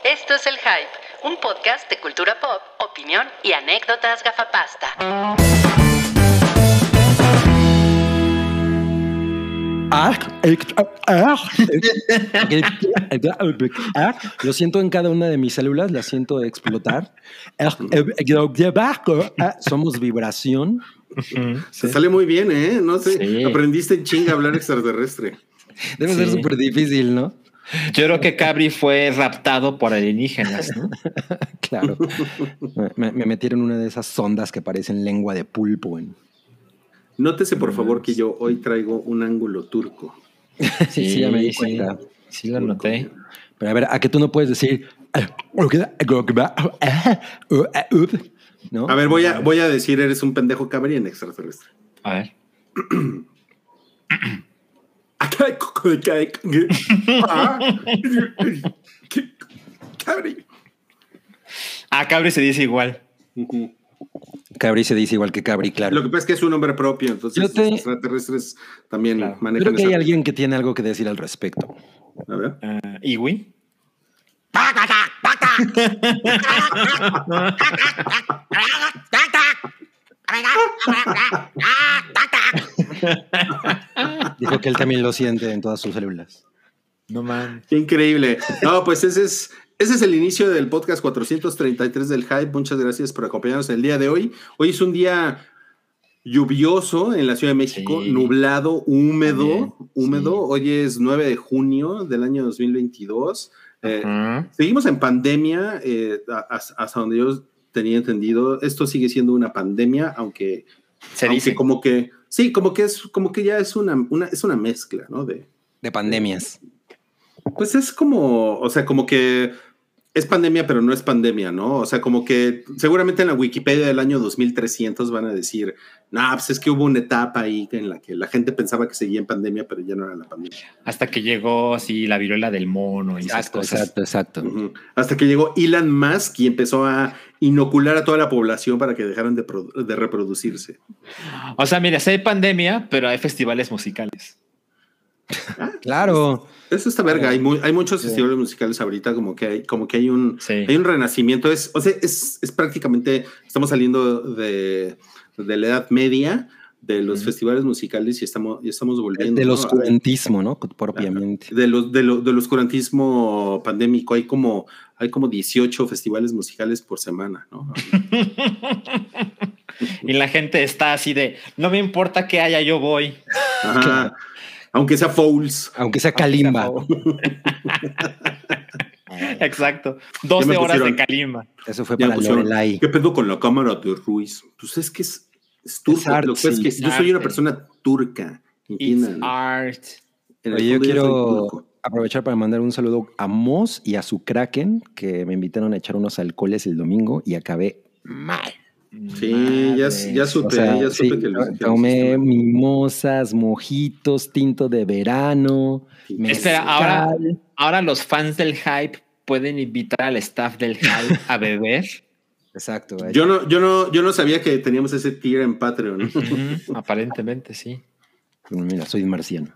Esto es El Hype, un podcast de cultura pop, opinión y anécdotas gafapasta. Lo siento en cada una de mis células, la siento explotar. Somos vibración. Se sale muy bien, ¿eh? No sé, sí. Aprendiste en chinga a hablar extraterrestre. Debe ser súper difícil, ¿no? Yo creo que Cabri fue raptado por alienígenas, ¿no? Claro. Me metieron una de esas sondas que parecen lengua de pulpo. Nótese, por favor, que yo hoy traigo un ángulo turco. Sí, ya me di cuenta. Sí, lo noté. Pero a ver, ¿a qué tú no puedes decir? ¿No? A ver, voy a decir, eres un pendejo Cabri en extraterrestre. A ver. Cabri. Cabri se dice igual. Cabri se dice igual que Cabri, claro. Lo que pasa es que es un nombre propio, entonces los extraterrestres también manejan. Creo que hay alguien que tiene algo que decir al respecto. A ver. ¿Iwi? Dijo que él también lo siente en todas sus células. No man. Qué increíble. No, pues ese es el inicio del podcast 433 del Hype. Muchas gracias por acompañarnos el día de hoy. Hoy es un día lluvioso en la Ciudad de México, nublado, húmedo. Sí. Hoy es 9 de junio del año 2022. Seguimos en pandemia, hasta donde yo tenía entendido. Esto sigue siendo una pandemia, aunque como que sí, como que ya es una mezcla, ¿no? De pandemias. Pues es como, o sea, como que es pandemia, pero no es pandemia, ¿no? O sea, como que seguramente en la Wikipedia del año 2300 van a decir, pues es que hubo una etapa ahí en la que la gente pensaba que seguía en pandemia, pero ya no era la pandemia. Hasta que llegó así la viruela del mono y esas cosas. Exacto. Uh-huh. Hasta que llegó Elon Musk y empezó a inocular a toda la población para que dejaran de reproducirse. O sea, mira, sí hay pandemia, pero hay festivales musicales. Claro. Eso está verga. Hay muchos festivales musicales ahorita, como que hay un renacimiento. Es prácticamente, estamos saliendo de la Edad Media, de los festivales musicales y estamos volviendo. Del oscurantismo, ¿no? Propiamente. Del oscurantismo pandémico. Hay como 18 festivales musicales por semana, ¿no? Y la gente está así de, no me importa que haya, yo voy. Ajá. Claro. Aunque sea Fouls. Aunque sea Kalimba. Exacto. 12 horas de Kalimba. Eso fue para Lorelai. ¿Qué pedo con la cámara de Ruiz? Pues es que es turco. Yo soy una persona turca. It's art. Oye, yo quiero aprovechar para mandar un saludo a Moss y a su Kraken, que me invitaron a echar unos alcoholes el domingo y acabé mal. Sí, ya supe, que tomé mimosas, mojitos, tinto de verano. Espera, ahora los fans del Hype pueden invitar al staff del Hype a beber. Exacto. Yo no sabía que teníamos ese tier en Patreon. Aparentemente sí. Mira, soy marciano.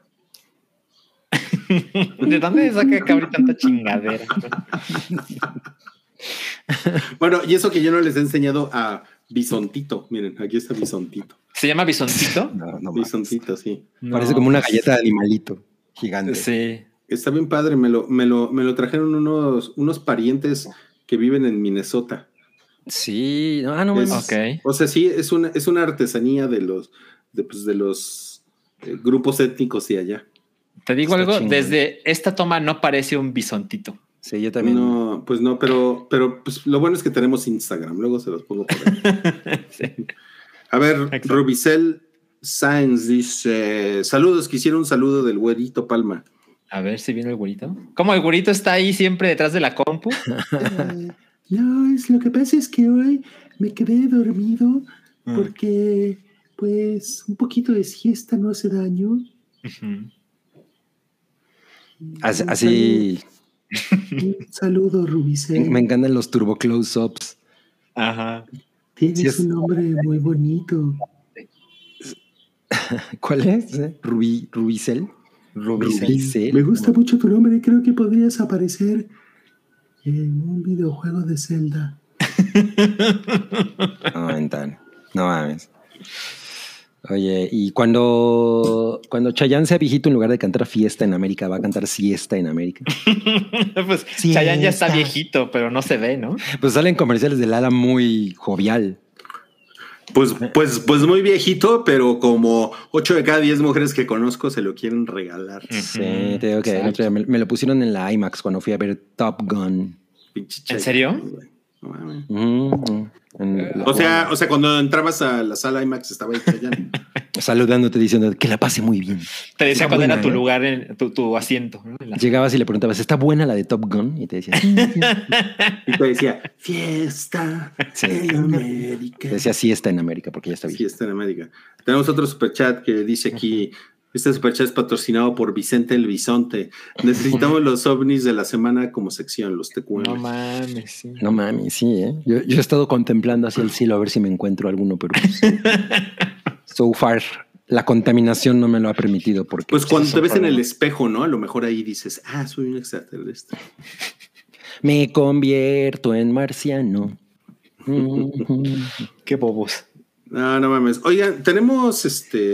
¿De dónde saca Cabri tanta chingadera? Bueno, y eso que yo no les he enseñado a Bisontito. Miren, aquí está Bisontito. ¿Se llama Bisontito? No, Bisontito, sí. Parece como una galleta de animalito gigante. Sí. Está bien padre. Me lo trajeron unos parientes que viven en Minnesota. Sí. Okay. O sea, sí, es una artesanía de los grupos étnicos de allá. Te digo algo, desde esta toma no parece un bisontito. Sí, yo también. No, pues no, pero pues lo bueno es que tenemos Instagram, luego se los pongo por ahí. Sí. A ver, Exacto. Rubicel Sáenz dice, saludos, quisiera un saludo del güerito Palma. A ver si viene el güerito. ¿Cómo el güerito está ahí siempre detrás de la compu? No, lo que pasa es que hoy me quedé dormido porque pues un poquito de siesta no hace daño. Uh-huh. Así. Un saludo, Rubicel. Me encantan los turbo close-ups. Ajá. Tienes un nombre muy bonito. ¿Cuál es? Rubicel. Me gusta mucho tu nombre. Creo que podrías aparecer En un videojuego de Zelda. No mames. Oye, y cuando Chayanne sea viejito, en lugar de cantar Fiesta en América, va a cantar Siesta en América. Pues Chayanne ya está viejito, pero no se ve, ¿no? Pues salen comerciales de Lala muy jovial. Pues muy viejito, pero como 8 de cada 10 mujeres que conozco se lo quieren regalar. Sí, te digo que el otro día me lo pusieron en la IMAX cuando fui a ver Top Gun. ¿En serio? O sea, cuando entrabas a la sala IMAX estaba ahí Chayanne. Saludándote diciendo que la pase muy bien. Te decía cuál era tu lugar, en tu asiento, ¿no? Llegabas y le preguntabas, ¿está buena la de Top Gun? Y te decía, y te decía, fiesta en América. Te decía siesta en América porque ya está bien. Fiesta en América. Tenemos otro superchat que dice aquí, este superchat es patrocinado por Vicente el Bisonte. Necesitamos los ovnis de la semana como sección, los TQM. No mames, sí. No mames, sí, ¿eh? Yo he estado contemplando hacia el cielo a ver si me encuentro alguno, pero so far la contaminación no me lo ha permitido. Porque pues cuando te ves en el espejo, ¿no? A lo mejor ahí dices, soy un extraterrestre. Me convierto en marciano. Qué bobos. No mames. Oigan, tenemos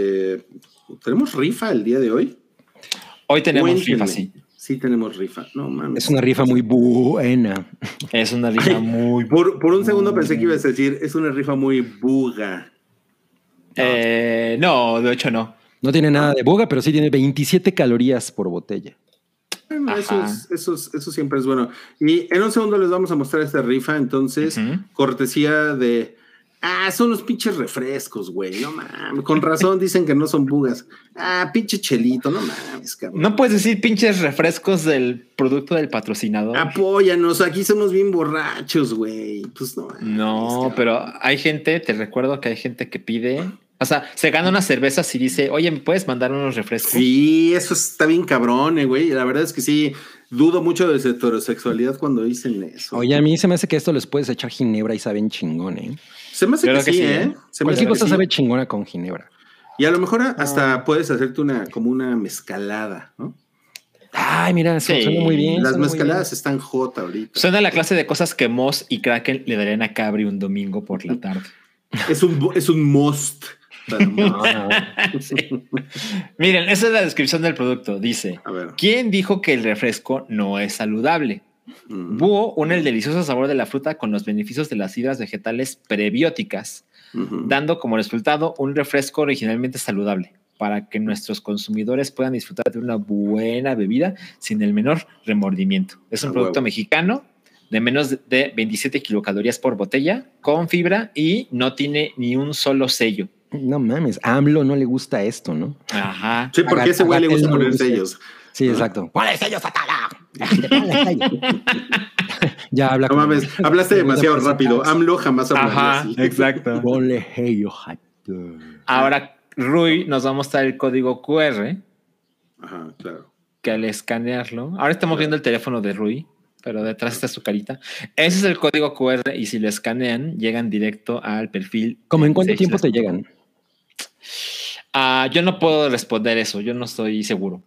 rifa el día de hoy. Hoy tenemos rifa, sí. Sí, tenemos rifa. No mames. Es una rifa muy buena. Es una rifa muy Por un segundo pensé que ibas a decir, es una rifa muy buga. No, de hecho no. No tiene nada de buga, pero sí tiene 27 calorías por botella. Bueno, eso siempre es bueno. Y en un segundo les vamos a mostrar esta rifa, entonces, cortesía de... son los pinches refrescos, güey, no mames. Con razón dicen que no son bugas. Pinche chelito, no mames, cabrón. No puedes decir pinches refrescos del producto del patrocinador. Apóyanos, aquí somos bien borrachos, güey. Pues no. No, pero hay gente, te recuerdo que hay gente que pide... O sea, se gana unas cervezas y dice, oye, ¿me puedes mandar unos refrescos? Sí, eso está bien cabrón, güey. La verdad es que sí, dudo mucho de su heterosexualidad cuando dicen eso. Oye, a mí se me hace que esto les puedes echar ginebra y saben chingón, ¿eh? Se me hace que sí, ¿eh? Cualquier cosa sabe chingona con ginebra. Y a lo mejor hasta puedes hacerte como una mezcalada, ¿no? Ay, mira, suena muy bien. Las mezcaladas están hot ahorita. Suena la clase de cosas que Moss y Kraken le darían a Cabri un domingo por la tarde. Es un must. Sí. Miren, esa es la descripción del producto. Dice, ¿quién dijo que el refresco no es saludable? Búho une el delicioso sabor de la fruta con los beneficios de las fibras vegetales prebióticas, dando como resultado un refresco originalmente saludable para que nuestros consumidores puedan disfrutar de una buena bebida sin el menor remordimiento. Es un producto mexicano de menos de 27 kilocalorías por botella, con fibra y no tiene ni un solo sello. No mames, a AMLO no le gusta esto, ¿no? Ajá. Sí, porque a ese güey le gusta poner sellos. Sí, exacto. ¡Ponle sellos, Atala! Ya habla. No mames, hablaste demasiado rápido. AMLO jamás hablaría así. Exacto. Ponle sellos, Ahora, Rui nos va a mostrar el código QR. Ajá, claro. Que al escanearlo... Ahora estamos viendo el teléfono de Rui, pero detrás está su carita. Ese es el código QR y si lo escanean, llegan directo al perfil. ¿Cómo en cuánto tiempo te llegan? Yo no puedo responder eso, yo no estoy seguro.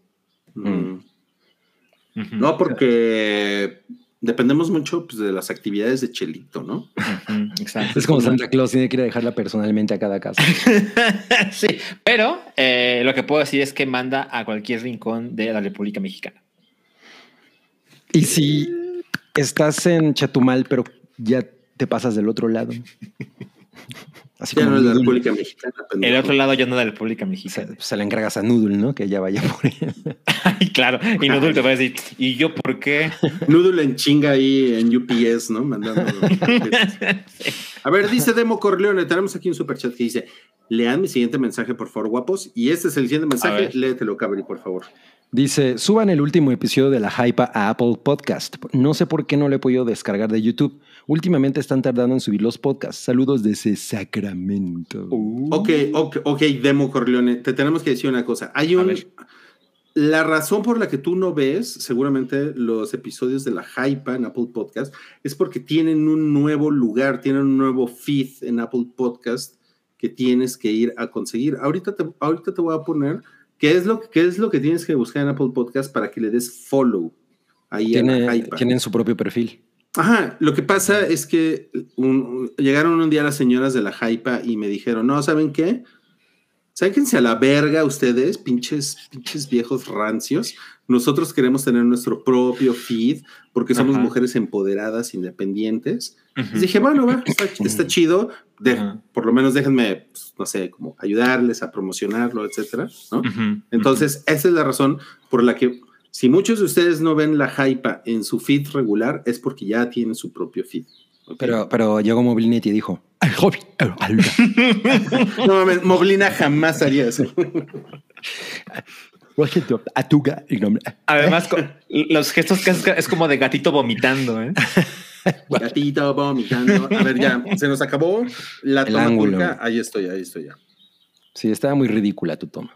No, porque dependemos mucho pues, de las actividades de Chelito, ¿no? Exacto. Es como Santa Claus, tiene que ir a dejarla personalmente a cada casa. Sí, pero lo que puedo decir es que manda a cualquier rincón de la República Mexicana. Y si estás en Chetumal, pero ya te pasas del otro lado. Así ya como no es la República Mexicana. El otro lado ya no es la República Mexicana. Se le encargas a Noodle, ¿no? Que ya vaya por él. Ay, claro. Y Noodle te va a decir, ¿y yo por qué? Noodle en chinga ahí en UPS, ¿no? Mandando. Sí. A ver, dice Demo Corleone, tenemos aquí un superchat que dice, lean mi siguiente mensaje, por favor, guapos. Y este es el siguiente mensaje, léetelo, Cabri, por favor. Dice, suban el último episodio de La Hypa a Apple Podcast. No sé por qué no lo he podido descargar de YouTube. Últimamente están tardando en subir los podcasts. Saludos desde Sacramento. Ok, Demo Corleone, te tenemos que decir una cosa. La razón por la que tú no ves seguramente los episodios de La Hypa en Apple Podcast es porque tienen un nuevo lugar, tienen un nuevo feed en Apple Podcast que tienes que ir a conseguir. Ahorita te voy a poner... ¿Qué es lo que tienes que buscar en Apple Podcast para que le des follow? ahí a la Hypa. Tienen su propio perfil. Ajá, lo que pasa es que llegaron un día las señoras de la Hypa y me dijeron, no, ¿saben qué? Sáquense a la verga ustedes, pinches viejos rancios. Nosotros queremos tener nuestro propio feed porque somos mujeres empoderadas, independientes. Y dije, bueno, va, está chido. Por lo menos déjenme, pues, no sé, como ayudarles a promocionarlo, etcétera, ¿no? Entonces, esa es la razón por la que si muchos de ustedes no ven la Hypa en su feed regular, es porque ya tienen su propio feed. ¿Okay? Pero llegó Moblinet y dijo, no mames, Moblina jamás haría eso. Además, los gestos que es como de gatito vomitando, ¿eh? Gatito vomitando. A ver, ya, se nos acabó la toma turca. Ahí estoy ya. Sí, estaba muy ridícula tu toma.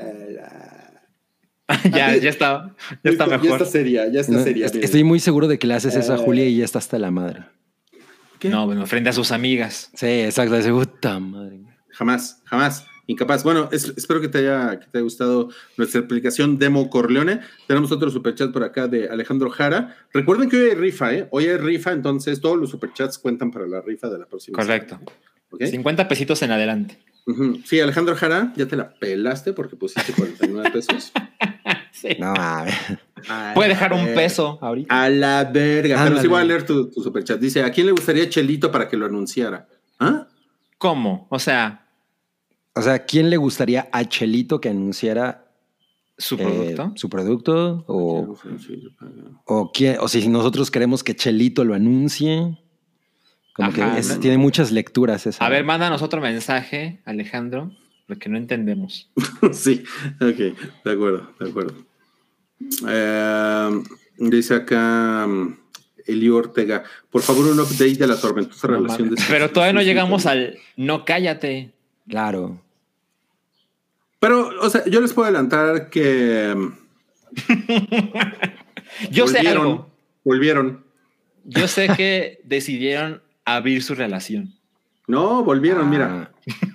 ya está mejor. Ya está seria. Estoy muy seguro de que le haces eso a Julia y ya está hasta la madre. ¿Qué? No, bueno, frente a sus amigas. Sí, exacto. Ese puta madre. Jamás. Incapaz. Bueno, espero que te haya gustado nuestra explicación Demo Corleone. Tenemos otro superchat por acá de Alejandro Jara. Recuerden que hoy hay rifa, ¿eh? Hoy hay rifa, entonces todos los superchats cuentan para la rifa de la próxima. Correcto. ¿Okay? 50 pesitos en adelante. Sí, Alejandro Jara, ya te la pelaste porque pusiste 49 pesos. Sí. No, a ver. Puede dejar un peso ahorita. A la verga. Pero sí voy a leer tu superchat. Dice, ¿a quién le gustaría Chelito para que lo anunciara? ¿Ah? ¿Cómo? O sea, ¿quién le gustaría a Chelito que anunciara su producto? Su producto o si nosotros queremos que Chelito lo anuncie. Como que tiene muchas lecturas esa. A ver, mándanos otro mensaje, Alejandro, porque no entendemos. Sí, ok, de acuerdo. Dice acá Elio Ortega, por favor un update de la tormentosa relación de... Pero todavía no llegamos al no cállate. Claro. Pero, o sea, yo les puedo adelantar que... Yo sé algo. Volvieron. Yo sé que decidieron abrir su relación. No, volvieron, mira.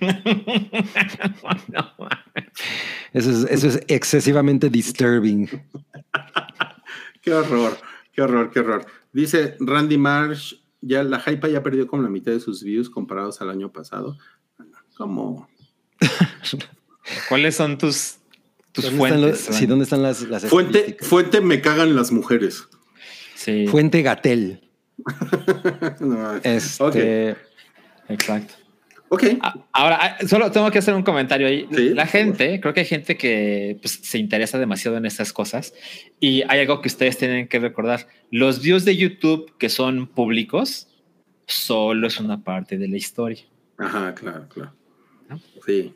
Eso es excesivamente disturbing. Qué horror. Dice Randy Marsh, ya la Hypa ya perdió como la mitad de sus views comparados al año pasado. ¿Cómo? ¿Cuáles son tus fuentes? ¿Dónde están las fuente me cagan las mujeres. Sí. Fuente Gatel. No, okay. Exacto. Ok. Ahora, solo tengo que hacer un comentario ahí. Sí, la gente, creo que hay gente que pues, se interesa demasiado en estas cosas y hay algo que ustedes tienen que recordar. Los views de YouTube que son públicos solo es una parte de la historia. Ajá, claro. ¿No? Sí.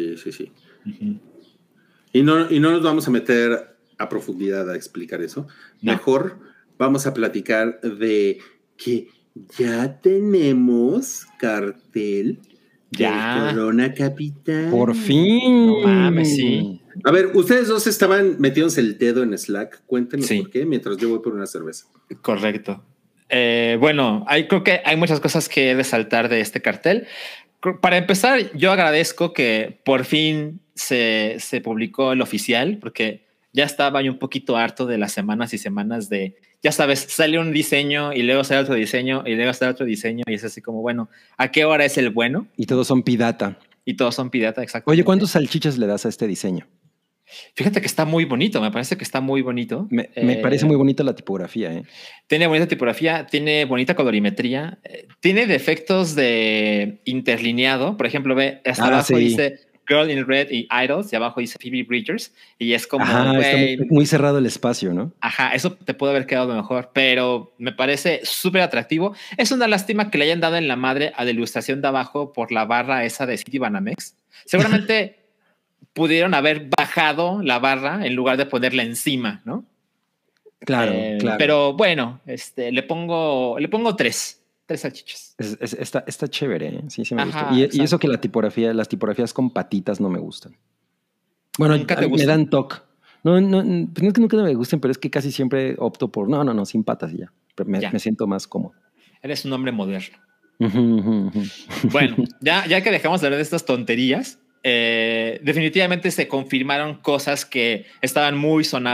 Y no nos vamos a meter a profundidad a explicar eso. No. Mejor vamos a platicar de que ya tenemos cartel del Corona Capital. Por fin. No mames, sí. A ver, ustedes dos estaban metiéndose el dedo en Slack. Cuéntenos por qué, mientras yo voy por una cerveza. Correcto. Bueno, creo que hay muchas cosas que resaltar de este cartel. Para empezar, yo agradezco que por fin se publicó el oficial, porque ya estaba yo un poquito harto de las semanas y semanas de, ya sabes, sale un diseño y luego sale otro diseño y luego sale otro diseño y es así como, bueno, ¿a qué hora es el bueno? Y todos son pidata. Exacto. Oye, ¿cuántos salchichas le das a este diseño? Fíjate que está muy bonito, me parece que está muy bonito. Me parece muy bonita la tipografía. Tiene bonita tipografía, tiene bonita colorimetría, tiene defectos de interlineado. Por ejemplo, ve, hasta abajo dice Girl in Red y Idols y abajo dice Phoebe Bridgers y es como... está muy cerrado el espacio, ¿no? Ajá, eso te puede haber quedado mejor, pero me parece súper atractivo. Es una lástima que le hayan dado en la madre a la ilustración de abajo por la barra esa de City Banamex. Seguramente... pudieron haber bajado la barra en lugar de ponerla encima, ¿no? Claro. Pero bueno, le pongo 3 salchichas. Está chévere, ¿eh? Sí me gusta. Y eso que las tipografías con patitas no me gustan. Bueno, me dan toque. No es que nunca me gusten, pero es que casi siempre opto por no, sin patas y ya. Me siento más cómodo. Eres un hombre moderno. Bueno, ya que dejamos de hablar de estas tonterías, definitivamente se confirmaron cosas que estaban muy sonadas.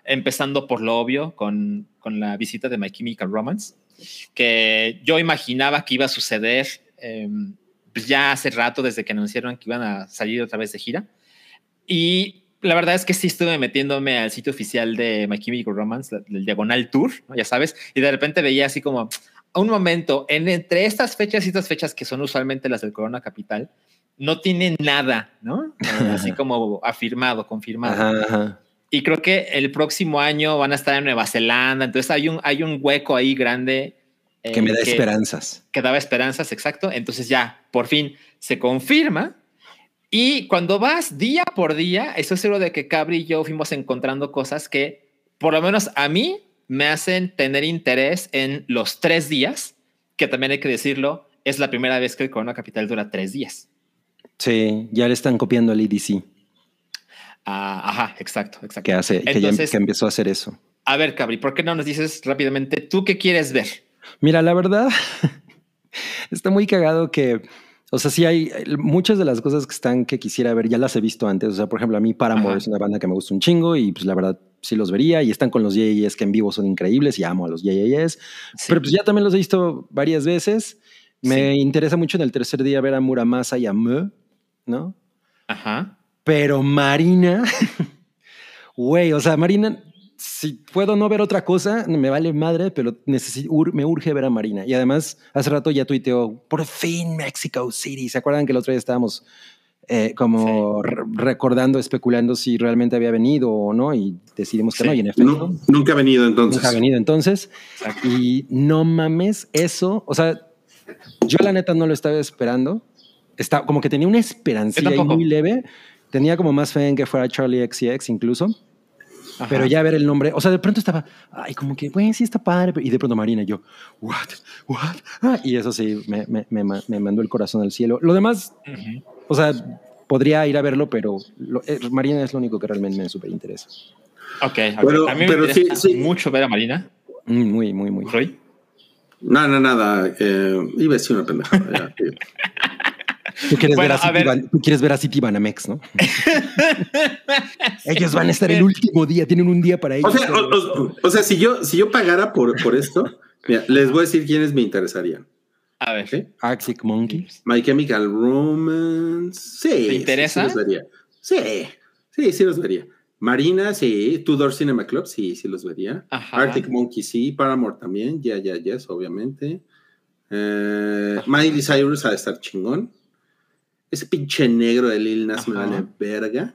empezando por lo obvio con la visita de My Chemical Romance, que yo imaginaba que iba a suceder pues ya hace rato, desde que anunciaron que iban a salir otra vez de gira. Y la verdad es que sí estuve metiéndome al sitio oficial de My Chemical Romance, el Diagonal Tour, ¿no? Ya sabes, y de repente veía así como, a un momento, entre estas fechas y estas fechas que son usualmente las del Corona Capital, no tienen nada, ¿no? Así como afirmado, confirmado. Ajá. Y creo que el próximo año van a estar en Nueva Zelanda, entonces hay un hueco ahí grande. Que me da esperanzas. Que daba esperanzas, exacto. Entonces ya, por fin, se confirma. Y cuando vas día por día, estoy seguro de que Cabri y yo fuimos encontrando cosas que, por lo menos a mí, me hacen tener interés en los 3 días, que también hay que decirlo, es la primera vez que el Corona Capital dura 3 días. Sí, ya le están copiando al EDC. Ajá, exacto. Entonces, que empezó a hacer eso. A ver, Cabri, ¿por qué no nos dices rápidamente tú qué quieres ver? Mira, la verdad, está muy cagado que, o sea, sí hay muchas de las cosas que quisiera ver, ya las he visto antes. O sea, por ejemplo, a mí Paramore es una banda que me gusta un chingo y pues la verdad sí los vería, y están con los JJS que en vivo son increíbles y amo a los JJS. Sí. Pero pues ya también los he visto varias veces. Me interesa mucho en el tercer día ver a Muramasa y a Mö, ¿no? Ajá. Pero Marina, güey, o sea, Marina, si puedo no ver otra cosa, me vale madre, pero me urge ver a Marina. Y además, hace rato ya tuiteó, por fin Mexico City. ¿Se acuerdan que el otro día estábamos recordando, especulando si realmente había venido o no? Y decidimos que no, y en efecto. Nunca ha venido entonces. Nunca ha venido entonces. Exacto. Y no mames, eso, o sea, yo la neta no lo estaba esperando. Como que tenía una esperancilla ahí muy leve. Tenía como más fe en que fuera Charlie XCX incluso. Ajá. Pero ya ver el nombre, o sea, de pronto estaba, ay, como que, bueno, sí está padre. Y de pronto Marina y yo, what? Y eso sí, me mandó el corazón al cielo. Lo demás, o sea, podría ir a verlo, pero Marina es lo único que realmente me súper interesa. Ok. A mí me interesa mucho ver a Marina. Muy. ¿Roy? Nada. Iba a decir una pendejada. Tú quieres ver a City Banamex, ¿no? Ellos van a estar el último día, tienen un día para ellos. O sea, si yo pagara por esto, mira, les voy a decir quiénes me interesarían. A ver. ¿Sí? Arctic Monkeys. My Chemical Romance. Sí. ¿Te interesa? Sí los vería. Sí los vería. Marina, sí. Tudor Cinema Club, sí los vería. Ajá. Arctic Monkeys, sí. Paramore también. Yes, obviamente. Miley Cyrus ha de estar chingón. Ese pinche negro de Lil Nas me vale verga.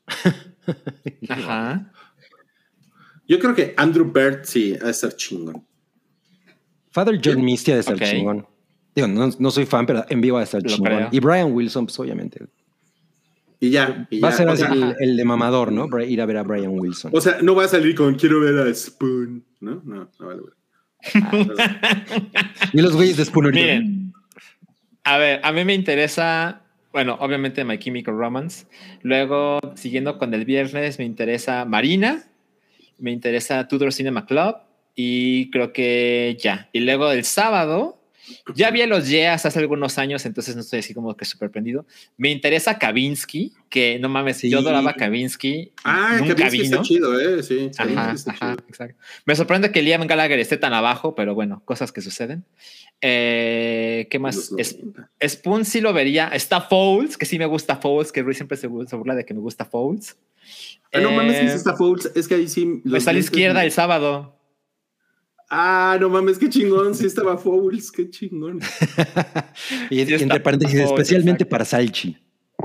Ajá. Yo creo que Andrew Bird sí ha de estar chingón. Father John Misty ha de estar chingón. Digo, no soy fan, pero en vivo ha de estar chingón. Creo. Y Brian Wilson, pues obviamente. Y ya. Va a ser así el de mamador, ¿no? Ir a ver a Brian Wilson. O sea, no va a salir con quiero ver a Spoon, ¿no? No vale ver. Y los güeyes de Spoon. Miren, a ver, a mí me interesa... Bueno, obviamente My Chemical Romance. Luego, siguiendo con el viernes, me interesa Marina. Me interesa Tudor Cinema Club. Y creo que ya. Y luego el sábado, ya vi a los Yeahs hace algunos años, entonces no estoy así como que súper prendido. Me interesa Kavinsky, que no mames, yo adoraba Kavinsky. Nunca Kavinsky vino. Está chido, sí. Ajá, exacto. Me sorprende que Liam Gallagher esté tan abajo, pero bueno, cosas que suceden. ¿Qué más? Spoon sí lo vería. Está Fouls, que sí me gusta Fouls, que Ruiz siempre se burla de que me gusta Fouls. No mames, que está Fouls, es que ahí sí. Está a la izquierda el sábado. No mames, qué chingón, sí estaba Fouls, qué chingón. Y sí entre paréntesis, especialmente para Salchi.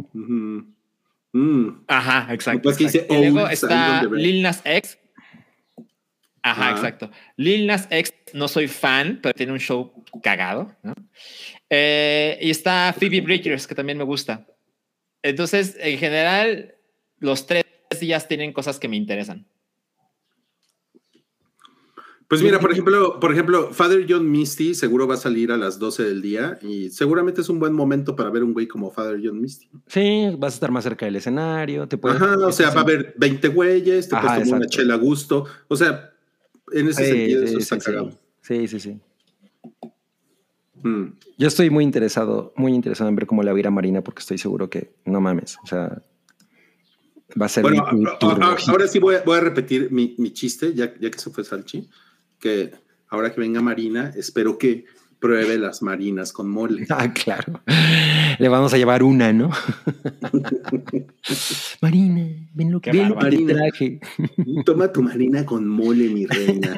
Ajá, exacto. Pues exacto. Y luego está Lil Nas X. Ajá, exacto. Lil Nas X, no soy fan, pero tiene un show cagado, ¿no? Y está Phoebe Bridgers, que también me gusta. Entonces, en general, los 3 días tienen cosas que me interesan. Pues mira, por ejemplo, Father John Misty seguro va a salir a las 12 del día y seguramente es un buen momento para ver un güey como Father John Misty. Sí, vas a estar más cerca del escenario. O sea, va a haber 20 güeyes, te puedes tomar una chela a gusto. O sea, en ese sentido eso está cagado. Sí. Yo estoy muy interesado en ver cómo le va a ir a Marina porque estoy seguro que no mames. O sea, Va a ser bueno, ahora sí voy a repetir mi chiste, ya que se fue Salchi, que ahora que venga Marina, espero que pruebe las marinas con mole. Ah, claro. Le vamos a llevar una, ¿no? Marina, ven lo que te traje. Toma tu marina con mole, mi reina.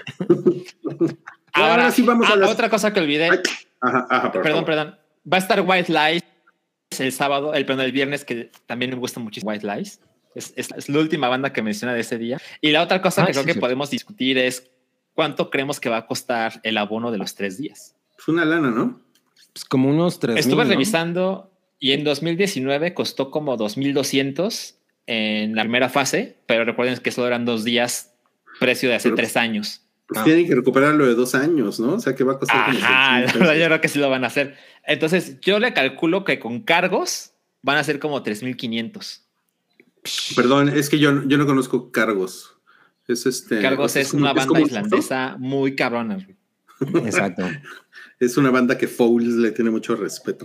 Ahora sí vamos a otra cosa que olvidé. Perdón. Va a estar White Lies el sábado, el viernes, que también me gusta muchísimo White Lies. Es la última banda que menciona de ese día. Y la otra cosa que creo que podemos discutir es cuánto creemos que va a costar el abono de los 3 días. Es una lana, ¿no? Pues como unos 3,000. Estuve revisando y en 2019 costó como 2,200 en la primera fase, pero recuerden que solo eran 2 días, precio de hace 3 años. Pues tienen que recuperar lo de 2 años, ¿no? O sea, que va a costar como yo creo que sí lo van a hacer. Entonces, yo le calculo que con cargos van a ser como 3,500. Perdón, es que yo no conozco Cargos. Cargos es una banda islandesa muy cabrona. Exacto. Es una banda que Fouls le tiene mucho respeto.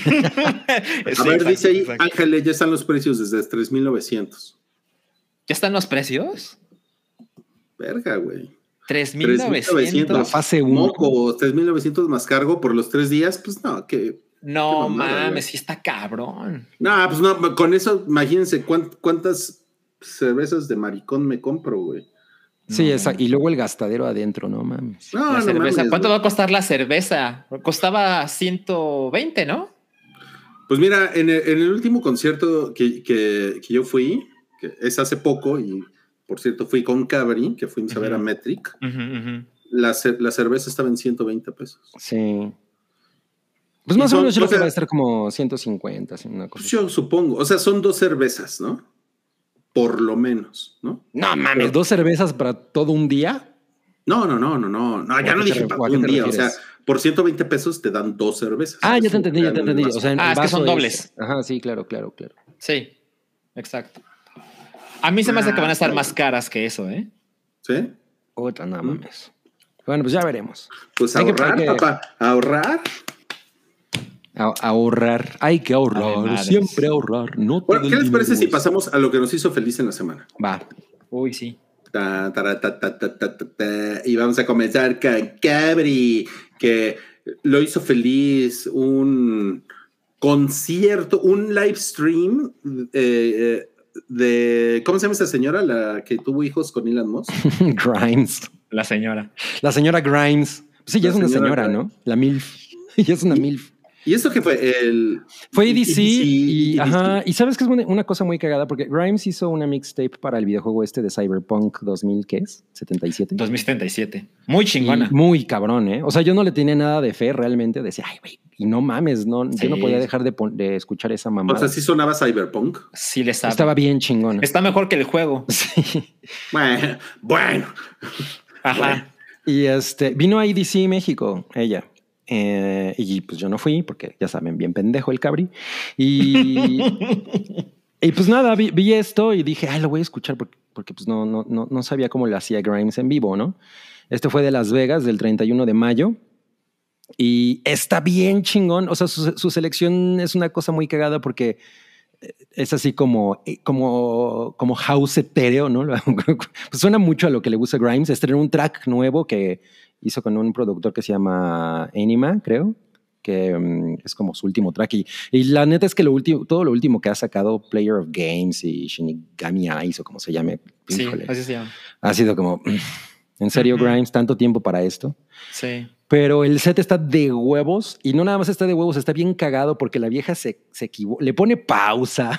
A ver, dice ahí, Ángel, ya están los precios desde 3,900. ¿Ya están los precios? Verga, güey. 3,900. La fase 1. 3,900 más cargo por los 3 días, pues no, que... No mames, sí está cabrón. No, pues no, con eso, imagínense cuántas cervezas de maricón me compro, güey. Sí, y luego el gastadero adentro, no mames. La cerveza. Mames, ¿cuánto va a costar la cerveza? Costaba 120, ¿no? Pues mira, en el último concierto que yo fui, que es hace poco, y por cierto fui con Cabri, que fuimos a ver a Metric, la cerveza estaba en 120 pesos. Sí. Pues más o menos yo creo que va a estar como 150, una cosa. Yo supongo, o sea, son 2 cervezas, ¿no? Por lo menos, ¿no? No mames, 2 cervezas para todo un día. No, ya no dije para todo un día, o sea, por 120 pesos te dan 2 cervezas. Ah, ya te entendí. O sea, es que son dobles. Ajá, sí, claro. Sí, exacto. A mí se me hace que van a estar más caras que eso, ¿eh? ¿Sí? Otra, no mames. Bueno, pues ya veremos. Pues ahorrar, papá, ahorrar. Ahorrar, hay que ahorrar, siempre ahorrar. Bueno, ¿qué les parece si pasamos a lo que nos hizo feliz en la semana? Va. Uy, sí. Y vamos a comenzar con Cabri, que lo hizo feliz, un concierto, un live stream de ¿cómo se llama esa señora? La que tuvo hijos con Elon Musk. Grimes. La señora Grimes. Sí, ya es una señora, ¿no? La MILF. Ya es una MILF. ¿Y esto qué fue? Fue EDC y sabes que es una cosa muy cagada porque Grimes hizo una mixtape para el videojuego de Cyberpunk 2000, ¿qué es? 2077. Muy chingona. Muy cabrón, ¿eh? O sea, yo no le tenía nada de fe realmente. Decía, ay, güey, y no mames, no, sí. Yo no podía dejar de escuchar esa mamada. O sea, ¿sí sonaba Cyberpunk? Sí le sabe. Estaba bien chingona. Está mejor que el juego. Sí. Bueno. Ajá. Bueno. Y vino a EDC México, ella. Y pues yo no fui porque ya saben, bien pendejo el Cabri. Y pues nada, vi esto y dije, lo voy a escuchar porque pues no sabía cómo lo hacía Grimes en vivo, ¿no? Este fue de Las Vegas del 31 de mayo y está bien chingón. O sea, su selección es una cosa muy cagada porque es así como house etéreo, ¿no? Pues suena mucho a lo que le gusta a Grimes. Estrenó un track nuevo que hizo con un productor que se llama Anima, creo, que es como su último track. Y la neta es que todo lo último que ha sacado, Player of Games y Shinigami Eyes, o como se llame. Sí, híjole, así se llama. Ha sido como, ¿en serio, Grimes? ¿Tanto tiempo para esto? Sí. Pero el set está de huevos y no nada más está de huevos, está bien cagado porque la vieja se equivoca, le pone pausa.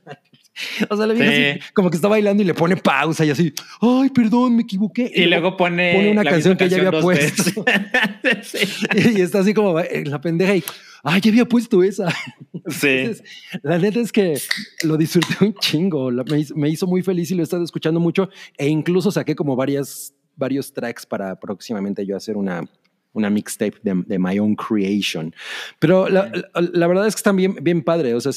O sea, la vieja así, como que está bailando y le pone pausa y así, ay, perdón, me equivoqué. Y luego pone una canción que ya había puesto. Sí. Y está así como la pendeja y, ya había puesto esa. Sí. Entonces, la neta es que lo disfruté un chingo. Me hizo muy feliz y lo he estado escuchando mucho e incluso saqué como varios tracks para próximamente yo hacer una mixtape de my own creation. Pero la verdad es que están bien padre. O sea,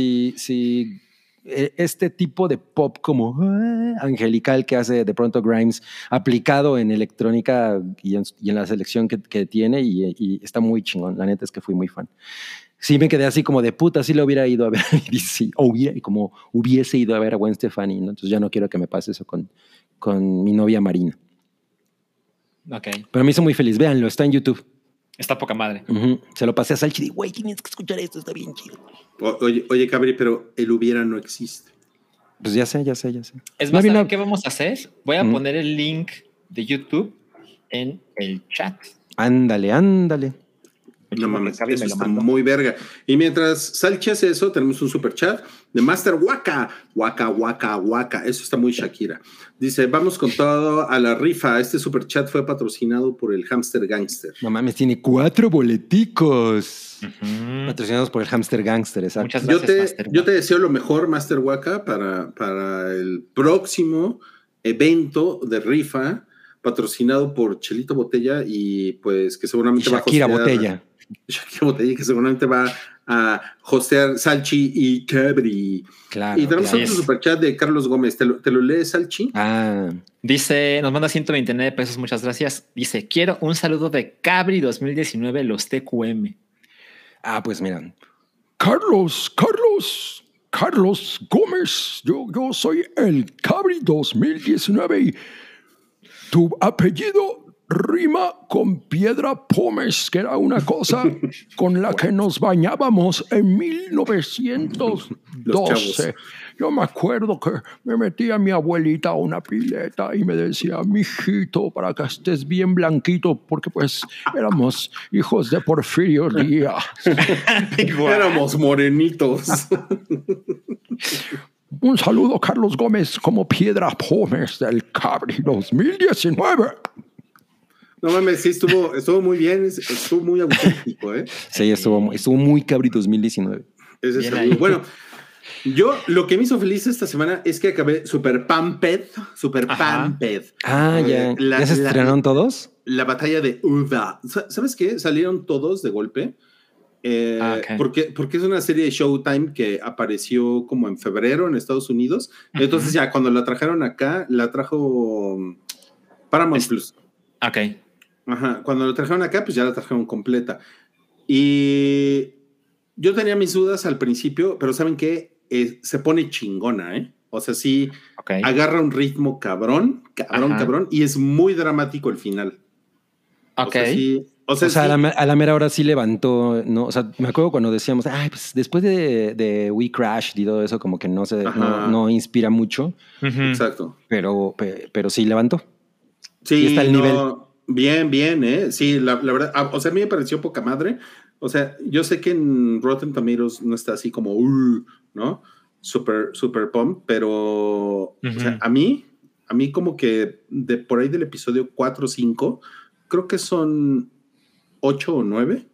si este tipo de pop como angelical que hace de pronto Grimes, aplicado en electrónica y en la selección que tiene y está muy chingón. La neta es que fui muy fan. sí me quedé así como de puta, sí lo hubiera ido a ver. Y sí, como hubiese ido a ver a Gwen Stefani, ¿no? Entonces ya no quiero que me pase eso con mi novia Marina. Ok. Pero me hizo muy feliz. Véanlo, está en YouTube. Está poca madre. Se lo pasé a Salchi y dije, güey, tienes que escuchar esto, está bien chido. Oye, Cabri, pero el hubiera no existe. Pues ya sé. Es más, ¿saben qué vamos a hacer? Voy a poner el link de YouTube en el chat. Ándale. No mames, eso está muy verga. Y mientras Salchi hace eso, tenemos un super chat de Master Waka. Waka. Eso está muy Shakira. Dice, vamos con todo a la rifa. Este super chat fue patrocinado por el Hamster Gangster. No mames, tiene 4 boleticos. Patrocinados por el Hamster Gangster, exacto. Muchas gracias, yo te deseo lo mejor, Master Waka, para el próximo evento de rifa patrocinado por Chelito Botella y pues que seguramente va a hostear Shakira Botella, que seguramente va a hostear Salchi y Cabri. Claro. Y tenemos otro superchat de Carlos Gómez. ¿Te lo lees, Salchi? Dice, nos manda 129 pesos, muchas gracias. Dice, quiero un saludo de Cabri 2019, los TQM. Pues miran. Carlos Gómez. Yo soy el Cabri 2019 y tu apellido rima con Piedra Pómez, que era una cosa con la que nos bañábamos en 1912. Yo me acuerdo que me metía mi abuelita a una pileta y me decía, mijito, para que estés bien blanquito, porque pues éramos hijos de Porfirio Díaz. Éramos morenitos. Un saludo, Carlos Gómez, como Piedra Pómez del Cabri 2019. No mames, sí, estuvo muy bien, estuvo muy auténtico, ¿eh? Sí, estuvo muy Cabri 2019. Bueno, yo lo que me hizo feliz esta semana es que acabé Super Pumped. ¿Ya se estrenaron todos? La batalla de Uda. ¿Sabes qué? Salieron todos de golpe. Okay. Porque es una serie de Showtime que apareció como en febrero en Estados Unidos. Entonces ya cuando la trajeron acá, la trajo Paramount Plus. Ok. Ajá, cuando la trajeron acá, pues ya la trajeron completa. Y yo tenía mis dudas al principio, pero ¿saben qué? Se pone chingona, ¿eh? O sea, sí, agarra un ritmo cabrón, y es muy dramático el final. Ok. O sea, sí. A la mera hora sí levantó, ¿no? O sea, me acuerdo cuando decíamos, pues después de We Crashed y todo eso, como que no inspira mucho. Exacto. Pero sí levantó. Sí, y está el nivel. Bien, ¿eh? Sí, la verdad, o sea, a mí me pareció poca madre. O sea, yo sé que en Rotten Tomatoes no está así como, ¿no? Super pump, pero, o sea, a mí como que de por ahí del episodio 4 o 5, creo que son 8 o 9.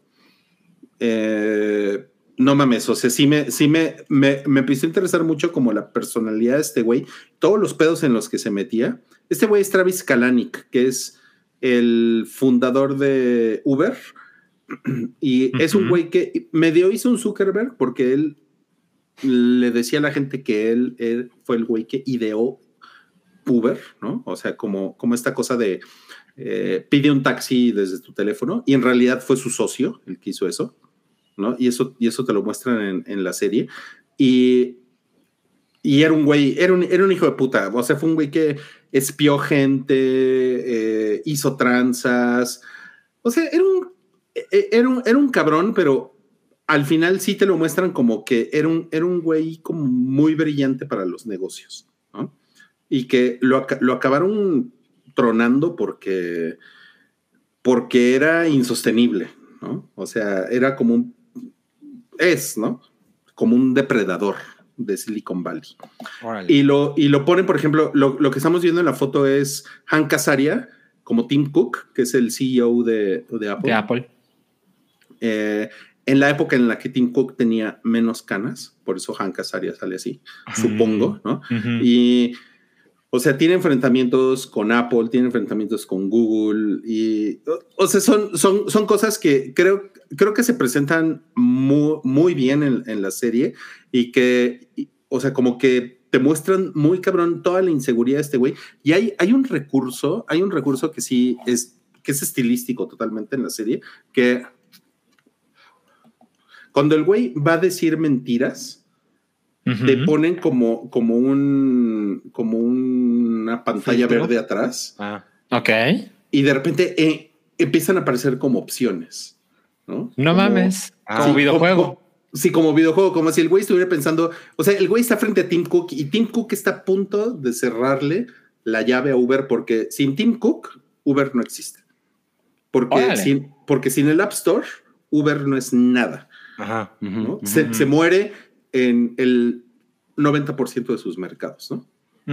No mames, o sea, sí me empezó a interesar mucho como la personalidad de este güey, todos los pedos en los que se metía. Este güey es Travis Kalanick, que es el fundador de Uber, y es un güey que medio hizo un Zuckerberg porque él le decía a la gente que él fue el güey que ideó Uber, ¿no? O sea, como esta cosa de pide un taxi desde tu teléfono, y en realidad fue su socio el que hizo eso, ¿no? Y eso te lo muestran en la serie. Y era un güey, era un hijo de puta. O sea, fue un güey que espió gente, hizo tranzas. O sea, era un cabrón, pero al final sí te lo muestran como que era un güey como muy brillante para los negocios, ¿no? Y que lo acabaron tronando porque era insostenible, ¿no? O sea, era como ¿no? Como un depredador de Silicon Valley. Órale. Y lo ponen, por ejemplo, lo que estamos viendo en la foto es Hank Azaria como Tim Cook, que es el CEO de Apple. De Apple. En la época en la que Tim Cook tenía menos canas, por eso Hank Azaria sale así, supongo, ¿no? Y, o sea, tiene enfrentamientos con Apple, tiene enfrentamientos con Google, y, o sea, son cosas que creo que se presentan muy bien en la serie, y que, o sea, como que te muestran muy cabrón toda la inseguridad de este güey. Y hay un recurso que sí es estilístico totalmente en la serie, que Cuando el güey va a decir mentiras, te ponen como una pantalla verde atrás. Ok. Y de repente empiezan a aparecer como opciones, ¿no? No mames. Como videojuego. Como videojuego, como si el güey estuviera pensando, o sea, el güey está frente a Tim Cook y Tim Cook está a punto de cerrarle la llave a Uber porque sin Tim Cook, Uber no existe. Porque sin el App Store, Uber no es nada. Ajá. ¿No? Se muere en el 90% de sus mercados, ¿no?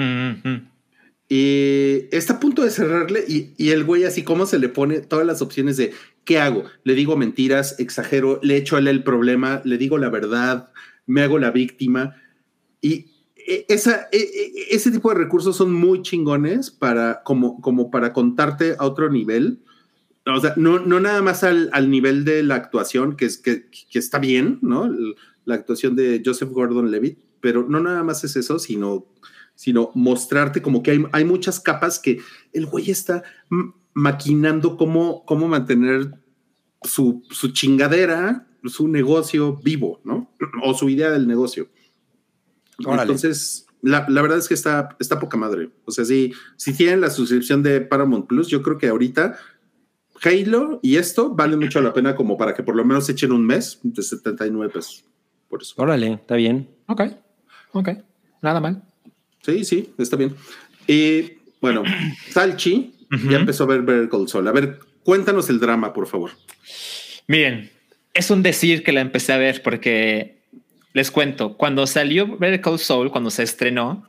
Y está a punto de cerrarle y el güey así como se le pone todas las opciones de ¿qué hago? Le digo mentiras, exagero, le echo a él el problema, le digo la verdad, me hago la víctima. Y ese tipo de recursos son muy chingones para contarte a otro nivel. O sea, no nada más al nivel de la actuación, que está bien, ¿no? La actuación de Joseph Gordon-Levitt, pero no nada más es eso, sino mostrarte como que hay muchas capas que el güey está maquinando cómo mantener su chingadera, su negocio vivo, ¿no? O su idea del negocio. Órale. Entonces, la verdad es que está poca madre. O sea, si tienen la suscripción de Paramount Plus, yo creo que ahorita Halo y esto vale mucho la pena como para que por lo menos echen un mes de 79 pesos. Por eso. Órale, está bien. Ok. Nada mal. Sí, está bien. Y bueno, Salchi ya empezó a ver Better Call Saul. A ver, cuéntanos el drama, por favor. Miren, es un decir que la empecé a ver porque les cuento, cuando salió Better Call Saul, cuando se estrenó,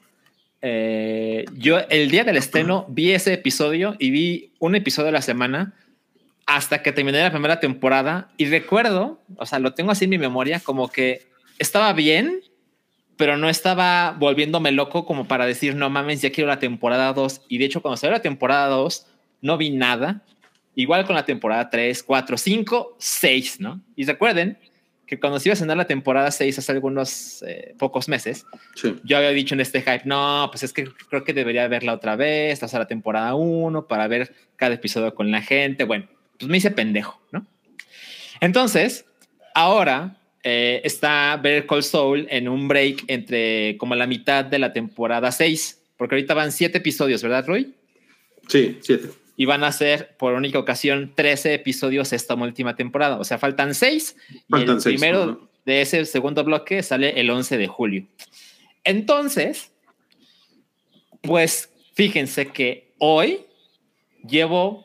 yo el día del estreno vi ese episodio y vi un episodio a la semana hasta que terminé la primera temporada y recuerdo, o sea, lo tengo así en mi memoria, como que estaba bien, pero no estaba volviéndome loco como para decir, no mames, ya quiero la temporada 2. Y de hecho, cuando salió la temporada 2, no vi nada. Igual con la temporada 3, 4, 5, 6, ¿no? Y recuerden que cuando se iba a cenar la temporada 6 hace algunos pocos meses, yo había dicho en este hype, no, pues es que creo que debería verla otra vez, hasta la temporada 1, para ver cada episodio con la gente. Bueno, pues me hice pendejo, ¿no? Entonces, ahora está Better Call Saul en un break entre como la mitad de la temporada 6, porque ahorita van 7 episodios, ¿verdad, Roy? Sí, 7. Y van a ser, por única ocasión, 13 episodios esta última temporada. O sea, faltan 6. Y el primero de ese segundo bloque sale el 11 de julio. Entonces, pues fíjense que hoy llevo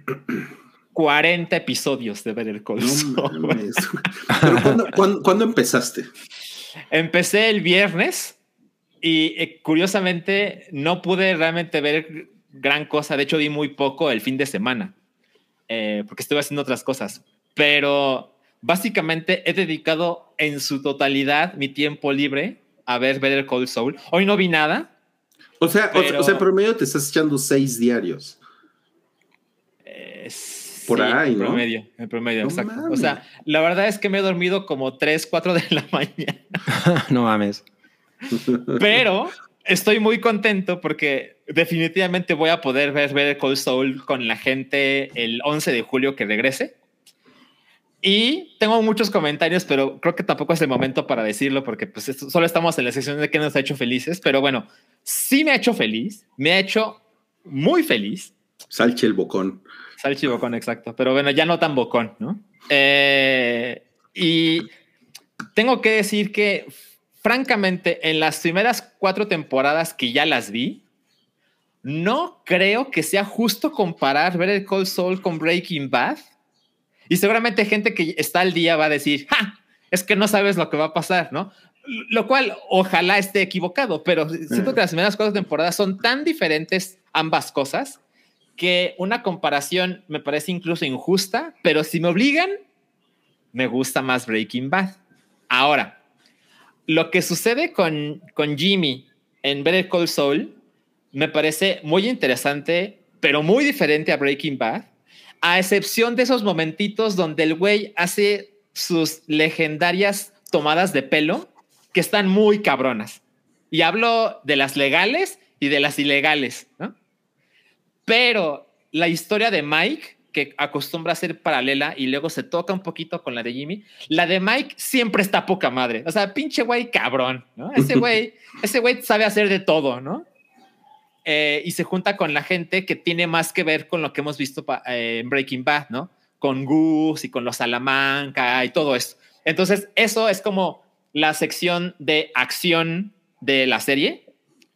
40 episodios de Better Call Saul. Pero ¿cuándo empezaste? Empecé el viernes y curiosamente no pude realmente ver gran cosa. De hecho, vi muy poco el fin de semana porque estuve haciendo otras cosas. Pero básicamente he dedicado en su totalidad mi tiempo libre a ver Better Call Saul. Hoy no vi nada. O sea, promedio te estás echando 6 diarios. Por ahí, ¿no? En promedio, exacto. Mames. O sea, la verdad es que me he dormido como 3, 4 de la mañana. No mames. Pero estoy muy contento porque definitivamente voy a poder ver Better Call Saul con la gente el 11 de julio que regrese. Y tengo muchos comentarios, pero creo que tampoco es el momento para decirlo porque pues solo estamos en la sección de qué nos ha hecho felices. Pero bueno, sí me ha hecho feliz. Me ha hecho muy feliz. Salchi el bocón. Salchi bocón, exacto. Pero bueno, ya no tan bocón, ¿no? Y tengo que decir que francamente, en las primeras 4 temporadas que ya las vi, no creo que sea justo comparar Better Call Saul con Breaking Bad. Y seguramente gente que está al día va a decir, ¡ja! Es que no sabes lo que va a pasar, ¿no? Lo cual ojalá esté equivocado, pero siento que las primeras 4 temporadas son tan diferentes ambas cosas que una comparación me parece incluso injusta, pero si me obligan, me gusta más Breaking Bad. Ahora, lo que sucede con Jimmy en Better Call Saul me parece muy interesante, pero muy diferente a Breaking Bad, a excepción de esos momentitos donde el güey hace sus legendarias tomadas de pelo que están muy cabronas. Y hablo de las legales y de las ilegales, ¿no? Pero la historia de Mike, que acostumbra a ser paralela y luego se toca un poquito con la de Jimmy. La de Mike siempre está poca madre. O sea, pinche güey cabrón, ¿no? Ese güey sabe hacer de todo, ¿no? Y se junta con la gente que tiene más que ver con lo que hemos visto en Breaking Bad, ¿no? Con Gus y con los Salamanca y todo eso. Entonces, eso es como la sección de acción de la serie.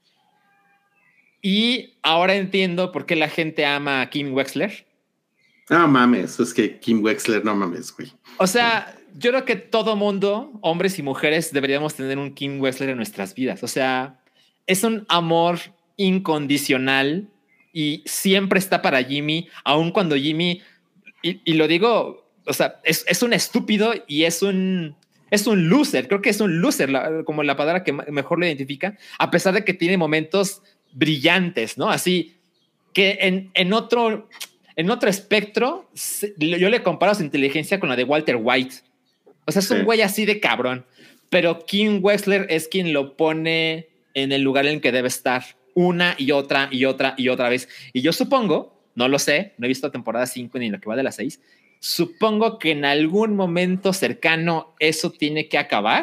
Y ahora entiendo por qué la gente ama a Kim Wexler. No mames, es que Kim Wexler, no mames, güey. O sea, yo creo que todo mundo, hombres y mujeres, deberíamos tener un Kim Wexler en nuestras vidas. O sea, es un amor incondicional y siempre está para Jimmy, aun cuando Jimmy, y lo digo, o sea, es un estúpido y es un loser. Creo que es un loser, como la palabra que mejor lo identifica, a pesar de que tiene momentos brillantes, ¿no? Así que en otro espectro, yo le comparo su inteligencia con la de Walter White. O sea, es un güey así de cabrón, pero Kim Wexler es quien lo pone en el lugar en el que debe estar una y otra y otra y otra vez. Y yo supongo, no lo sé, no he visto temporada 5 ni lo que va de las 6, supongo que en algún momento cercano eso tiene que acabar,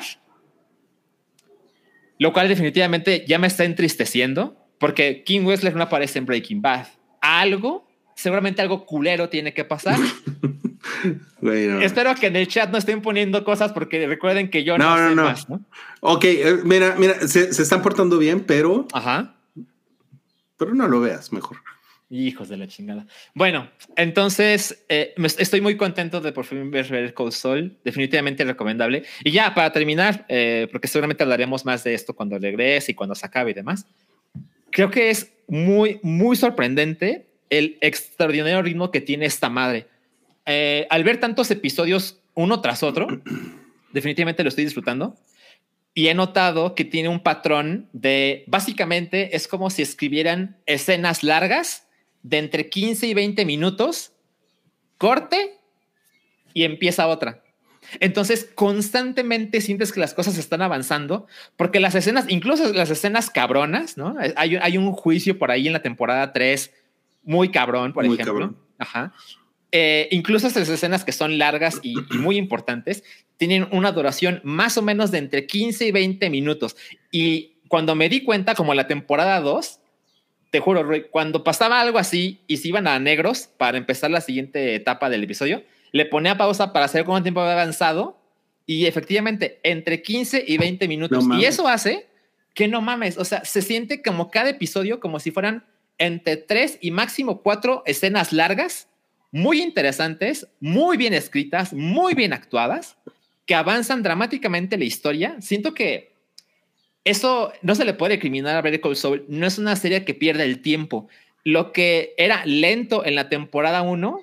lo cual definitivamente ya me está entristeciendo, porque Kim Wexler no aparece en Breaking Bad. Seguramente algo culero tiene que pasar. Bueno. Espero que en el chat no estén poniendo cosas porque recuerden que yo no sé más, ¿no? Ok, mira, se están portando bien, pero... Ajá. Pero no lo veas, mejor. Hijos de la chingada. Bueno, entonces estoy muy contento de por fin ver Better Call Saul. Definitivamente recomendable. Y ya, para terminar, porque seguramente hablaremos más de esto cuando regrese y cuando se acabe y demás. Creo que es muy, muy sorprendente el extraordinario ritmo que tiene esta madre. Al ver tantos episodios uno tras otro, definitivamente lo estoy disfrutando. Y he notado que tiene un patrón de, básicamente, es como si escribieran escenas largas de entre 15 y 20 minutos, corte y empieza otra. Entonces, constantemente sientes que las cosas están avanzando, porque las escenas, incluso las escenas cabronas, ¿no? Hay un juicio por ahí en la temporada 3 muy cabrón, por ejemplo. Cabrón. Ajá. Incluso esas escenas que son largas y muy importantes tienen una duración más o menos de entre 15 y 20 minutos. Y cuando me di cuenta, como la temporada 2, te juro, Rui, cuando pasaba algo así y se iban a negros para empezar la siguiente etapa del episodio, le ponía pausa para saber cuánto tiempo había avanzado y efectivamente entre 15 y 20 minutos. No, y eso hace que no mames, o sea, se siente como cada episodio como si fueran entre 3 y máximo 4 escenas largas, muy interesantes, muy bien escritas, muy bien actuadas, que avanzan dramáticamente la historia. Siento que eso no se le puede recriminar a Better Call Saul. No es una serie que pierde el tiempo. Lo que era lento en la temporada 1,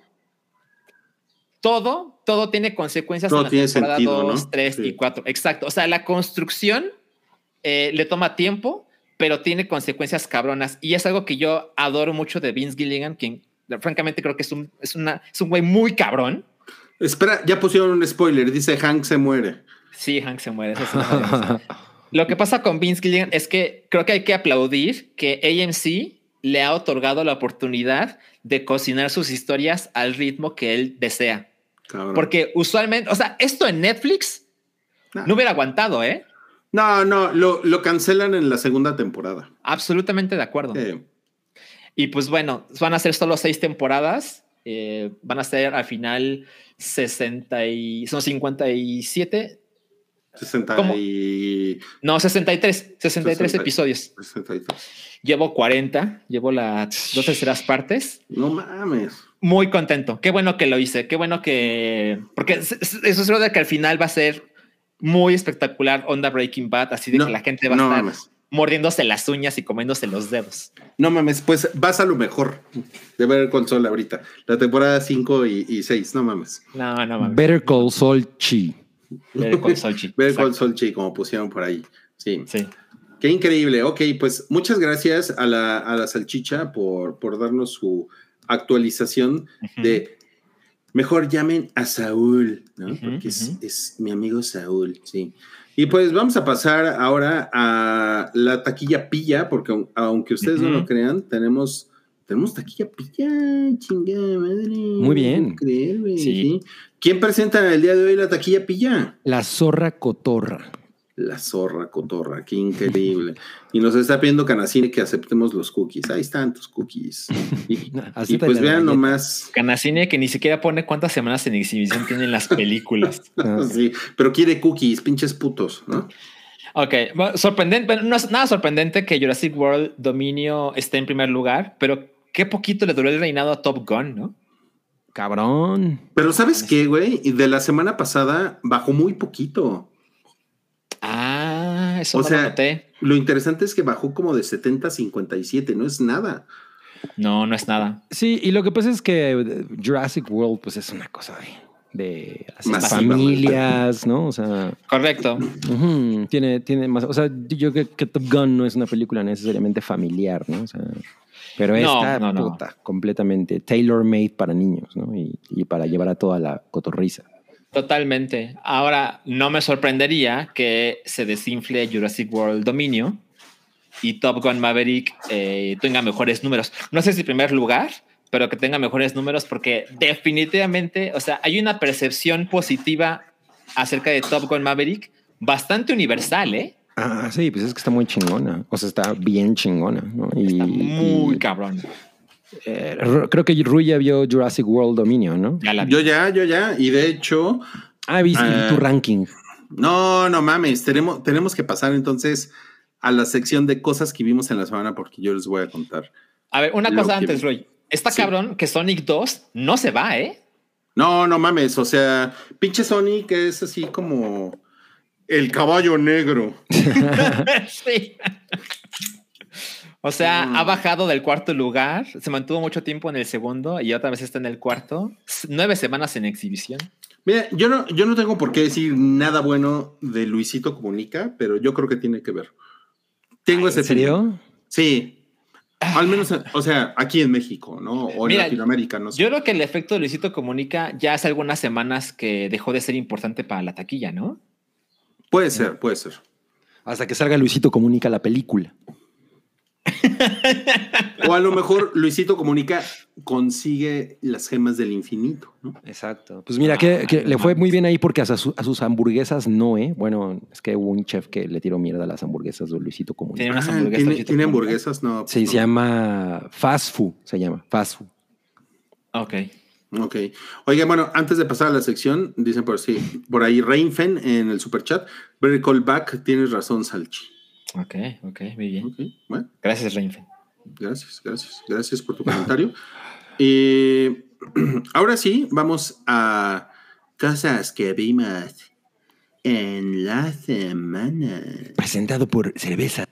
todo tiene consecuencias en la temporada 2, 3 y 4. Exacto. O sea, la construcción le toma tiempo, pero tiene consecuencias cabronas. Y es algo que yo adoro mucho de Vince Gilligan, quien francamente creo que es un güey muy cabrón. Espera, ya pusieron un spoiler. Dice Hank se muere. Sí, Hank se muere. Eso es lo que pasa con Vince Gilligan es que creo que hay que aplaudir que AMC le ha otorgado la oportunidad de cocinar sus historias al ritmo que él desea. Cabrón. Porque usualmente, o sea, esto en Netflix no hubiera aguantado, ¿eh? No, lo cancelan en la segunda temporada. Absolutamente de acuerdo. Y pues bueno, van a ser solo 6 temporadas. Van a ser al final 57. 63 episodios. 63. Llevo 40, llevo las 2/3 partes. No mames. Muy contento. Qué bueno que lo hice. Qué bueno que... Porque eso es lo de que al final va a ser muy espectacular, onda Breaking Bad, así de que la gente va a estar mordiéndose las uñas y comiéndose los dedos. No mames, pues vas a lo mejor de Better Call Saul ahorita. La temporada 5 y 6, no mames. No mames. Better Call Saul Chi. Better Call Saul Chi. Better Call Saul Chi, como pusieron por ahí. Sí. Qué increíble. Ok, pues muchas gracias a la salchicha por darnos su actualización de mejor llamen a Saúl, ¿no? Porque es mi amigo Saúl, sí. Y pues vamos a pasar ahora a la taquilla pilla, porque aunque ustedes no lo crean, tenemos Tenemos taquilla pilla, chingada madre. Muy bien. No creer, sí. ¿Quién presenta el día de hoy la taquilla pilla? La Zorra Cotorra. La Zorra Cotorra, qué increíble. Y nos está pidiendo Canacine que aceptemos los cookies. Ahí están tus cookies. Y pues vean nomás. Canacine que ni siquiera pone cuántas semanas en exhibición tienen las películas. Sí, pero quiere cookies, pinches putos, ¿no? Ok, bueno, sorprendente, no es nada sorprendente que Jurassic World Dominio esté en primer lugar, pero qué poquito le duró el reinado a Top Gun, ¿no? Cabrón. Pero ¿sabes qué, güey? De la semana pasada bajó muy poquito. Ah, eso no lo noté. Lo interesante es que bajó como de 70 a 57, no es nada. No, no es nada. Sí, y lo que pasa es que Jurassic World, pues es una cosa de las familias, ¿no? O sea. Correcto. Tiene más. O sea, yo creo que Top Gun no es una película necesariamente familiar, ¿no? O sea. Pero puta, completamente tailor-made para niños, ¿no? Y para llevar a toda la cotorriza. Totalmente. Ahora, no me sorprendería que se desinfle Jurassic World Dominio y Top Gun Maverick tenga mejores números. No sé si primer lugar, pero que tenga mejores números porque definitivamente, o sea, hay una percepción positiva acerca de Top Gun Maverick bastante universal, ¿eh? Ah, sí, pues es que está muy chingona. O sea, está bien chingona, ¿no? Está muy cabrón. Creo que Rui ya vio Jurassic World Dominion, ¿no? Yo ya. Y de hecho... ¿viste tu ranking? No mames. Tenemos que pasar entonces a la sección de cosas que vimos en la semana porque yo les voy a contar. A ver, una cosa antes, Rui. Está cabrón que Sonic 2 no se va, ¿eh? No mames. O sea, pinche Sonic es así como... El caballo negro. Sí. O sea, ha bajado del cuarto lugar, se mantuvo mucho tiempo en el segundo y otra vez está en el cuarto. 9 semanas en exhibición. Mira, yo no tengo por qué decir nada bueno de Luisito Comunica, pero yo creo que tiene que ver. Tengo ese ¿En serio? feeling. Sí. Al menos, o sea, aquí en México, ¿no? O en Latinoamérica, no sé. Yo creo que el efecto de Luisito Comunica ya hace algunas semanas que dejó de ser importante para la taquilla, ¿no? Puede ser. Hasta que salga Luisito Comunica la película. O a lo mejor Luisito Comunica consigue las gemas del infinito, ¿no? Exacto. Pues mira, que le fue muy bien ahí porque a sus hamburguesas no, ¿eh? Bueno, es que hubo un chef que le tiró mierda a las hamburguesas de Luisito Comunica. ¿Tiene unas hamburguesas? ¿Tiene hamburguesas? No. Sí, se llama Fast Food. Fast Food. Ok. Oiga, bueno, antes de pasar a la sección, dicen por ahí Reinfen en el superchat, Very Call Back, tienes razón, Salchi. Ok, muy bien. Okay, bueno. Gracias, Reinfen. Gracias por tu comentario. Ahora sí, vamos a cosas que vimos en la semana. Presentado por Cerveza.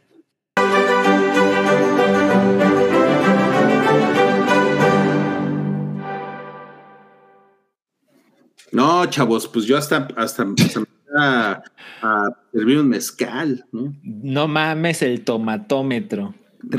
No, chavos, pues yo hasta a servir un mezcal, ¿no? No mames el tomatómetro.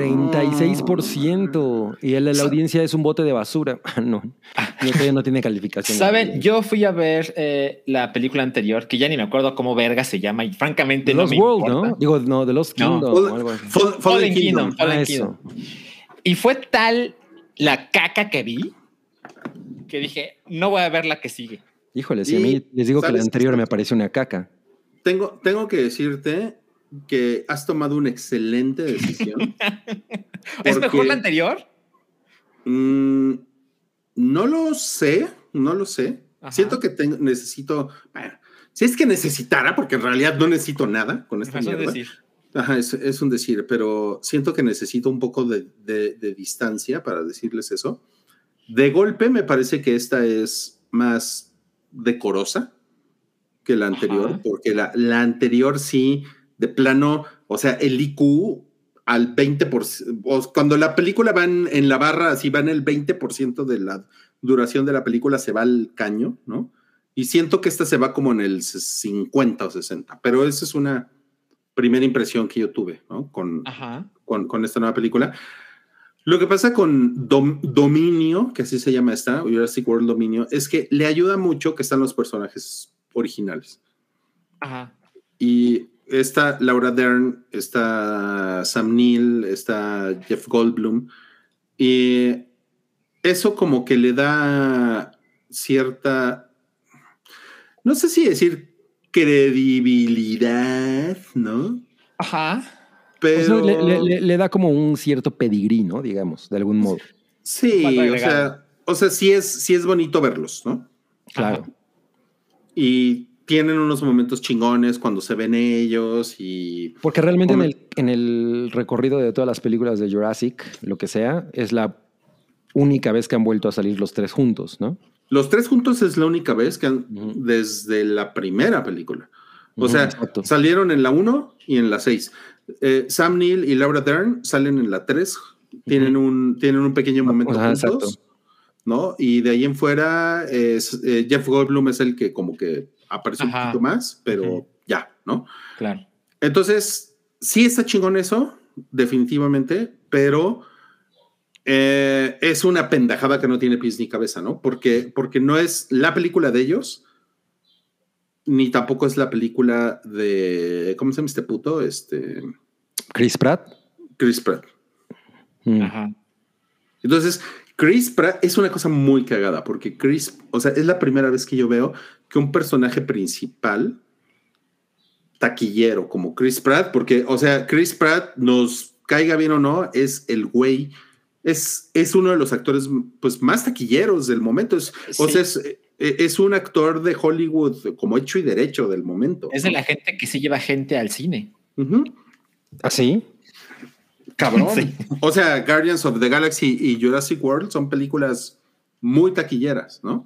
36%. Y el de la audiencia es un bote de basura. No, todavía no tiene calificación. ¿Saben? Yo fui a ver la película anterior, que ya ni me acuerdo cómo verga se llama, y francamente no me World, importa. ¿no? Digo, no, The Lost Kingdom o algo así. Fallen Kingdom. Y fue tal la caca que vi que dije, no voy a ver la que sigue. Híjole, si a mí les digo que la anterior me pareció una caca. Tengo que decirte que has tomado una excelente decisión. ¿Es mejor la anterior? No lo sé. Ajá. Siento que necesito... Bueno, si es que necesitara, porque en realidad no necesito nada con esta mierda. Es decir. Ajá, es un decir, pero siento que necesito un poco de distancia para decirles eso. De golpe me parece que esta es más decorosa que la anterior. Ajá. Porque la anterior sí, de plano, o sea, el IQ al 20%, cuando la película va en la barra, así va en el 20% de la duración de la película, se va al caño, ¿no? Y siento que esta se va como en el 50 o 60, pero esa es una primera impresión que yo tuve, ¿no? Con esta nueva película. Lo que pasa con Dominio, que así se llama esta, Jurassic World Dominio, es que le ayuda mucho que están los personajes originales. Ajá. Y está Laura Dern, está Sam Neill, está Jeff Goldblum, Y eso como que le da cierta, no sé si decir credibilidad, ¿no? Ajá. Pero o sea, le da como un cierto pedigrí, ¿no? Digamos, de algún modo. Sí, o sea, sí es bonito verlos, ¿no? Claro. Y tienen unos momentos chingones cuando se ven ellos y... Porque realmente en el recorrido de todas las películas de Jurassic, lo que sea, es la única vez que han vuelto a salir los tres juntos, ¿no? Los tres juntos es la única vez que han, desde la primera película. O sea, exacto. Salieron en la 1 y en la 6. Sam Neill y Laura Dern salen en la 3. Tienen un pequeño momento juntos. Exacto. ¿No? Y de ahí en fuera Jeff Goldblum es el que como que aparece un poquito más, pero ya, ¿no? Claro. Entonces, sí está chingón eso, definitivamente, pero es una pendejada que no tiene pies ni cabeza, ¿no? Porque no es la película de ellos, ni tampoco es la película de... ¿Cómo se llama este puto? Chris Pratt. Chris Pratt. Ajá. Entonces, Chris Pratt es una cosa muy cagada, porque o sea, es la primera vez que yo veo que un personaje principal taquillero como Chris Pratt, porque, o sea, Chris Pratt, nos caiga bien o no, es el güey, es uno de los actores pues más taquilleros del momento. O sea, es un actor de Hollywood como hecho y derecho del momento. Es de la gente que sí lleva gente al cine. ¿Ah, sí? Cabrón. Sí. O sea, Guardians of the Galaxy y Jurassic World son películas muy taquilleras, ¿no?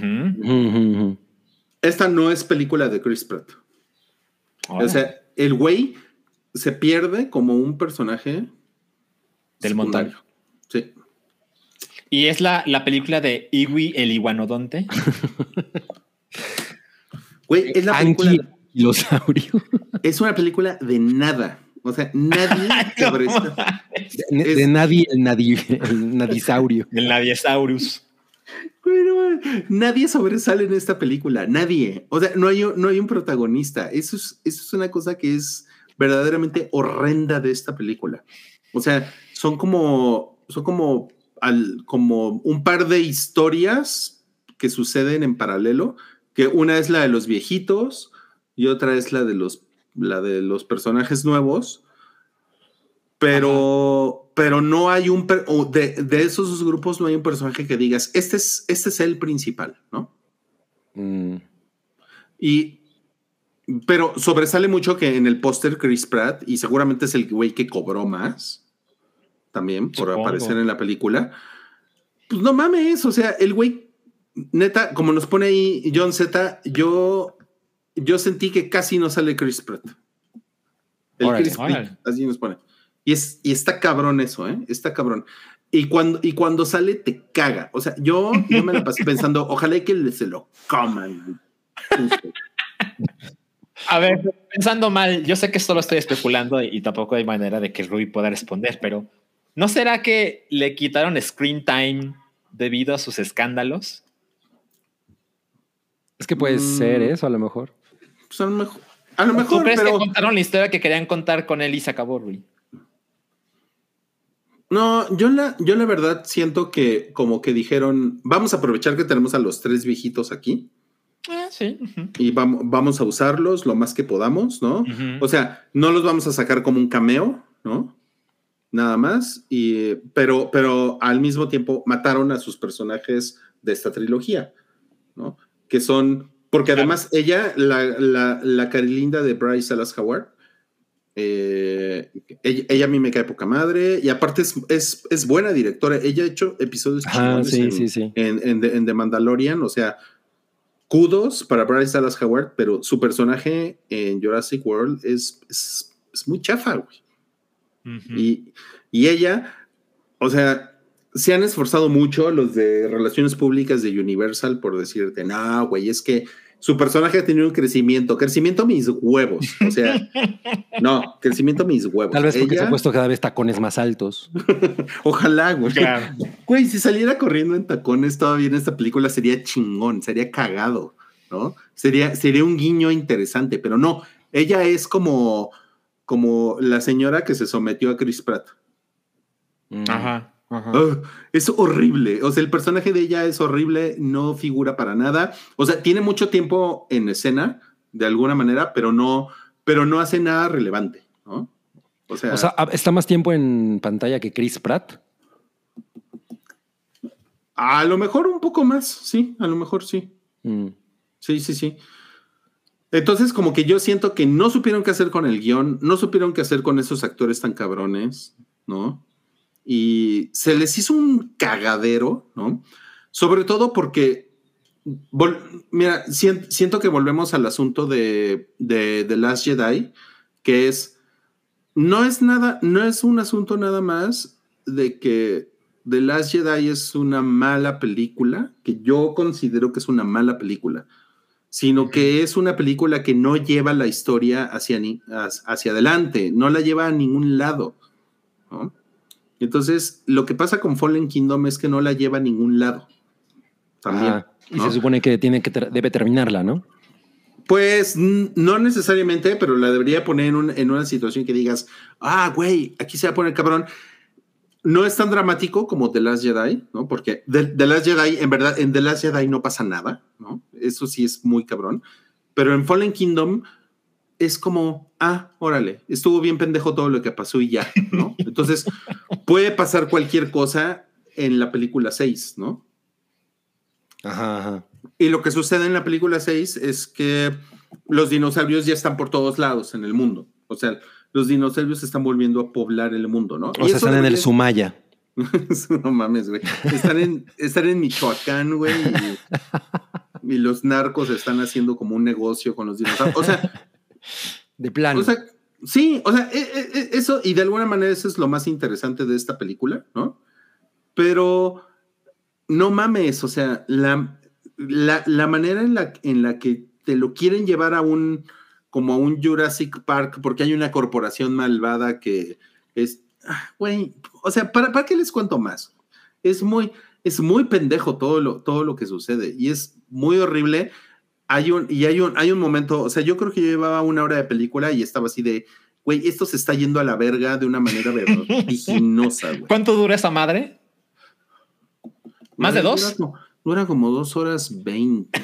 Esta no es película de Chris Pratt. O sea, el güey se pierde como un personaje del montón. Sí. ¿Y es la película de Iwi el iguanodonte? Güey, es la película... Anquilosaurio. Es una película de nada. O sea, nadie sobre esto. De nadie, el nadisaurio. El nadiesaurus. Bueno, nadie sobresale en esta película. Nadie. O sea, no hay un protagonista. Eso es una cosa que es verdaderamente horrenda de esta película. O sea, son como un par de historias que suceden en paralelo, que una es la de los viejitos y otra es la de los personajes nuevos, pero no hay de esos grupos no hay un personaje que digas, este es el principal, ¿no? Pero sobresale mucho que en el póster Chris Pratt, y seguramente es el güey que cobró más también por aparecer en la película. Pues no mames, o sea, el güey, neta, como nos pone ahí John Z, yo sentí que casi no sale Chris Pratt. Chris Pratt, así nos pone. Y está cabrón eso, ¿eh? Está cabrón. Y cuando sale, te caga. O sea, yo me la pasé pensando, ojalá que se lo coman. A ver, pensando mal, yo sé que solo estoy especulando y tampoco hay manera de que Rui pueda responder, pero ¿no será que le quitaron screen time debido a sus escándalos? Es que puede ser eso, a lo mejor. Pues a lo mejor. ¿Tú crees que contaron la historia que querían contar con él y se acabó, Rui? No, yo la verdad siento que como que dijeron, vamos a aprovechar que tenemos a los tres viejitos aquí. Sí. Y vamos a usarlos lo más que podamos, ¿no? O sea, no los vamos a sacar como un cameo, ¿no? Nada más. Pero al mismo tiempo mataron a sus personajes de esta trilogía, ¿no? Que son... Porque además ella, la carilinda de Bryce Dallas Howard, ella a mí me cae poca madre, y aparte es buena directora. Ella ha hecho episodios chingones en The Mandalorian, o sea, kudos para Bryce Dallas Howard, pero su personaje en Jurassic World es muy chafa, güey. Y ella, o sea, se han esforzado mucho los de relaciones públicas de Universal por decirte, no, güey, es que su personaje ha tenido un crecimiento mis huevos, o sea, no, crecimiento mis huevos. Tal vez porque se ha puesto cada vez tacones más altos. Ojalá, güey. Claro. Güey, si saliera corriendo en tacones todavía en esta película sería chingón, sería cagado, ¿no? Sería un guiño interesante, pero no, ella es como la señora que se sometió a Chris Pratt. Ajá. Es horrible. O sea, el personaje de ella es horrible, no figura para nada. O sea, tiene mucho tiempo en escena, de alguna manera, pero no hace nada relevante, ¿no? O sea, ¿está más tiempo en pantalla que Chris Pratt? A lo mejor un poco más, sí, a lo mejor sí. Sí. Entonces, como que yo siento que no supieron qué hacer con el guión, no supieron qué hacer con esos actores tan cabrones, ¿no? Y se les hizo un cagadero, ¿no? Sobre todo porque, mira, siento que volvemos al asunto de The Last Jedi, que no es un asunto nada más de que The Last Jedi es una mala película, que yo considero que es una mala película, sino que es una película que no lleva la historia hacia adelante, no la lleva a ningún lado, ¿no? Entonces, lo que pasa con Fallen Kingdom es que no la lleva a ningún lado. También. Y ¿no? Se supone que debe terminarla, ¿no? Pues no necesariamente, pero la debería poner en una situación que digas, güey, aquí se va a poner cabrón. No es tan dramático como The Last Jedi, ¿no? Porque The Last Jedi, en verdad, en The Last Jedi no pasa nada, ¿no? Eso sí es muy cabrón. Pero en Fallen Kingdom es como, órale, estuvo bien pendejo todo lo que pasó y ya, ¿no? Entonces, puede pasar cualquier cosa en la película 6, ¿no? Ajá. Y lo que sucede en la película 6 es que los dinosaurios ya están por todos lados en el mundo. O sea, los dinosaurios se están volviendo a poblar el mundo, ¿no? O sea, están en el Sumaya. No mames, güey. Están en Michoacán, güey. Y los narcos están haciendo como un negocio con los dinosaurios. O sea, de plano. O sea, sí, o sea, eso, y de alguna manera eso es lo más interesante de esta película, ¿no? Pero no mames, o sea, la manera en la que te lo quieren llevar como a un Jurassic Park, porque hay una corporación malvada que es, güey, o sea, ¿para qué les cuento más? Es muy pendejo todo lo que sucede y es muy horrible. Hay un momento, o sea, yo creo que yo llevaba 1 hora de película y estaba así de, güey, esto se está yendo a la verga de una manera vertiginosa, güey. ¿Cuánto dura esa madre? ¿Más de 2? Dura como 2 horas 20.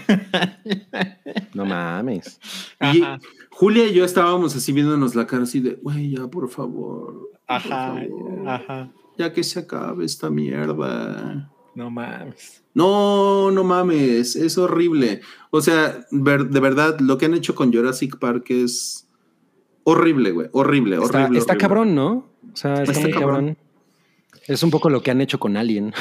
No mames. Y Julia y yo estábamos así viéndonos la cara así de, güey, ya, por favor. Ajá. Ya que se acabe esta mierda. No mames. No mames, es horrible. O sea, de verdad, lo que han hecho con Jurassic Park es horrible, güey. Horrible. Está cabrón, ¿no? O sea, está muy cabrón. Es un poco lo que han hecho con Alien.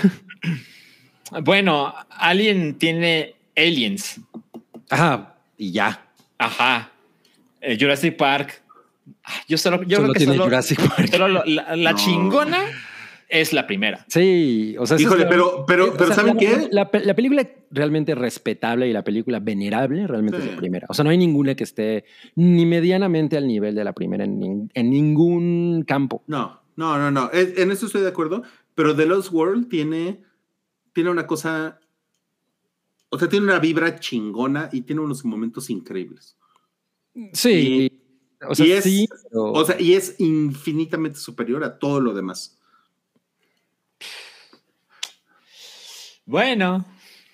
Bueno, Alien tiene aliens. Ajá, y ya. Ajá. Jurassic Park. Yo creo que tiene Jurassic Park. Solo la chingona es la primera. Sí, o sea, híjole, pero ¿saben qué? La película realmente respetable y la película venerable realmente es la primera. O sea, no hay ninguna que esté ni medianamente al nivel de la primera en ningún campo. No. En eso estoy de acuerdo, pero The Lost World tiene una cosa, o sea, tiene una vibra chingona y tiene unos momentos increíbles. Sí. Y es infinitamente superior a todo lo demás. Bueno,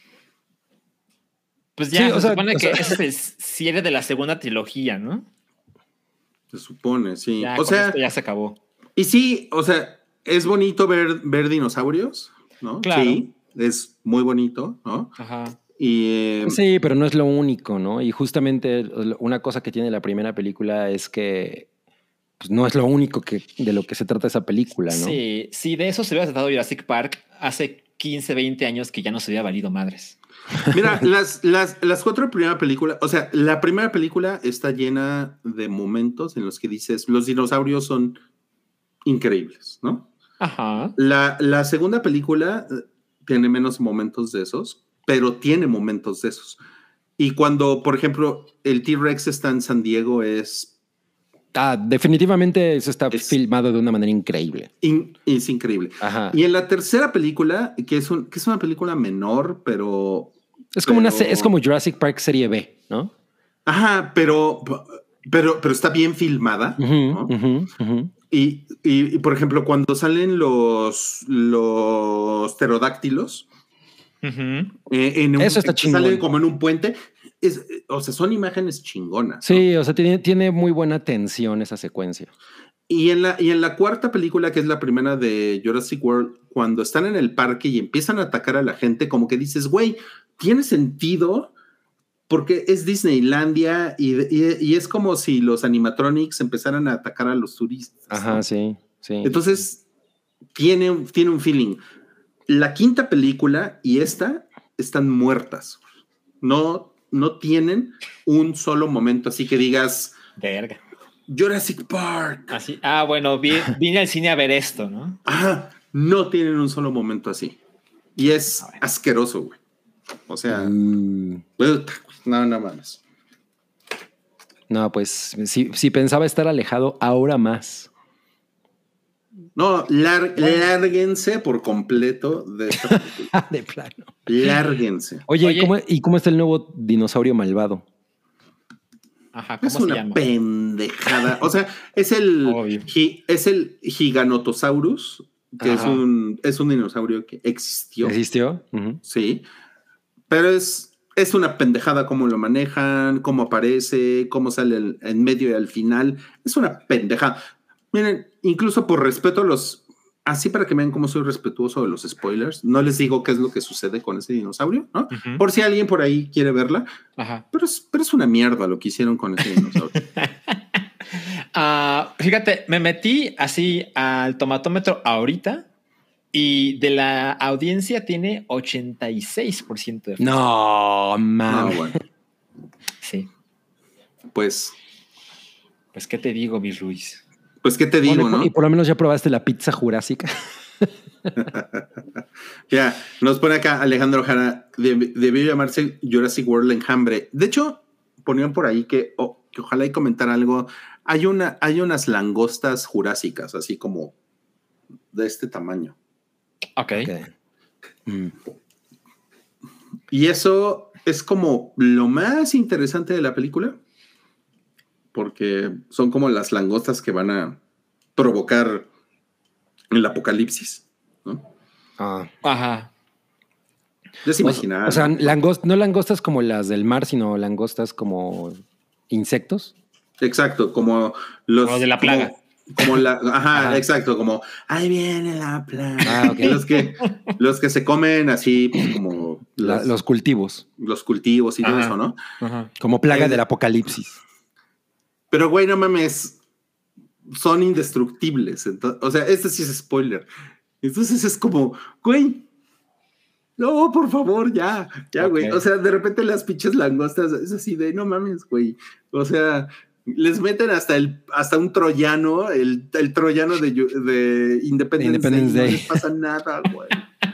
pues ya se supone que ese es el cierre de la segunda trilogía, ¿no? Se supone, sí. Ya, o sea, esto ya se acabó. Y sí, o sea, es bonito ver dinosaurios, ¿no? Claro. Sí, es muy bonito, ¿no? Ajá. Y, sí, pero no es lo único, ¿no? Y justamente una cosa que tiene la primera película es que pues, no es lo único de lo que se trata esa película, ¿no? Sí, de eso se hubiera tratado Jurassic Park hace 15, 20 años que ya no se había valido madres. Mira, las 4 primeras películas, o sea, la primera película está llena de momentos en los que dices, los dinosaurios son increíbles, ¿no? Ajá. La segunda película tiene menos momentos de esos, pero tiene momentos de esos. Y cuando, por ejemplo, el T-Rex está en San Diego es... definitivamente eso está filmado de una manera increíble. Es increíble. Ajá. Y en la tercera película, que es una película menor, pero... Es como Jurassic Park serie B, ¿no? Ajá, pero está bien filmada, ¿no? Y por ejemplo, cuando salen los pterodáctilos, eso está chingón. Salen como en un puente. O sea, son imágenes chingonas. Sí, ¿no? O sea, tiene muy buena tensión esa secuencia. Y en la cuarta película, que es la primera de Jurassic World, cuando están en el parque y empiezan a atacar a la gente, como que dices, güey, tiene sentido porque es Disneylandia y es como si los animatronics empezaran a atacar a los turistas. Ajá, ¿no? Sí. Entonces, tiene un feeling. La quinta película y esta están muertas. No tienen un solo momento así que digas... Verga. Jurassic Park. Así. Bueno, vine al cine a ver esto, ¿no? No tienen un solo momento así. Y es asqueroso, güey. O sea, nada más. No, pues si pensaba estar alejado, ahora más. No, lárguense por completo de esta película. De plano. Lárguense. Oye. ¿Cómo está el nuevo dinosaurio malvado? Ajá, ¿cómo es una pendejada. O sea, es el Giganotosaurus, que es un dinosaurio que existió. ¿Existió? Uh-huh. Sí. Pero es una pendejada cómo lo manejan, cómo aparece, cómo sale en medio y al final. Es una pendejada. Miren, incluso por respeto a los... Así para que vean cómo soy respetuoso de los spoilers, no les digo qué es lo que sucede con ese dinosaurio, ¿no? Uh-huh. Por si alguien por ahí quiere verla. Ajá. Pero es una mierda lo que hicieron con ese dinosaurio. Fíjate, me metí así al tomatómetro ahorita y de la audiencia tiene 86% de... No, man. Bueno. Sí. Pues, ¿qué te digo, mi Ruiz? Pues, ¿qué te digo, no? Y por lo menos ya probaste la pizza jurásica. Ya, nos pone acá Alejandro Jara, debió llamarse Jurassic World Enjambre. De hecho, ponían por ahí que ojalá y comentar algo. Hay unas langostas jurásicas, así como de este tamaño. Ok. Y eso es como lo más interesante de la película, porque son como las langostas que van a provocar el apocalipsis, ¿no? Ajá. Ya se imaginaron. O sea, no langostas como las del mar, sino langostas como insectos. Exacto, como los... de la plaga. Ajá, exacto, como ahí viene la plaga. Okay. Los que se comen así, pues como... Los cultivos. Los cultivos y todo eso, ¿no? Ajá. Como plaga del apocalipsis. Pero, güey, no mames, son indestructibles. Entonces, o sea, este sí es spoiler. Entonces es como, güey, no, por favor, ya, güey. O sea, de repente las pinches langostas, es así de, no mames, güey. O sea, les meten hasta un troyano, el troyano de Independence Day. No les pasa nada, güey.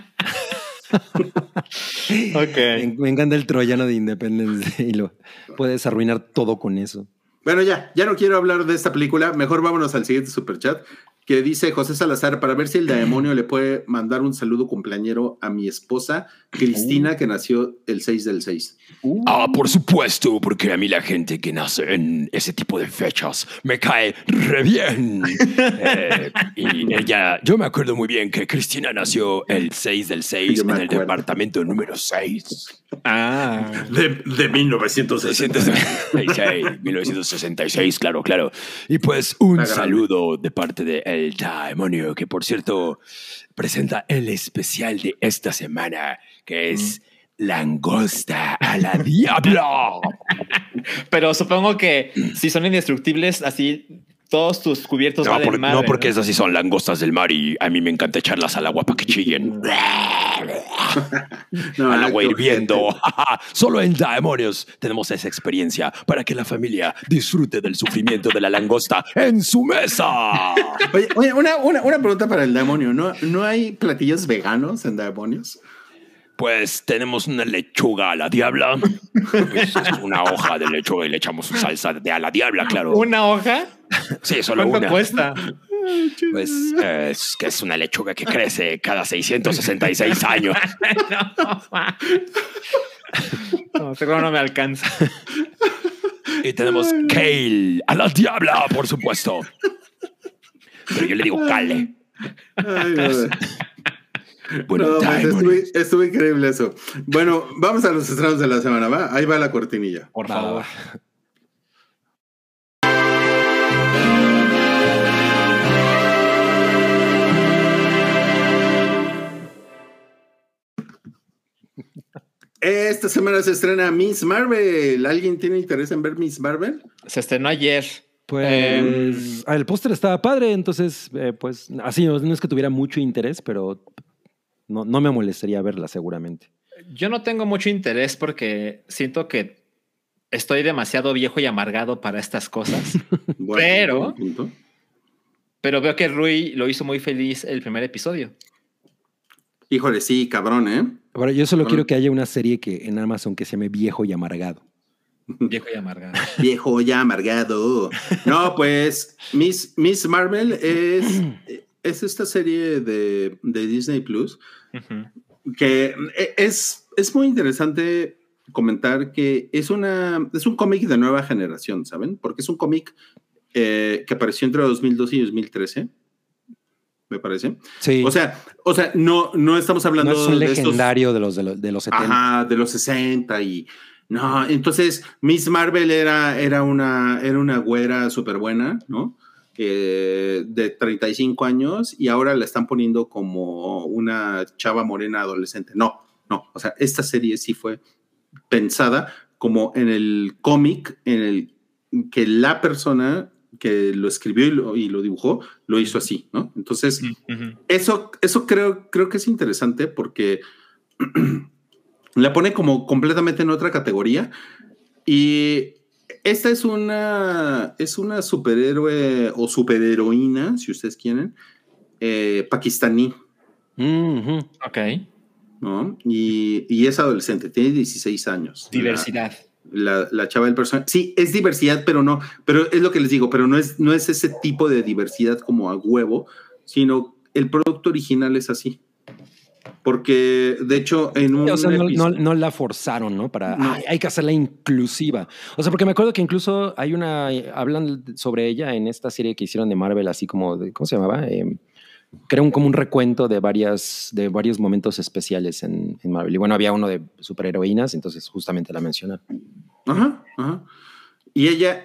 Okay. Me encanta el troyano de Independence Day. Puedes arruinar todo con eso. Bueno, ya no quiero hablar de esta película. Mejor vámonos al siguiente superchat, que dice José Salazar, para ver si el demonio le puede mandar un saludo cumpleañero a mi esposa, Cristina, que nació el 6/6. Por supuesto, porque a mí la gente que nace en ese tipo de fechas me cae re bien. Y yo me acuerdo muy bien que Cristina nació el 6/6 en el departamento número 6. De 1966, claro. Y pues un saludo de parte de El Demonio, que por cierto presenta el especial de esta semana, que es Langosta a la Diabla. Pero supongo que si son indestructibles, así todos tus cubiertos van del mar. No, porque esas sí son langostas del mar y a mí me encanta echarlas al agua para que chillen. Al agua hirviendo. Solo en Demonios tenemos esa experiencia para que la familia disfrute del sufrimiento de la langosta en su mesa. Oye, una pregunta para el demonio. ¿No hay platillos veganos en Demonios? Pues tenemos una lechuga a la diabla. Es una hoja de lechuga y le echamos salsa de a la diabla, claro. ¿Una hoja? Sí, solo una. ¿Cuánto cuesta? Pues es que es una lechuga que crece cada 666 años. No, seguro no me alcanza. Y tenemos kale a la diabla, por supuesto. pero yo le digo Cale. Ay, bueno, estuvo increíble eso. Bueno, vamos a los estrenos de la semana, ¿va? Ahí va la cortinilla. Por favor. Esta semana se estrena Miss Marvel. ¿Alguien tiene interés en ver Miss Marvel? Se estrenó ayer. Pues el póster estaba padre, entonces pues así no es que tuviera mucho interés, pero no me molestaría verla seguramente. Yo no tengo mucho interés porque siento que estoy demasiado viejo y amargado para estas cosas. Bueno, pero veo que Rui lo hizo muy feliz el primer episodio. Híjole, sí, cabrón, ¿eh? Ahora, yo solo quiero que haya una serie que en Amazon que se llame Viejo y Amargado. Viejo y amargado. Viejo y amargado. No, pues Miss Marvel es esta serie de Disney Plus que es muy interesante comentar que es un cómic de nueva generación, ¿saben? Porque es un cómic que apareció entre 2012 y 2013. Me parece. Sí. O sea, no estamos hablando no es un legendario de los 70. Ajá, de los 60 y no, entonces Miss Marvel era una güera súper buena, ¿no? De 35 años y ahora la están poniendo como una chava morena adolescente. No, o sea, esta serie sí fue pensada como en el cómic, en el que la persona que lo escribió y lo dibujó, lo hizo así, ¿no? Entonces, eso creo que es interesante porque la pone como completamente en otra categoría y esta es una superhéroe o superheroína, si ustedes quieren, pakistaní. Ok. ¿No? Y es adolescente, tiene 16 años. Diversidad. La chava del personaje. Sí, es diversidad, pero es lo que les digo, pero no es ese tipo de diversidad como a huevo, sino el producto original es así. Porque, de hecho, en un... O sea, no la forzaron, ¿no? Hay que hacerla inclusiva. O sea, porque me acuerdo que incluso hablan sobre ella en esta serie que hicieron de Marvel, así como, ¿cómo se llamaba? Creo como un recuento de varios momentos especiales en Marvel. Y bueno, había uno de superheroínas, entonces justamente la mencionan. Ajá. Y ella,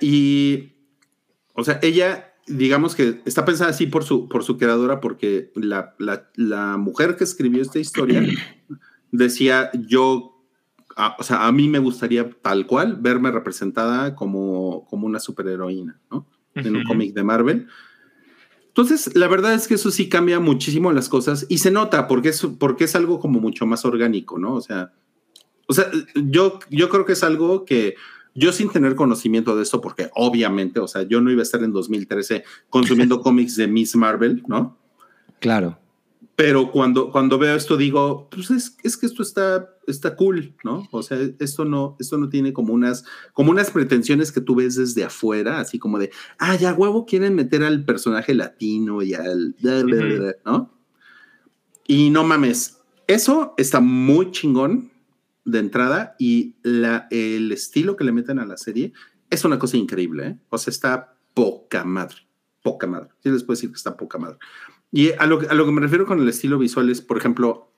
digamos que está pensada así por su creadora, porque la mujer que escribió esta historia decía, a mí me gustaría tal cual verme representada como una superheroína, ¿no? En un cómic de Marvel. Entonces, la verdad es que eso sí cambia muchísimo las cosas y se nota porque es algo como mucho más orgánico, ¿no? O sea, yo creo que es algo que yo sin tener conocimiento de esto, porque obviamente, o sea, yo no iba a estar en 2013 consumiendo cómics de Miss Marvel, ¿no? Claro. Pero cuando veo esto digo, pues es que esto está cool, ¿no? O sea, esto no tiene como unas pretensiones que tú ves desde afuera, así como de, ya huevo quieren meter al personaje latino y al... ¿no? Y no mames, eso está muy chingón de entrada y el estilo que le meten a la serie es una cosa increíble, ¿eh? O sea, está poca madre. Sí les puedo decir que está poca madre. Y a lo que me refiero con el estilo visual es, por ejemplo,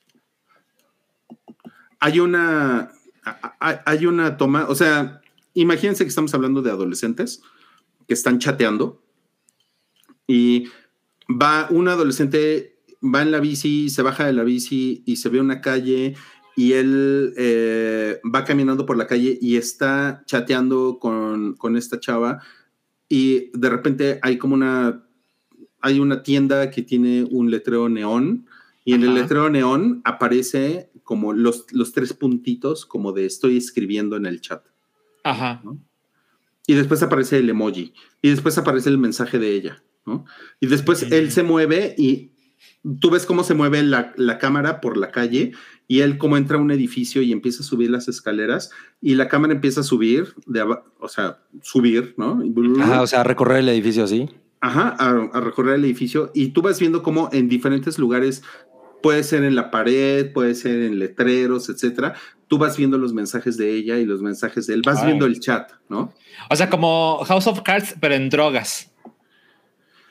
hay una toma, o sea, imagínense que estamos hablando de adolescentes que están chateando y un adolescente va en la bici, se baja de la bici y se ve una calle y él va caminando por la calle y está chateando con esta chava y de repente hay una tienda que tiene un letrero neón y en el letrero neón aparece como los 3 puntitos como de estoy escribiendo en el chat. Ajá. ¿No? Y después aparece el emoji y después aparece el mensaje de ella, ¿no? Y después él se mueve y tú ves cómo se mueve la cámara por la calle y él como entra a un edificio y empieza a subir las escaleras y la cámara empieza a subir, subir, ¿no? O sea, recorrer el edificio así. Ajá, a recorrer el edificio y tú vas viendo cómo en diferentes lugares, puede ser en la pared, puede ser en letreros, etcétera, tú vas viendo los mensajes de ella y los mensajes de él, vas viendo el chat, ¿no? O sea, como House of Cards, pero en drogas.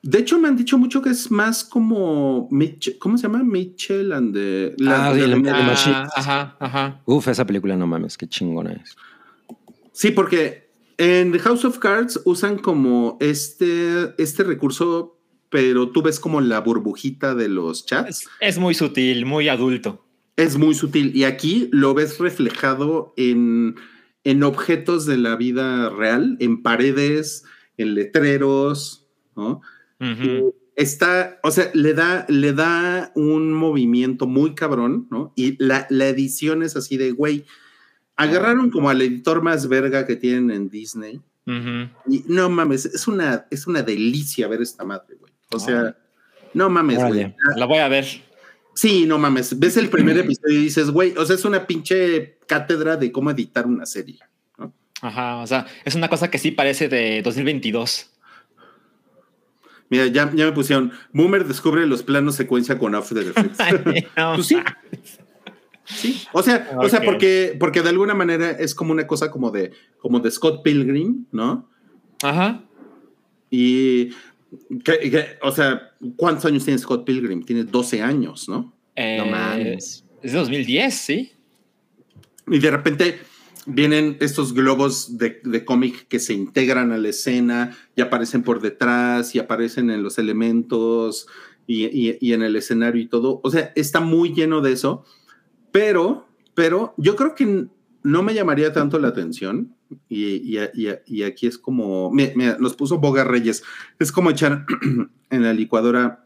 De hecho, me han dicho mucho que es más como ¿cómo se llama? Mitchell and the Machine. Ajá. Uf, esa película no mames, qué chingona es. Sí, porque en The House of Cards usan como este recurso, pero tú ves como la burbujita de los chats. Es muy sutil, muy adulto. Es muy sutil. Y aquí lo ves reflejado en objetos de la vida real, en paredes, en letreros, ¿no? Uh-huh. O sea, le da un movimiento muy cabrón, ¿no? Y la edición es así de, güey, agarraron como al editor más verga que tienen en Disney. Uh-huh. Y no mames, es una delicia ver esta madre, güey. O sea, no mames, güey. La voy a ver. Sí, no mames. Ves el primer episodio y dices, güey, o sea, es una pinche cátedra de cómo editar una serie, ¿no? Ajá, o sea, es una cosa que sí parece de 2022. Mira, ya me pusieron, Boomer descubre los planos secuencia con After Effects. No, pues sí. Sí, o sea, porque de alguna manera es como una cosa como de Scott Pilgrim, ¿no? Ajá. Y o sea, ¿cuántos años tiene Scott Pilgrim? Tiene 12 años, ¿no? No mames. Es de 2010, ¿sí? Y de repente vienen estos globos de cómic que se integran a la escena y aparecen por detrás y aparecen en los elementos y en el escenario y todo. O sea, está muy lleno de eso. Pero yo creo que no me llamaría tanto la atención. Y aquí es como... Mira, nos puso Boga Reyes. Es como echar en la licuadora...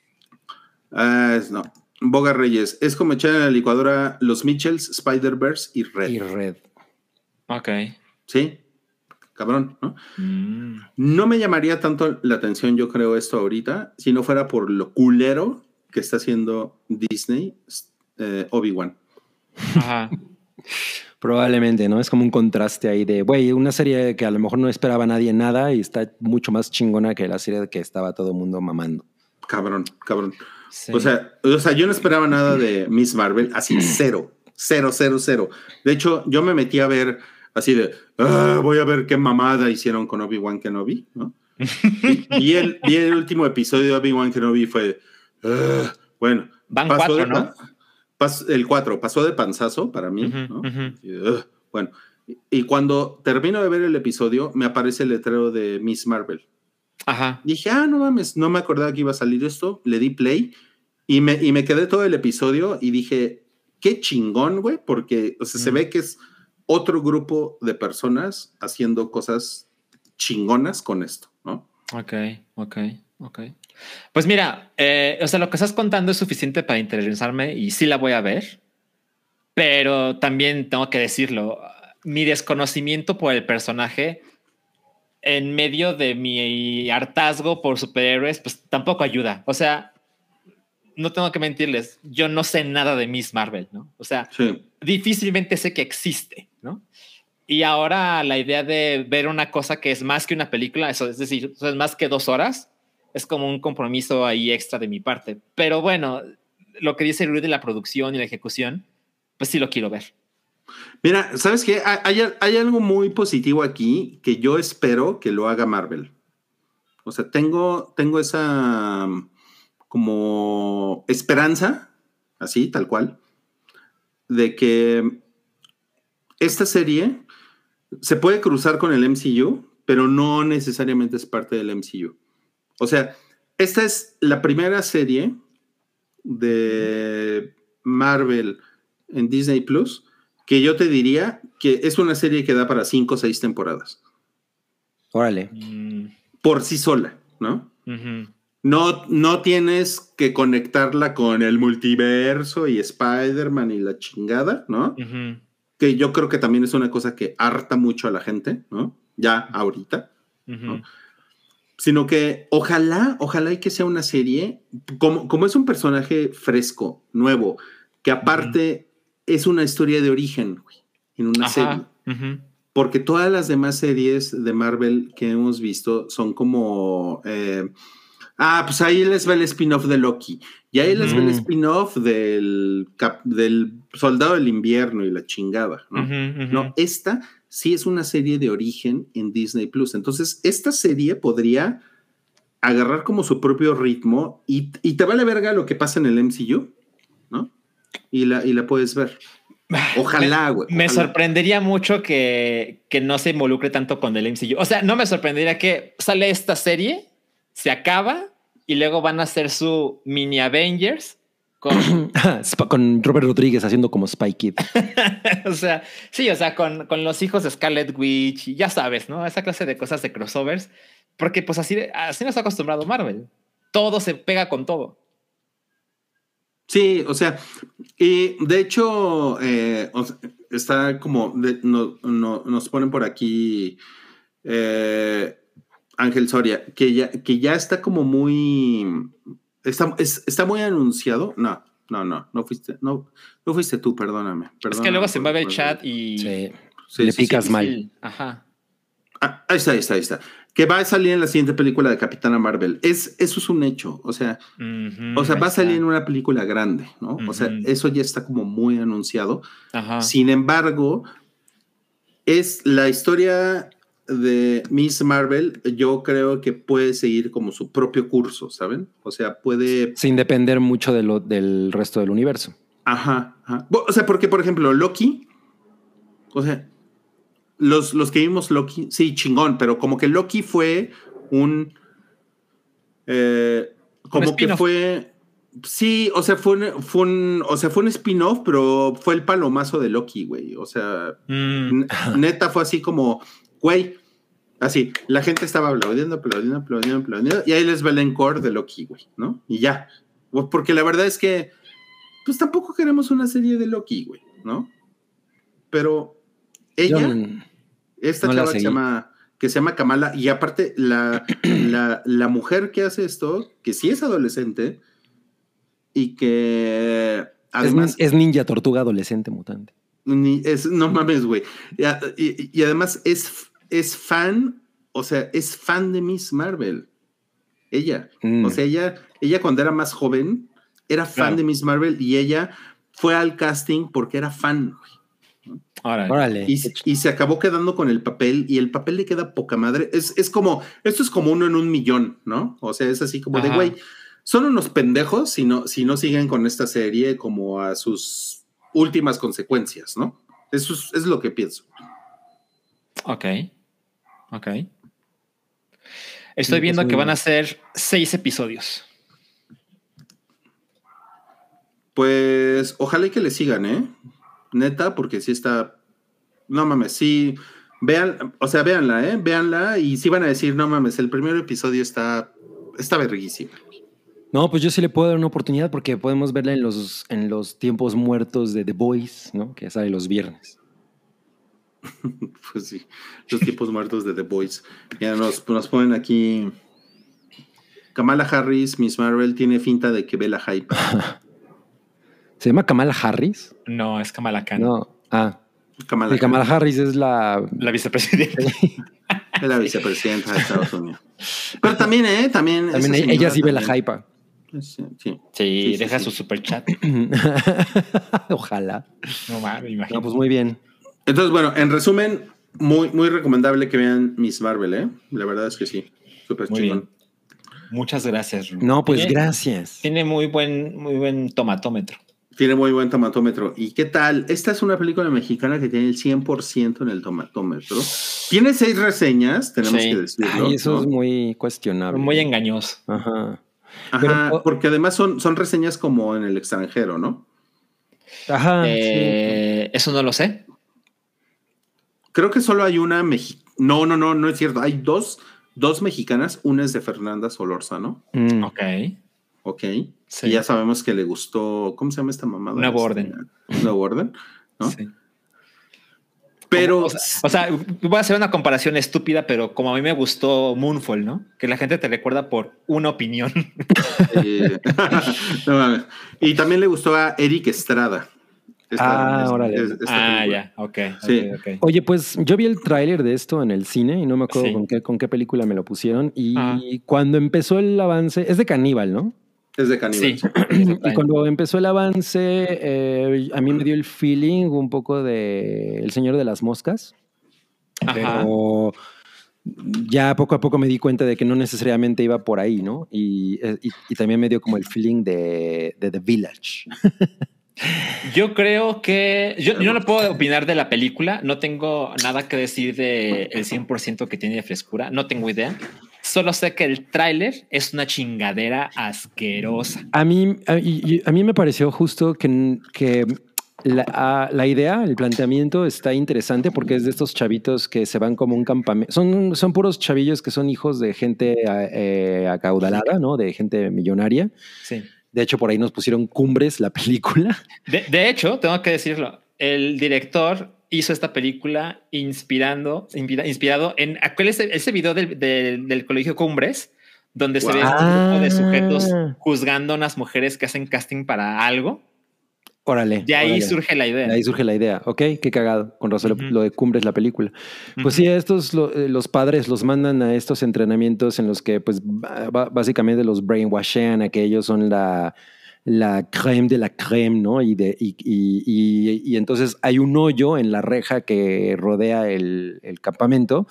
no, Boga Reyes. Es como echar en la licuadora los Mitchells, Spider-Verse y Red. Ok. Sí, cabrón, ¿no? No me llamaría tanto la atención, yo creo, esto ahorita, si no fuera por lo culero que está haciendo Disney... Obi-Wan. Ajá. Probablemente, ¿no? Es como un contraste ahí de, güey, una serie que a lo mejor no esperaba nadie nada y está mucho más chingona que la serie que estaba todo el mundo mamando. Cabrón. Sí. O sea, yo no esperaba nada de Miss Marvel, así cero. De hecho, yo me metí a ver así de, voy a ver qué mamada hicieron con Obi-Wan Kenobi, ¿no? y el último episodio de Obi-Wan Kenobi fue, bueno. Van 4, ¿no? El 4 pasó de panzazo para mí, ¿no? Uh-huh. Bueno, y cuando termino de ver el episodio, me aparece el letrero de Miss Marvel. Ajá. Dije, no mames, no me acordaba que iba a salir esto. Le di play y me quedé todo el episodio y dije, qué chingón, güey, porque se ve que es otro grupo de personas haciendo cosas chingonas con esto, ¿no? Ok. Pues mira, o sea, lo que estás contando es suficiente para interesarme y sí la voy a ver, pero también tengo que decirlo, mi desconocimiento por el personaje en medio de mi hartazgo por superhéroes, pues tampoco ayuda. O sea, no tengo que mentirles, yo no sé nada de Miss Marvel, ¿no? O sea, sí. Difícilmente sé que existe, ¿no? Y ahora la idea de ver una cosa que es más que una película, eso es decir, es más que 2 horas, es como un compromiso ahí extra de mi parte. Pero bueno, lo que dice Rudy de la producción y la ejecución, pues sí lo quiero ver. Mira, ¿sabes qué? Hay algo muy positivo aquí que yo espero que lo haga Marvel. O sea, tengo esa como esperanza, así, tal cual, de que esta serie se puede cruzar con el MCU, pero no necesariamente es parte del MCU. O sea, esta es la primera serie de Marvel en Disney Plus que yo te diría que es una serie que da para 5 o 6 temporadas. Órale. Por sí sola, ¿no? Uh-huh. No tienes que conectarla con el multiverso y Spider-Man y la chingada, ¿no? Uh-huh. Que yo creo que también es una cosa que harta mucho a la gente, ¿no? Ya ahorita, uh-huh. ¿no? Sino que ojalá y que sea una serie, como es un personaje fresco, nuevo, que aparte es una historia de origen, güey, en una serie. Uh-huh. Porque todas las demás series de Marvel que hemos visto son como... pues ahí les va el spin-off de Loki. Y ahí les va el spin-off del Soldado del Invierno y la chingada, ¿no? No, esta sí es una serie de origen en Disney Plus. Entonces, esta serie podría agarrar como su propio ritmo y te vale verga lo que pasa en el MCU, ¿no? Y la puedes ver. Ojalá, güey. Me sorprendería mucho que no se involucre tanto con el MCU. O sea, no me sorprendería que sale esta serie, se acaba y luego van a hacer su mini Avengers con Robert Rodríguez haciendo como Spy Kid. O sea, sí, o sea, con los hijos de Scarlet Witch y ya sabes, ¿no? Esa clase de cosas de crossovers. Porque pues así nos ha acostumbrado Marvel. Todo se pega con todo. Sí, o sea, y de hecho, está como, nos ponen por aquí Ángel Soria, que ya está como muy, está muy anunciado. No fuiste tú, perdóname. Es que luego se mueve el chat y le picas mal. Sí. Ajá. Ahí está. Que va a salir en la siguiente película de Capitana Marvel. Eso es un hecho. O sea, va a salir en una película grande, ¿no? O sea, eso ya está como muy anunciado. Ajá. Sin embargo, es la historia de Miss Marvel. Yo creo que puede seguir como su propio curso, ¿saben? O sea, puede... Sin depender mucho del resto del universo. Ajá. O sea, porque, por ejemplo, Loki... O sea... Los que vimos Loki, sí, chingón, pero como que Loki fue un... como que fue... Sí, o sea, fue un spin-off, pero fue el palomazo de Loki, güey. O sea, neta fue así como, güey, así, la gente estaba aplaudiendo, y ahí les va el encore de Loki, güey, ¿no? Y ya. Porque la verdad es que, pues tampoco queremos una serie de Loki, güey, ¿no? Pero ella... Esta chava que se llama Kamala, y aparte la mujer que hace esto, que sí es adolescente y que además... Es ninja tortuga adolescente mutante. No mames, güey. Y además es fan, o sea, es fan de Miss Marvel. Ella. O sea, ella cuando era más joven era fan de Miss Marvel y ella fue al casting porque era fan, güey. Órale. Y se acabó quedando con el papel y el papel le queda poca madre. Es como, esto es como 1 en 1,000,000, ¿no? O sea, es así como de, güey, son unos pendejos si no siguen con esta serie como a sus últimas consecuencias, ¿no? Eso es lo que pienso. Ok. Estoy viendo que van a ser 6 episodios. Pues ojalá y que le sigan, ¿eh? Neta, porque sí está... No mames, sí... véanla, ¿eh? Véanla y sí van a decir, no mames, el primer episodio está verguísimo. No, pues yo sí le puedo dar una oportunidad porque podemos verla en los tiempos muertos de The Boys, ¿no? Que sale los viernes. Pues sí, los tiempos muertos de The Boys. Ya nos ponen aquí... Kamala Harris, Miss Marvel, tiene finta de que ve la hype. ¿Se llama Kamala Harris? No, es Kamala Khan. No. Kamala Harris es la vicepresidenta. Es la vicepresidenta de Estados Unidos. Pero también ella sí ve la hype. Sí, deja su super chat. Ojalá. No mames, me imagino. No, pues muy bien. Entonces, bueno, en resumen, muy, muy recomendable que vean Miss Marvel, ¿eh? La verdad es que sí. Súper chingón. Muchas gracias, Ru. No, pues gracias. Tiene muy buen tomatómetro. Tiene muy buen tomatómetro. ¿Y qué tal? Esta es una película mexicana que tiene el 100% en el tomatómetro. Tiene 6 reseñas, tenemos que decirlo. Y eso, ¿no? Es muy cuestionable. Muy engañoso. Ajá, porque además son reseñas como en el extranjero, ¿no? Ajá. Sí. Eso no lo sé. Creo que solo hay una mexicana. No es cierto. Hay dos mexicanas. Una es de Fernanda Solórzano. Ok. Sí. Y ya sabemos que le gustó. ¿Cómo se llama esta mamada? Nuevo Orden, ¿no? Sí. Pero. O sea, voy a hacer una comparación estúpida, pero como a mí me gustó Moonfall, ¿no? Que la gente te recuerda por una opinión. No mames. Y también le gustó a Eric Estrada. Órale. Ya, ok. Sí. Okay. Oye, pues yo vi el tráiler de esto en el cine y no me acuerdo con qué película me lo pusieron. Y cuando empezó el avance, es de Caníbal, ¿no? Es de Caníbal. Sí. Y cuando empezó el avance, a mí me dio el feeling un poco de El Señor de las Moscas. Ajá. Pero ya poco a poco me di cuenta de que no necesariamente iba por ahí, ¿no? Y también me dio como el feeling de The Village. Yo creo que... Yo no puedo opinar de la película. No tengo nada que decir del 100% que tiene de frescura. No tengo idea. Solo sé que el tráiler es una chingadera asquerosa. A mí me pareció justo que la idea, el planteamiento está interesante porque es de estos chavitos que se van como un campamento. Son puros chavillos que son hijos de gente acaudalada, ¿no? De gente millonaria. Sí. De hecho, por ahí nos pusieron Cumbres, la película. De hecho, tengo que decirlo, el director hizo esta película inspirado en aquel ese video del Colegio Cumbres, donde se ve un grupo de sujetos juzgando a unas mujeres que hacen casting para algo. Órale. De ahí surge la idea. De ahí surge la idea. Ok, qué cagado. Con razón lo de Cumbres, la película. Pues sí, estos los padres los mandan a estos entrenamientos en los que, pues, básicamente los brainwashean a que ellos son la crème de la crème, ¿no? Y entonces hay un hoyo en la reja que rodea el campamento,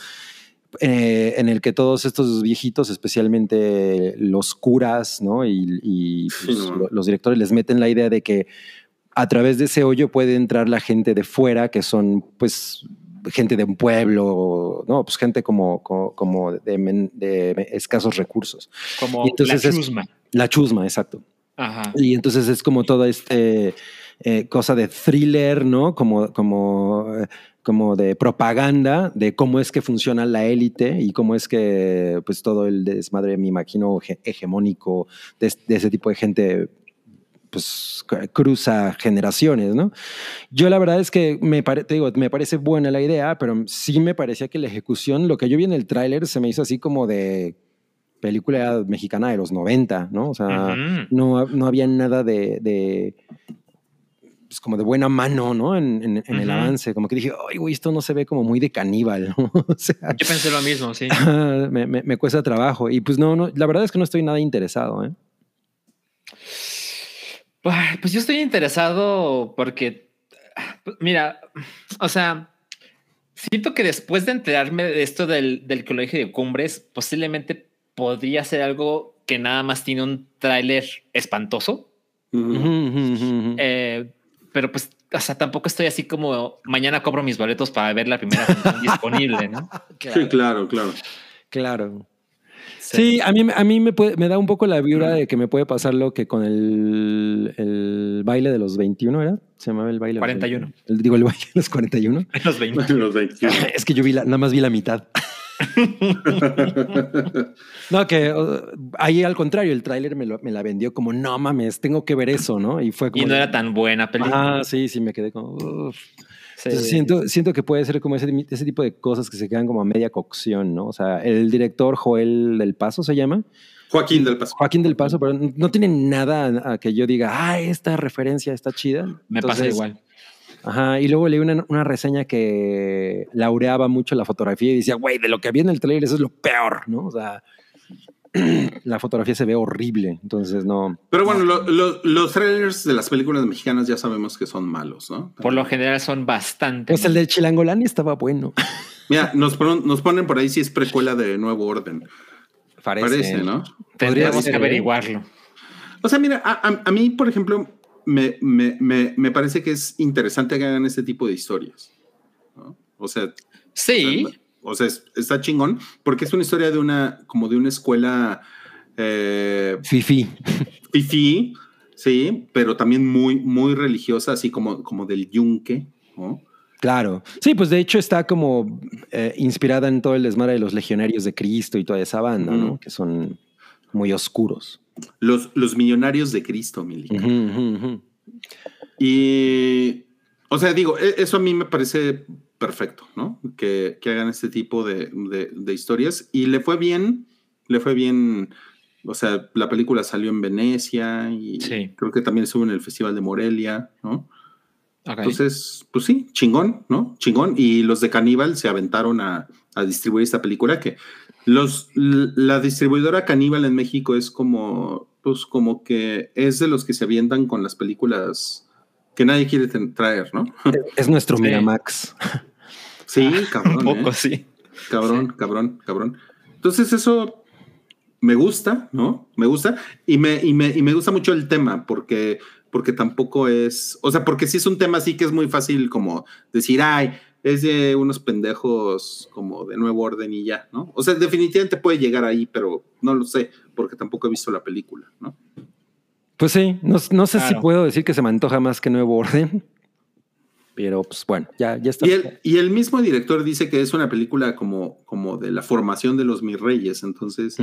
en el que todos estos viejitos, especialmente los curas, ¿no? Y pues, los directores les meten la idea de que a través de ese hoyo puede entrar la gente de fuera, que son, pues, gente de un pueblo, ¿no? Pues gente como de escasos recursos. Como entonces la chusma. La chusma, exacto. Ajá. Y entonces es como toda cosa de thriller, ¿no? Como de propaganda de cómo es que funciona la élite y cómo es que, pues, todo el desmadre, me imagino, hegemónico de ese tipo de gente, pues, cruza generaciones, ¿no? Yo la verdad es que me parece buena la idea, pero sí me parecía que la ejecución, lo que yo vi en el tráiler, se me hizo así como de película mexicana de los 90, ¿no? O sea, no había nada de pues, como de buena mano, ¿no? En el avance, como que dije, ay, güey, esto no se ve como muy de caníbal, ¿no? O sea, yo pensé lo mismo, sí. Me cuesta trabajo y pues no, la verdad es que no estoy nada interesado, ¿eh? Pues yo estoy interesado porque, mira, o sea, siento que después de enterarme de esto del Colegio de Cumbres, posiblemente podría ser algo que nada más tiene un tráiler espantoso. Pero pues, o sea, tampoco estoy así como mañana cobro mis boletos para ver la primera función disponible, ¿no? Sí, claro. Sí, a mí me da un poco la vibra de que me puede pasar lo que con el baile de los 21, ¿era? Se llamaba el baile 41. El baile de los 41. Los 21. Es que yo nada más vi la mitad. No, que ahí al contrario, el tráiler me la vendió como, no mames, tengo que ver eso, ¿no? Y fue como, y no era tan buena película. Sí, me quedé como, uff. Sí. Entonces, siento que puede ser como ese tipo de cosas que se quedan como a media cocción, ¿no? O sea, el director Joel del Paso se llama. Joaquín del Paso, pero no tiene nada a que yo diga, esta referencia está chida. Me pasa igual. Ajá, y luego leí una reseña que laureaba mucho la fotografía y decía, güey, de lo que había en el trailer eso es lo peor, ¿no? O sea, la fotografía se ve horrible, entonces no. Pero bueno, los trailers de las películas mexicanas ya sabemos que son malos, ¿no? Por lo general son bastante. Pues el de Chilangolani estaba bueno. Mira, nos ponen por ahí si es precuela de Nuevo Orden. Parece, ¿no? Tendríamos que averiguarlo. O sea, mira, a mí, por ejemplo, me parece que es interesante que hagan este tipo de historias, ¿no? O sea, sí. O sea, está chingón porque es una historia de una escuela fifí, sí, pero también muy, muy religiosa, así como del yunque, ¿no? Claro. Sí, pues de hecho está como inspirada en todo el desmadre de los legionarios de Cristo y toda esa banda, ¿no? Que son muy oscuros. Los millonarios de Cristo, Milica. Y, o sea, digo, eso a mí me parece perfecto, ¿no? Que hagan este tipo de historias. Y le fue bien. O sea, la película salió en Venecia y creo que también estuvo en el Festival de Morelia, ¿no? Okay. Entonces, pues sí, chingón, ¿no? Chingón. Y los de Caníbal se aventaron a distribuir esta película que la distribuidora Caníbal en México es como que es de los que se avientan con las películas que nadie quiere traer, ¿no? Es nuestro Miramax. Sí, cabrón. Un poco, sí. Cabrón. Entonces eso me gusta, ¿no? Me gusta y me gusta mucho el tema porque tampoco es, o sea, porque sí es un tema así que es muy fácil como decir, ay, es de unos pendejos como de Nuevo Orden y ya, ¿no? O sea, definitivamente puede llegar ahí, pero no lo sé, porque tampoco he visto la película, ¿no? Pues sí, no sé si puedo decir que se me antoja más que Nuevo Orden, pero pues bueno, ya está. Y el mismo director dice que es una película como de la formación de los mis reyes, entonces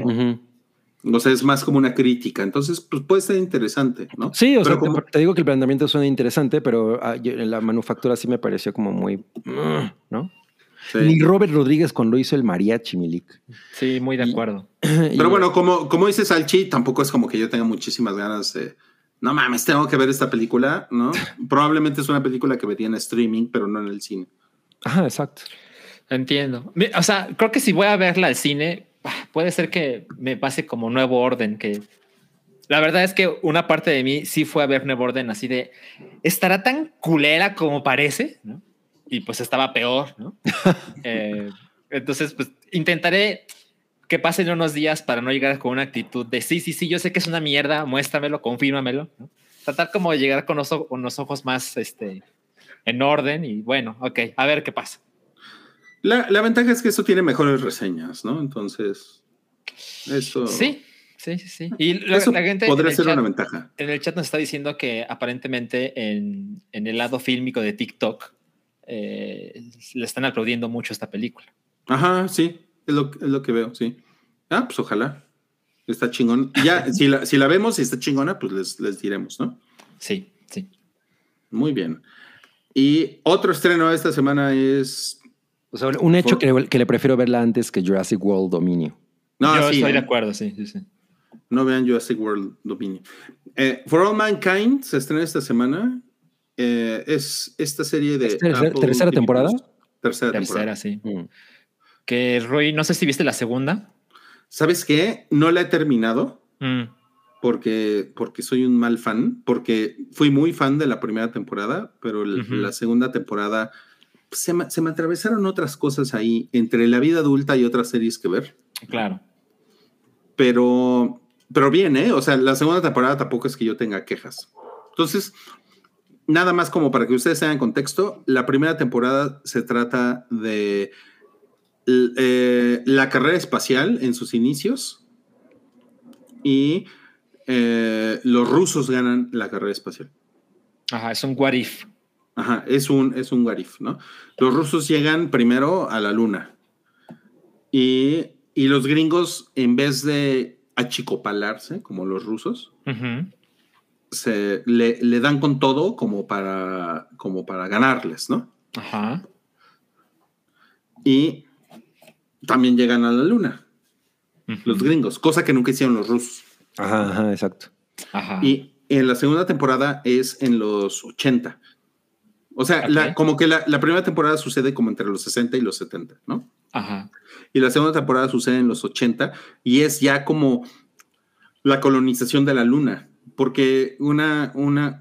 o sea, es más como una crítica, entonces pues puede ser interesante, ¿no? Sí, o sea, te digo que el planteamiento suena interesante, pero en la manufactura sí me pareció como muy, ¿no? Sí. Ni Robert Rodríguez cuando hizo el mariachi, Milik. Sí, muy de acuerdo. Pero bueno, como dice Salchi, tampoco es como que yo tenga muchísimas ganas de, no mames, tengo que ver esta película, ¿no? Probablemente es una película que vería en streaming, pero no en el cine. Ajá, exacto. Entiendo. O sea, creo que si voy a verla al cine, puede ser que me pase como Nuevo Orden, que la verdad es que una parte de mí sí fue a ver Nuevo Orden así de, ¿estará tan culera como parece? ¿No? Y pues estaba peor, ¿no? Entonces, pues intentaré que pasen unos días para no llegar con una actitud de sí, yo sé que es una mierda, muéstramelo, confírmamelo, ¿no? Tratar como de llegar con los ojos más en orden y bueno, ok, a ver qué pasa. La ventaja es que eso tiene mejores reseñas, ¿no? Entonces, eso... Sí. Y eso la gente podría ser una ventaja. En el chat nos está diciendo que aparentemente en el lado fílmico de TikTok le están aplaudiendo mucho esta película. Ajá, sí, es lo que veo, sí. Pues ojalá. Está chingón. Ya, si la vemos y está chingona, pues les diremos, ¿no? Sí. Muy bien. Y otro estreno de esta semana es... O sea, un hecho que le prefiero verla antes que Jurassic World Dominion. No, yo estoy de acuerdo, sí. No vean Jurassic World Dominion. For All Mankind se estrena esta semana. Es esta serie de... ¿Tercera temporada? Tercera, sí. Que Roy, no sé si viste la segunda. ¿Sabes qué? No la he terminado porque soy un mal fan, porque fui muy fan de la primera temporada, pero la segunda temporada se me atravesaron otras cosas ahí entre la vida adulta y otras series que ver. Claro. Pero bien, ¿eh? O sea, la segunda temporada tampoco es que yo tenga quejas. Entonces, nada más como para que ustedes tengan contexto, la primera temporada se trata de la carrera espacial en sus inicios y los rusos ganan la carrera espacial. Ajá, es un what if. Ajá, es un what if, ¿no? Los rusos llegan primero a la luna y los gringos, en vez de achicopalarse como los rusos, le dan con todo como para ganarles, ¿no? Ajá. Y también llegan a la luna los gringos, cosa que nunca hicieron los rusos. Ajá, exacto. Ajá. Y en la segunda temporada es en los 80. O sea, como que la primera temporada sucede como entre los 60 y los 70, ¿no? Ajá. Y la segunda temporada sucede en los 80 y es ya como la colonización de la luna, porque como una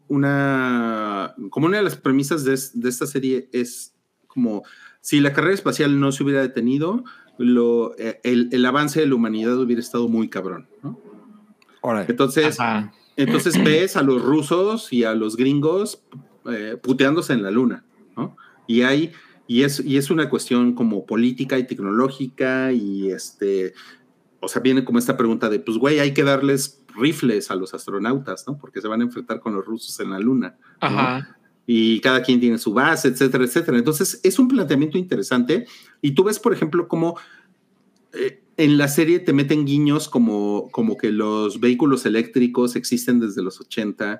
de las premisas de esta serie es como si la carrera espacial no se hubiera detenido, el avance de la humanidad hubiera estado muy cabrón, ¿no? Entonces ves a los rusos y a los gringos puteándose en la luna, ¿no? Y es una cuestión como política y tecnológica y o sea, viene como esta pregunta de, pues, güey, hay que darles rifles a los astronautas, ¿no? Porque se van a enfrentar con los rusos en la luna, ¿no? Ajá. Y cada quien tiene su base, etcétera, etcétera. Entonces, es un planteamiento interesante y tú ves, por ejemplo, cómo en la serie te meten guiños como que los vehículos eléctricos existen desde los 80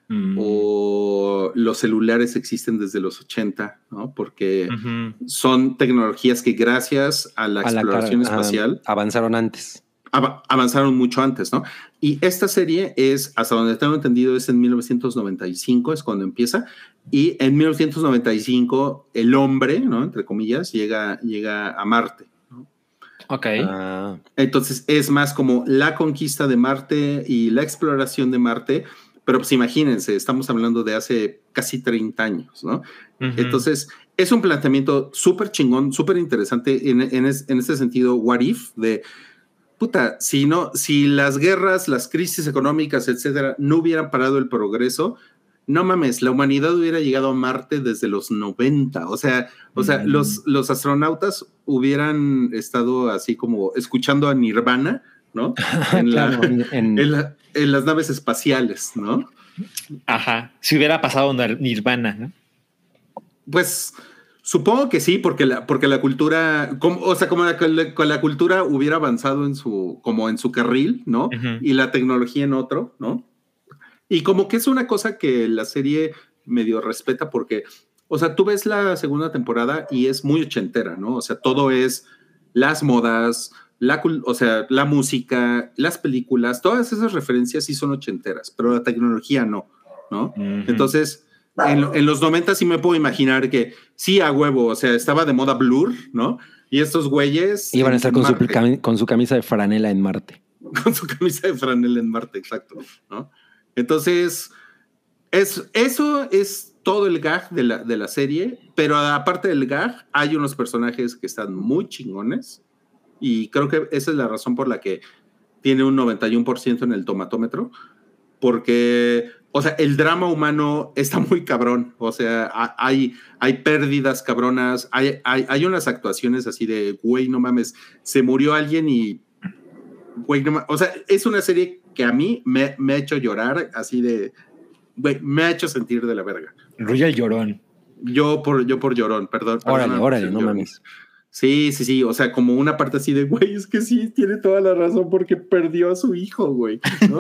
o los celulares existen desde los 80, ¿no? Porque son tecnologías que gracias a la exploración espacial avanzaron antes. Avanzaron mucho antes, ¿no? Y esta serie es, hasta donde tengo entendido, es en 1995, es cuando empieza, y en 1995 el hombre, ¿no? Entre comillas, llega a Marte. Ok. Entonces es más como la conquista de Marte y la exploración de Marte, pero pues imagínense, estamos hablando de hace casi 30 años, ¿no? Entonces es un planteamiento súper chingón, súper interesante en este sentido, what if, de puta, si las guerras, las crisis económicas, etcétera, no hubieran parado el progreso, no mames, la humanidad hubiera llegado a Marte desde los 90. O sea, los astronautas hubieran estado así como escuchando a Nirvana, ¿no? En las naves espaciales, ¿no? Ajá. Si hubiera pasado Nirvana, ¿no? Pues supongo que sí, porque la cultura, como la cultura hubiera avanzado en su carril, ¿no? Uh-huh. Y la tecnología en otro, ¿no? Y como que es una cosa que la serie medio respeta porque, o sea, tú ves la segunda temporada y es muy ochentera, ¿no? O sea, todo es las modas, la música, las películas, todas esas referencias sí son ochenteras, pero la tecnología no, ¿no? Uh-huh. Entonces, en los 90 sí me puedo imaginar que sí, a huevo, o sea, estaba de moda Blur, ¿no? Y estos güeyes iban a estar con su camisa de franela en Marte. Con su camisa de franela en Marte, exacto, ¿no? Entonces, eso es todo el gag de la serie, pero aparte del gag, hay unos personajes que están muy chingones y creo que esa es la razón por la que tiene un 91% en el tomatómetro, porque, o sea, el drama humano está muy cabrón, o sea, hay pérdidas cabronas, hay unas actuaciones así de, güey, no mames, se murió alguien y, güey, no mames, o sea, es una serie que a mí me ha hecho llorar, así de, güey, me ha hecho sentir de la verga. Ruya el llorón. Yo por llorón, perdón. Órale, no mames. Sí, o sea, como una parte así de, güey, es que sí, tiene toda la razón porque perdió a su hijo, güey, ¿no?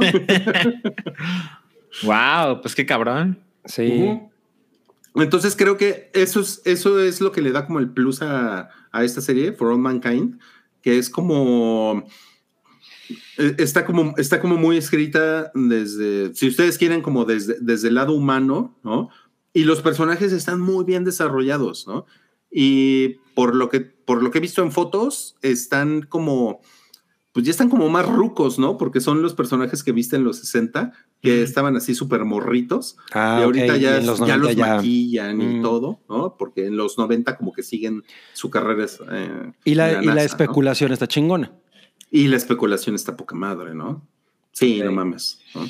Wow, pues qué cabrón. Sí. Uh-huh. Entonces creo que eso es lo que le da como el plus a esta serie, For All Mankind, que es como... Está como muy escrita desde, si ustedes quieren, como desde el lado humano, ¿no? Y los personajes están muy bien desarrollados, ¿no? Y por lo que he visto en fotos, están como, pues ya están como más rucos, ¿no? Porque son los personajes que viste en los 60, que estaban así súper morritos. Y ahorita ya los maquillan y todo, ¿no? Porque en los 90 como que siguen su carrera. Y la especulación, ¿no? Está chingona. Y la especulación está poca madre, ¿no? Sí, okay. No mames, ¿no?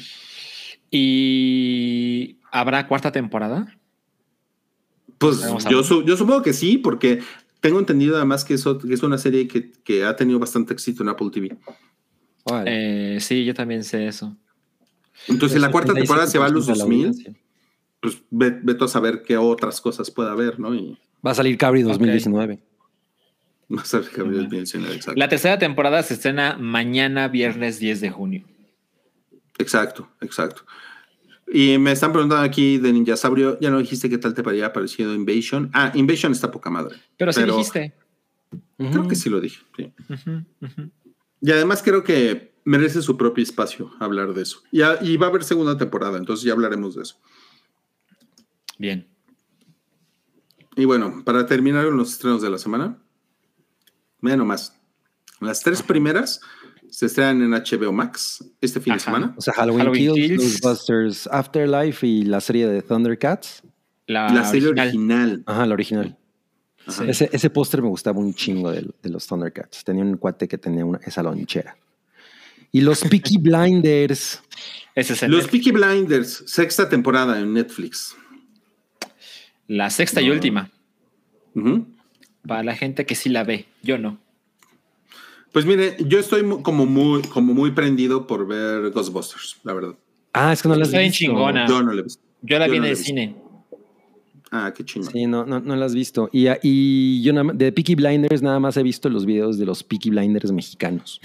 ¿Y habrá cuarta temporada? Pues yo supongo que sí, porque tengo entendido además que es una serie que ha tenido bastante éxito en Apple TV. Vale. Sí, yo también sé eso. Entonces, la cuarta temporada se va a los 2000. Pues vete a saber qué otras cosas puede haber, ¿no? Y va a salir Cabri 2019. Va a salir Cabri 2019, exacto. La tercera temporada se estrena mañana, viernes 10 de junio. Exacto. Y me están preguntando aquí de Ninjasaurio, ya no dijiste qué tal te había parecido Invasion. Invasion está poca madre. Pero sí dijiste. Creo que sí lo dije, sí. Y además creo que merece su propio espacio hablar de eso. Y va a haber segunda temporada, entonces ya hablaremos de eso. Bien. Y bueno, para terminar con los estrenos de la semana, vean nomás. Las 3 primeras se estrenan en HBO Max este fin de semana. O sea, Halloween Kills, Ghostbusters Afterlife y la serie de Thundercats. La serie original. Ajá, la original. Ajá. Ese póster me gustaba un chingo de los Thundercats. Tenía un cuate que tenía esa lonchera. Y los Peaky Blinders. Los Peaky Blinders, 6ª temporada en Netflix. La 6ª y última. Para la gente que sí la ve, yo no. Pues mire, yo estoy como muy prendido por ver Ghostbusters, la verdad. Es que no la has visto. Chingona. Yo no la he visto. Yo la vi en el cine. Qué chingón. Sí, no la has visto. Y yo de Peaky Blinders nada más he visto los videos de los Peaky Blinders mexicanos.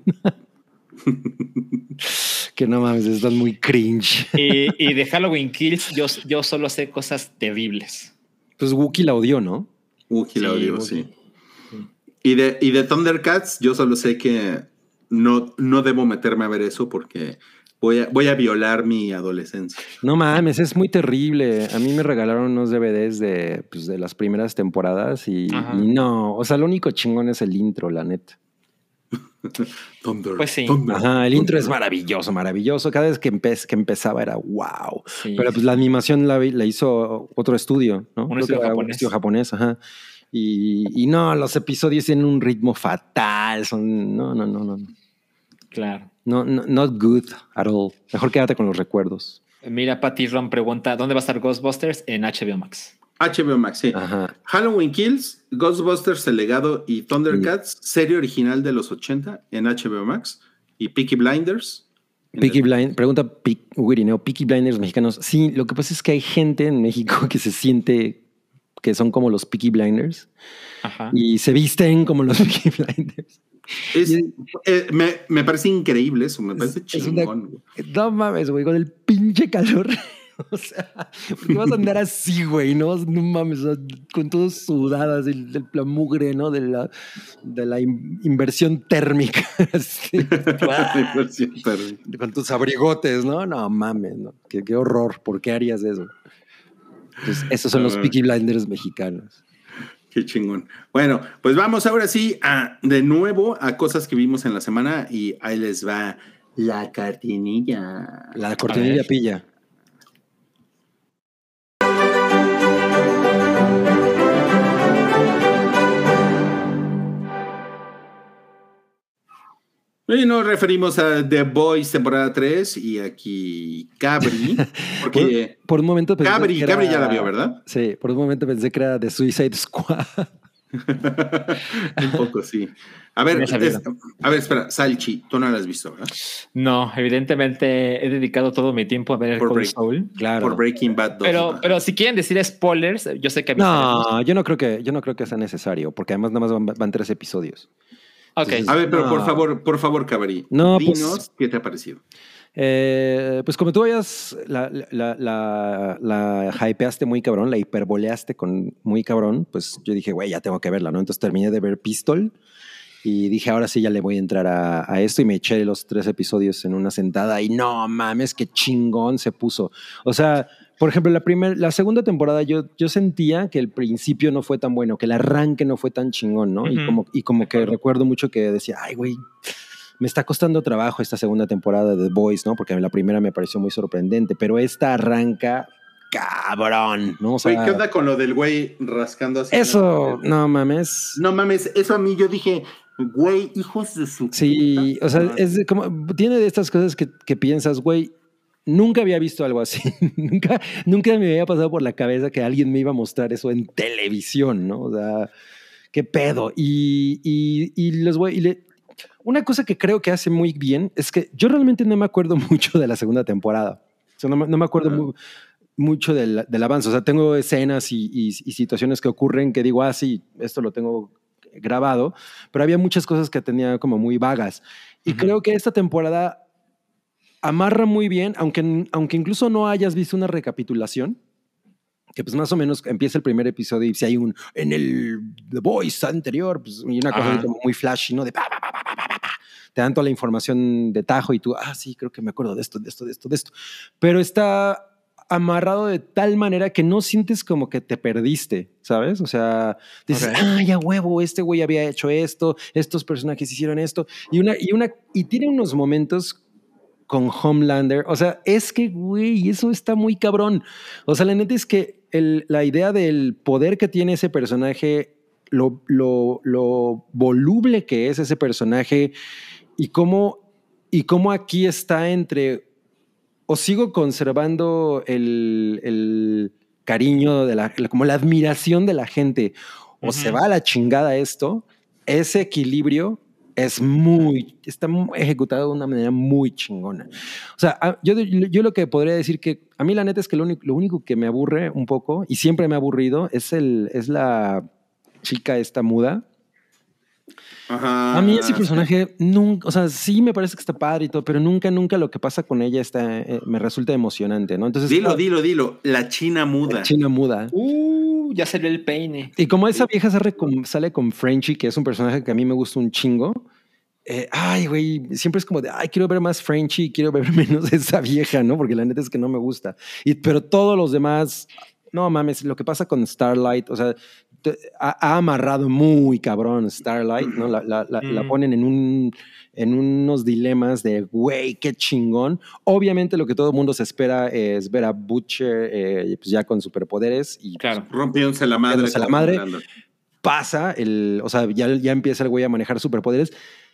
Que no mames, están muy cringe. Y de Halloween Kills yo solo sé cosas terribles. Pues Wookie la odió, ¿no? Wookie la odió, sí. Y de Thundercats, yo solo sé que no debo meterme a ver eso porque voy a violar mi adolescencia. No mames, es muy terrible. A mí me regalaron unos DVDs de las primeras temporadas y no, o sea, lo único chingón es el intro, la neta. Thunder. Pues sí. Thunder. Ajá, el intro es maravilloso, maravilloso. Cada vez que empezaba era wow. Sí, pero pues la animación la hizo otro estudio, ¿no? Un estudio japonés, ajá. Y no, los episodios tienen un ritmo fatal. Son, no. Claro. No, not good at all. Mejor quédate con los recuerdos. Mira, Patty Ron pregunta, ¿dónde va a estar Ghostbusters? En HBO Max. HBO Max, sí. Ajá. Halloween Kills, Ghostbusters, El Legado y Thundercats, serie original de los 80 en HBO Max. Y Peaky Blinders. Pregunta Wirineo, Peaky Blinders mexicanos. Sí, lo que pasa es que hay gente en México que se siente que son como los Peaky Blinders. Ajá. Y se visten como los Peaky Blinders. Me parece increíble eso, me parece chingón. No mames, güey, con el pinche calor. O sea, ¿por qué vas a andar así, güey? No mames, con todo sudadas de la mugre, ¿no? De la inversión térmica. Inversión térmica. Con tus abrigotes, ¿no? No mames, ¿no? Qué horror. ¿Por qué harías eso? Entonces, esos son los Peaky Blinders mexicanos. Qué chingón. Bueno, pues vamos ahora sí de nuevo a cosas que vimos en la semana y ahí les va la cortinilla. La cortinilla pilla. Y nos referimos a The Boys temporada 3 y aquí Cabri. Porque por un momento pensé Cabri ya la vio, ¿verdad? Sí, por un momento pensé que era The Suicide Squad. Un poco, sí. A ver, espera, Salchi, tú no la has visto, ¿verdad? No, evidentemente he dedicado todo mi tiempo a ver el Cold Soul. Claro. Por Breaking Bad 2. Pero si quieren decir spoilers, yo sé que yo no creo que sea necesario, porque además nada más van 3 episodios. Okay. Entonces, a ver, pero por favor, Cabri, dinos qué te ha parecido. Pues como tú vayas, la hypeaste muy cabrón, la hiperboleaste muy cabrón, pues yo dije, güey, ya tengo que verla, ¿no? Entonces terminé de ver Pistol y dije, ahora sí ya le voy a entrar a esto y me eché los 3 episodios en una sentada y no mames, qué chingón se puso. O sea, por ejemplo, la segunda temporada yo sentía que el principio no fue tan bueno, que el arranque no fue tan chingón, ¿no? Uh-huh. Y como que recuerdo mucho que decía, ay, güey, me está costando trabajo esta segunda temporada de The Boys, ¿no? Porque la primera me pareció muy sorprendente, pero esta arranca cabrón, ¿no? O sea, ¿qué onda con lo del güey rascando así? Eso, no mames. No mames, eso a mí yo dije, güey, hijos de su sí, puta. O sea, es como, tiene de estas cosas que piensas, güey, nunca había visto algo así. nunca me había pasado por la cabeza que alguien me iba a mostrar eso en televisión, ¿no? O sea, qué pedo. Una cosa que creo que hace muy bien es que yo realmente no me acuerdo mucho de la segunda temporada. O sea, no me acuerdo mucho del avance. O sea, tengo escenas y situaciones que ocurren que digo, sí, esto lo tengo grabado, pero había muchas cosas que tenía como muy vagas. Y creo que esta temporada amarra muy bien, aunque incluso no hayas visto una recapitulación, que pues más o menos empieza el primer episodio y si hay en el The Boys anterior, pues, y una cosa como muy flashy, ¿no? De te dan toda la información de tajo y tú, sí, creo que me acuerdo de esto. Pero está amarrado de tal manera que no sientes como que te perdiste, ¿sabes? O sea, dices, ya huevo, este güey había hecho esto, estos personajes hicieron esto, y tiene unos momentos con Homelander. O sea, es que, güey, eso está muy cabrón. O sea, la neta es que la idea del poder que tiene ese personaje, lo voluble que es ese personaje y cómo aquí está entre o sigo conservando el cariño, como la admiración de la gente, o se va a la chingada esto, ese equilibrio está ejecutado de una manera muy chingona. O sea, yo lo que podría decir que a mí la neta es que lo único que me aburre un poco, y siempre me ha aburrido, es la chica esta muda. Ajá, a mí ese personaje nunca, o sea, sí me parece que está padre y todo, pero nunca lo que pasa con ella me resulta emocionante, ¿no? Entonces, dilo, la china muda. La china muda. Ya se ve el peine. Y como esa vieja sale con Frenchie, que es un personaje que a mí me gusta un chingo, güey, siempre es como de, quiero ver más Frenchie, quiero ver menos de esa vieja, ¿no? Porque la neta es que no me gusta. Pero todos los demás, no mames, lo que pasa con Starlight, o sea, ha amarrado muy cabrón Starlight, ¿no? La ponen en unos dilemas de, güey, qué chingón. Obviamente lo que todo el mundo se espera es ver a Butcher pues ya con superpoderes. Y claro, pues, rompiéndose la madre. Pasa, o sea, ya empieza el güey a manejar superpoderes.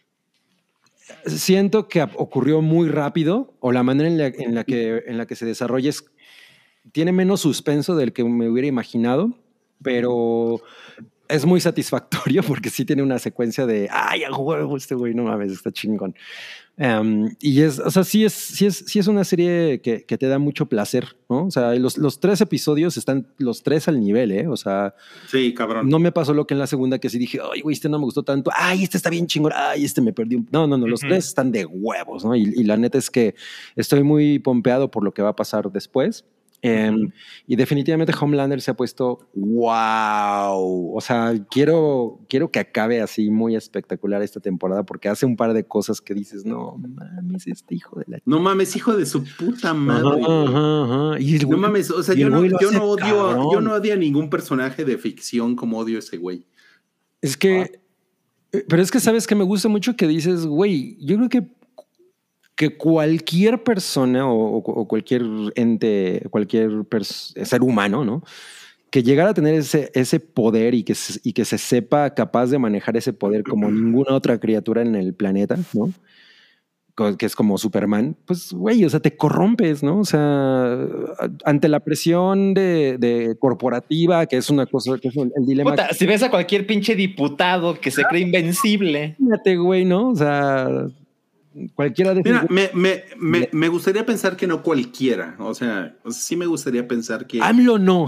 Siento que ocurrió muy rápido, o la manera en la que se desarrolla tiene menos suspenso del que me hubiera imaginado, pero es muy satisfactorio porque sí tiene una secuencia de ¡ay, a huevo! Este güey, no mames, está chingón. Y o sea, sí es una serie que te da mucho placer, ¿no? O sea, los 3 episodios están los 3 al nivel, ¿eh? O sea, sí, cabrón. No me pasó lo que en la segunda, que sí dije, ay, güey, este no me gustó tanto, ay, este está bien chingón, ay, este me perdí. No, los 3 están de huevos, ¿no? Y la neta es que estoy muy pompeado por lo que va a pasar después. Y definitivamente Homelander se ha puesto wow. O sea, quiero que acabe así muy espectacular esta temporada porque hace un par de cosas que dices, no mames, este hijo de la... No mames, hijo de su puta madre. Ajá. Y no mames, o sea, yo no odio a ningún personaje de ficción como odio a ese güey. Es que, pero es que sabes que me gusta mucho que dices, güey, yo creo que cualquier persona o cualquier ente, cualquier ser humano, ¿no? Que llegara a tener ese poder y que se sepa capaz de manejar ese poder como ninguna otra criatura en el planeta, ¿no? Que es como Superman, pues, güey, o sea, te corrompes, ¿no? O sea, ante la presión de corporativa, que es una cosa, que es el dilema. Puta, si ves a cualquier pinche diputado que se cree invencible. Fíjate, güey, ¿no? O sea... cualquiera de... Mira, me gustaría pensar que no cualquiera. O sea, sí me gustaría pensar que... AMLO no.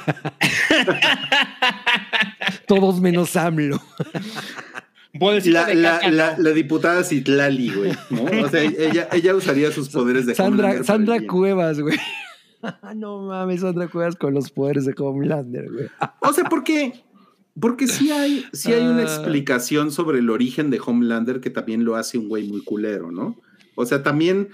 Todos menos AMLO. La diputada Citlali, güey, ¿no? O sea, ella usaría sus poderes de Homelander. Sandra Cuevas, güey. No mames, Sandra Cuevas con los poderes de Homelander, güey. O sea, porque sí hay una explicación sobre el origen de Homelander que también lo hace un güey muy culero, ¿no? O sea, también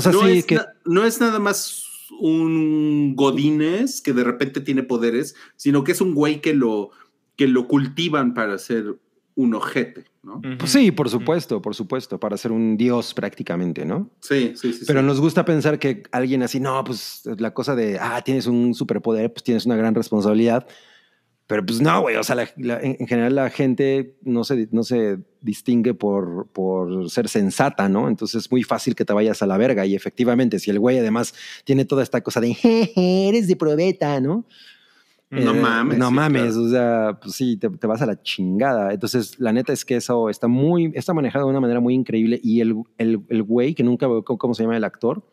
no es nada más un Godínez que de repente tiene poderes, sino que es un güey que lo cultivan para ser un ojete, ¿no? Pues sí, por supuesto, para ser un dios prácticamente, ¿no? Sí. Pero nos gusta pensar que alguien así, no, pues la cosa de, tienes un superpoder, pues tienes una gran responsabilidad. Pero pues no, güey, o sea, en general la gente no se distingue por ser sensata, ¿no? Entonces es muy fácil que te vayas a la verga. Y efectivamente, si el güey además tiene toda esta cosa de, eres de probeta, ¿no? No mames. Claro. O sea, pues sí, te vas a la chingada. Entonces, la neta es que eso está manejado de una manera muy increíble. Y el güey, que nunca veo cómo se llama el actor,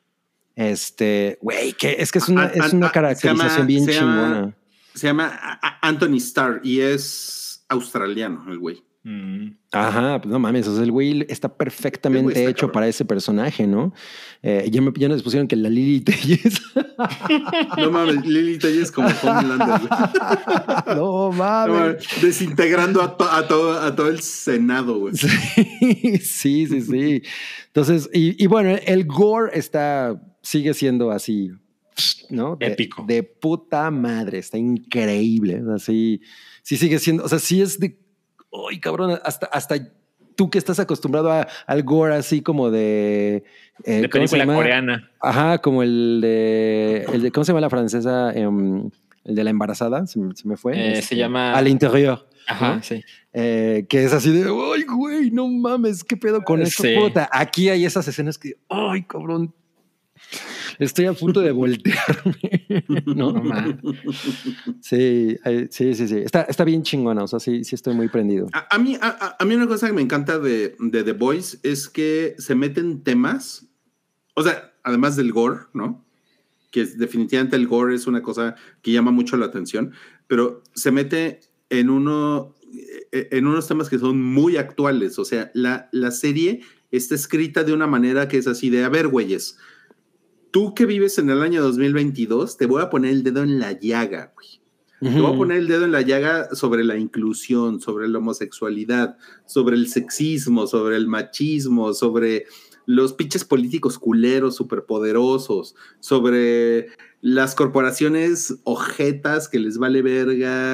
güey, que es una caracterización bien chingona. Se llama Anthony Starr y es australiano, el güey. Ajá, pues no mames, o sea, el güey está perfectamente hecho para ese personaje, ¿no? Ya nos pusieron que la Lily Tellez. No mames, Lily Tellez como Homelander. No mames. Desintegrando a todo el Senado, güey. Sí. Entonces, y bueno, el gore sigue siendo así, ¿no? Épico. De puta madre, está increíble. Así, sí sigue siendo, o sea, sí es de... ¡Ay, cabrón! Hasta tú que estás acostumbrado al gore así como de película coreana. Ajá, como el de ¿cómo se llama la francesa? El de la embarazada, se me fue. Se llama... Al interior. Ajá, ¿no? sí. Que es así de, ¡ay, güey! No mames, ¿qué pedo con esto? Sí. Puta. Aquí hay esas escenas que, ¡ay, cabrón! Estoy a punto de voltearme. No mames. Sí. Está bien chingona. O sea, sí estoy muy prendido. A mí una cosa que me encanta de The Boys es que se meten temas, o sea, además del gore, ¿no? Que definitivamente el gore es una cosa que llama mucho la atención, pero se mete en unos temas que son muy actuales. O sea, la serie está escrita de una manera que es así de, a ver, güeyes, tú que vives en el año 2022, te voy a poner el dedo en la llaga, güey. Uh-huh. Te voy a poner el dedo en la llaga sobre la inclusión, sobre la homosexualidad, sobre el sexismo, sobre el machismo, sobre los pinches políticos culeros superpoderosos, sobre las corporaciones ojetas que les vale verga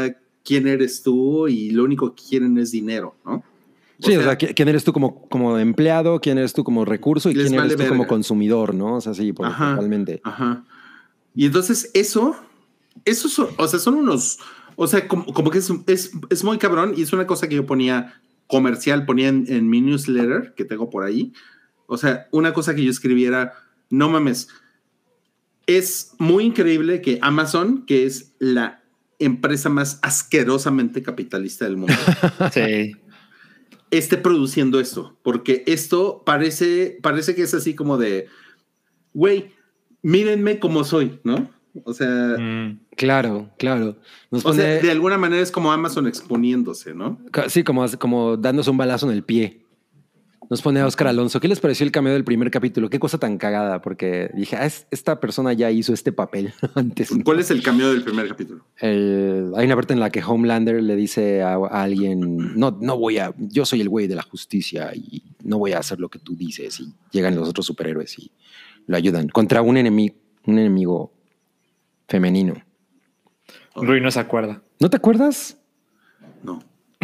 quién eres tú y lo único que quieren es dinero, ¿no? O sea, ¿quién eres tú como empleado? ¿Quién eres tú como recurso? ¿Y quién eres tú como consumidor? ¿No? O sea, sí, totalmente. Ajá. Y entonces eso son unos, o sea, como que es muy cabrón y es una cosa que yo ponía en mi newsletter que tengo por ahí. O sea, una cosa que yo escribiera, no mames, es muy increíble que Amazon, que es la empresa más asquerosamente capitalista del mundo, sí, esté produciendo esto, porque esto parece que es así como de, güey, mírenme como soy, ¿no? O sea, claro. De alguna manera es como Amazon exponiéndose, ¿no? Sí, como dándose un balazo en el pie. Nos pone a Oscar Alonso. ¿Qué les pareció el cameo del primer capítulo? Qué cosa tan cagada, porque dije, esta persona ya hizo este papel antes. ¿Cuál es el cameo del primer capítulo? Hay una parte en la que Homelander le dice a alguien, yo soy el güey de la justicia y no voy a hacer lo que tú dices. Y llegan los otros superhéroes y lo ayudan contra un enemigo femenino. Rui no se acuerda. ¿No te acuerdas? No.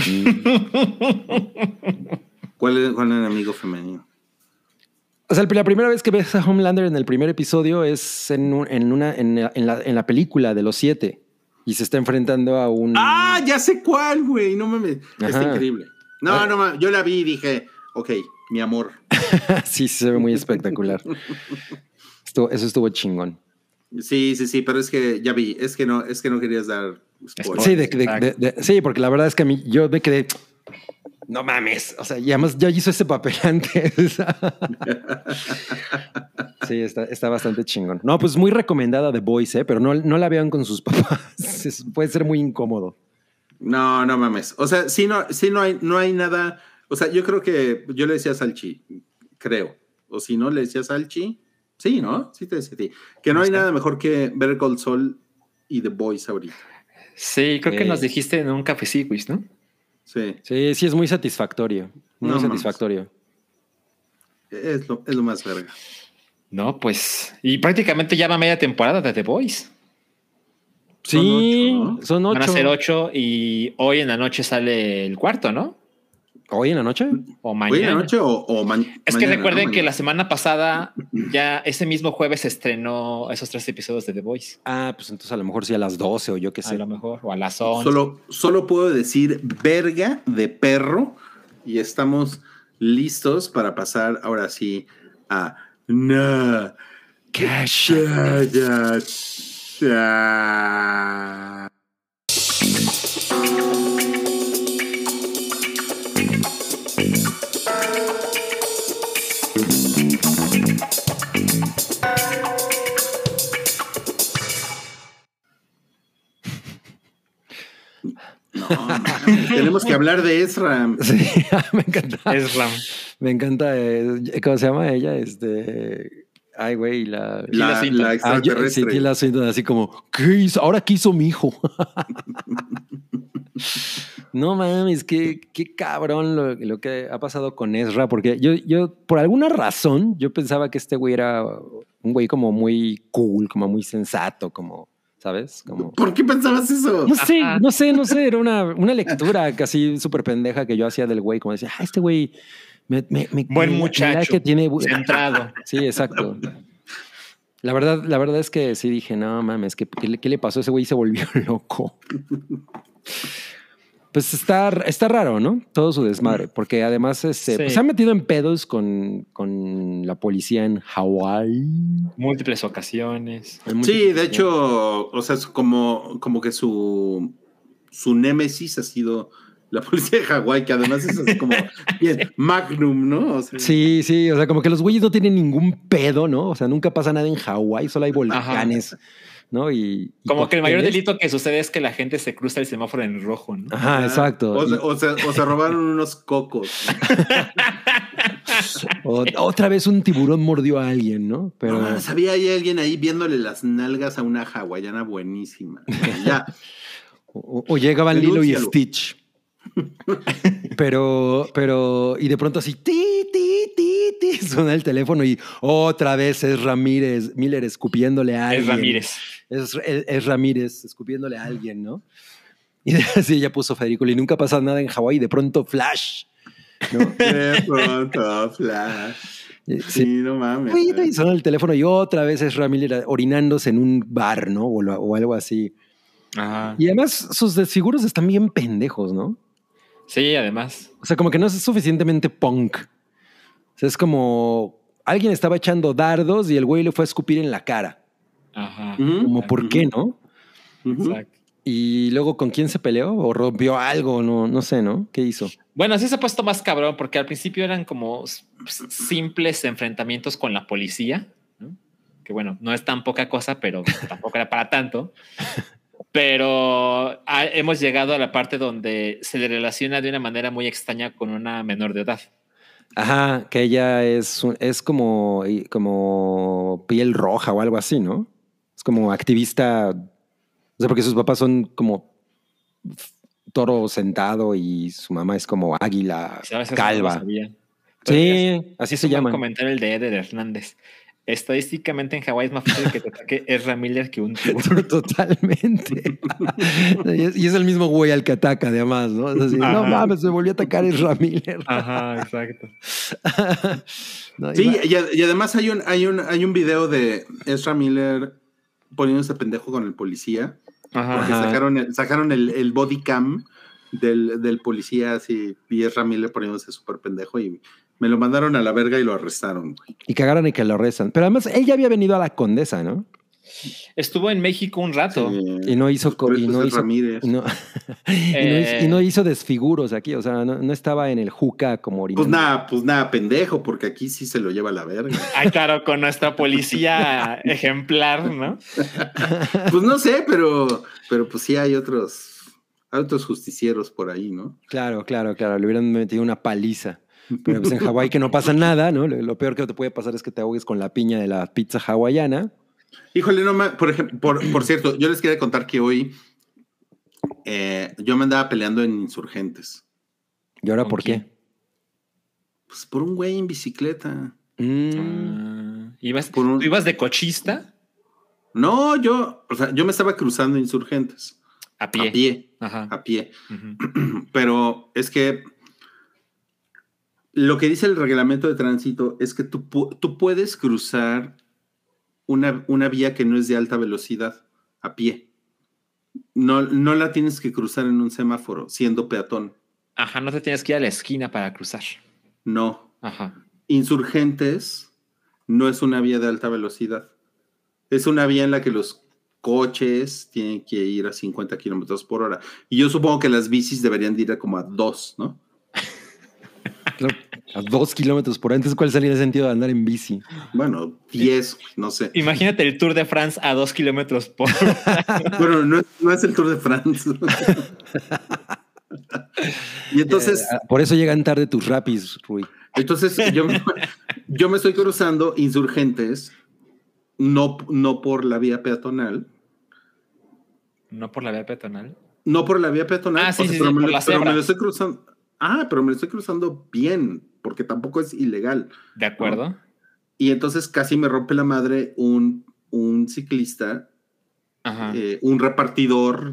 ¿Cuál es el enemigo femenino? O sea, la primera vez que ves a Homelander en el primer episodio es en la película de los 7 y se está enfrentando a un... ¡Ah! Ya sé cuál, güey. No mames. Está increíble. No, yo la vi y dije, ok, mi amor. Sí, se ve muy espectacular. Eso estuvo chingón. Sí, pero es que ya vi. Es que no querías dar spoilers. Sí, sí, porque la verdad es que yo me quedé... No mames, o sea, y además ya hizo ese papel antes. Sí, está bastante chingón. No, pues muy recomendada The Boys, pero no la vean con sus papás. Puede ser muy incómodo. No mames. O sea, no hay nada. O sea, yo creo que yo le decía a Salchi, creo. O si no le decía a Salchi, sí, ¿no? Sí te decía a ti. Que no hay nada mejor que Better Call Saul y The Boys ahorita. Sí, creo que nos dijiste en un cafecito, ¿no? Sí, es muy satisfactorio. Muy satisfactorio. Es lo más verga. No, pues. Y prácticamente ya va media temporada de The Boys. Sí, son 8. Van a ser 8 y hoy en la noche sale el cuarto, ¿no? ¿Hoy en la noche? O mañana. ¿Hoy en la noche o mañana? Es que recuerden que la semana pasada, ya ese mismo jueves se estrenó esos 3 episodios de The Boys. Ah, pues entonces a lo mejor sí a las 12 o yo qué sé. A lo mejor, o a las 11. Solo puedo decir verga de perro y estamos listos para pasar ahora sí a tenemos que hablar de Ezra. Sí, me encanta. Ezra. Me encanta. ¿Cómo se llama ella? Ay, güey, la extraterrestre. Sí, Tilda Swinton, así como, ¿qué hizo? ¿Ahora qué hizo mi hijo? No mames, qué cabrón lo que ha pasado con Ezra, porque yo por alguna razón, yo pensaba que este güey era un güey como muy cool, como muy sensato, como, ¿sabes? Como... ¿Por qué pensabas eso? No sé, era una lectura casi súper pendeja que yo hacía del güey, como decía, este güey buen muchacho, que tiene... centrado. Sí, exacto. La verdad es que sí dije, no mames, ¿qué le pasó? Ese güey se volvió loco. Pues está raro, ¿no? Todo su desmadre, porque además pues se ha metido en pedos con la policía en Hawái. Múltiples ocasiones. Sí, de hecho, o sea, es como que su némesis ha sido la policía de Hawái, que además es así como bien Magnum, ¿no? O sea, sí, o sea, como que los güeyes no tienen ningún pedo, ¿no? O sea, nunca pasa nada en Hawái, solo hay volcanes. Ajá. ¿No? Y como que el mayor delito que sucede es que la gente se cruza el semáforo en rojo, ¿no? Ajá, exacto. O se robaron unos cocos. Otra vez un tiburón mordió a alguien, ¿no? Pero no, sabía hay alguien ahí viéndole las nalgas a una hawaiana buenísima. Ya. O llegaban Lilo y Stitch. Pero y de pronto así suena el teléfono y otra vez es Miller escupiéndole a alguien. Es Ramírez escupiéndole a alguien, ¿no? Y así ella puso Federico y nunca pasa nada en Hawái y de pronto Flash. ¿No? De pronto Flash. Sí, no mames. Y sonó el teléfono y otra vez es Miller orinándose en un bar, ¿no? O algo así. Ajá. Y además sus desfiguros están bien pendejos, ¿no? Sí, además. O sea, como que no es suficientemente punk. O sea, es como alguien estaba echando dardos y el güey le fue a escupir en la cara. Ajá. Como, ¿por qué, no? Exacto. Y luego, ¿con quién se peleó? ¿O rompió algo? No sé, ¿no? ¿Qué hizo? Bueno, sí se ha puesto más cabrón porque al principio eran como simples enfrentamientos con la policía, ¿no? Que bueno, no es tan poca cosa, pero tampoco era para tanto. Pero hemos llegado a la parte donde se le relaciona de una manera muy extraña con una menor de edad. Ajá, que ella es como piel roja o algo así, ¿no? Es como activista, o sea, porque sus papás son como toro sentado y su mamá es como águila calva. Sí, así se llama. Un comentario el de Eder Hernández. Estadísticamente en Hawái es más fácil que te ataque Ezra Miller que un tiburón. Totalmente. Y es el mismo güey al que ataca, además, ¿no? Es así, no mames, me volvió a atacar Ezra Miller. Ajá, exacto. No, sí, y además hay un video de Ezra Miller poniéndose pendejo con el policía. Ajá. Porque sacaron el body cam del policía así, y Ezra Miller poniéndose súper pendejo y me lo mandaron a la verga y lo arrestaron. Y cagaron y que lo arrestan. Pero además, él ya había venido a la Condesa, ¿no? Estuvo en México un rato. Sí. Y no hizo desfiguros aquí. O sea, no estaba en el juca como orinando. Pues nada, pendejo, porque aquí sí se lo lleva a la verga. Ay, claro, con nuestra policía ejemplar, ¿no? Pues no sé, pero pues sí hay otros justicieros por ahí, ¿no? Claro. Le hubieran metido una paliza. Pero pues en Hawái que no pasa nada, ¿no? Lo peor que te puede pasar es que te ahogues con la piña de la pizza hawaiana. Híjole, por ejemplo, por cierto, yo les quería contar que hoy yo me andaba peleando en Insurgentes. ¿Y ahora por qué? Pues por un güey en bicicleta. ¿Tú ibas de cochista? No, yo me estaba cruzando Insurgentes. A pie. Ajá. A pie. Uh-huh. Pero es que lo que dice el reglamento de tránsito es que tú puedes cruzar una vía que no es de alta velocidad a pie. No la tienes que cruzar en un semáforo, siendo peatón. Ajá, no te tienes que ir a la esquina para cruzar. No. Ajá. Insurgentes no es una vía de alta velocidad. Es una vía en la que los coches tienen que ir a 50 kilómetros por hora. Y yo supongo que las bicis deberían de ir como a 2, ¿no? A 2 kilómetros por hora. Entonces, ¿cuál sería el sentido de andar en bici? Bueno, 10, no sé. Imagínate el Tour de France a 2 kilómetros por hora. Bueno, no es el Tour de France. Y entonces... por eso llegan tarde tus rapis, Rui. Entonces, yo me estoy cruzando Insurgentes, no por la vía peatonal. ¿No por la vía peatonal? No por la vía peatonal. Ah, sí, pero me lo estoy cruzando... pero me lo estoy cruzando bien, porque tampoco es ilegal. De acuerdo. ¿No? Y entonces casi me rompe la madre un ciclista, un repartidor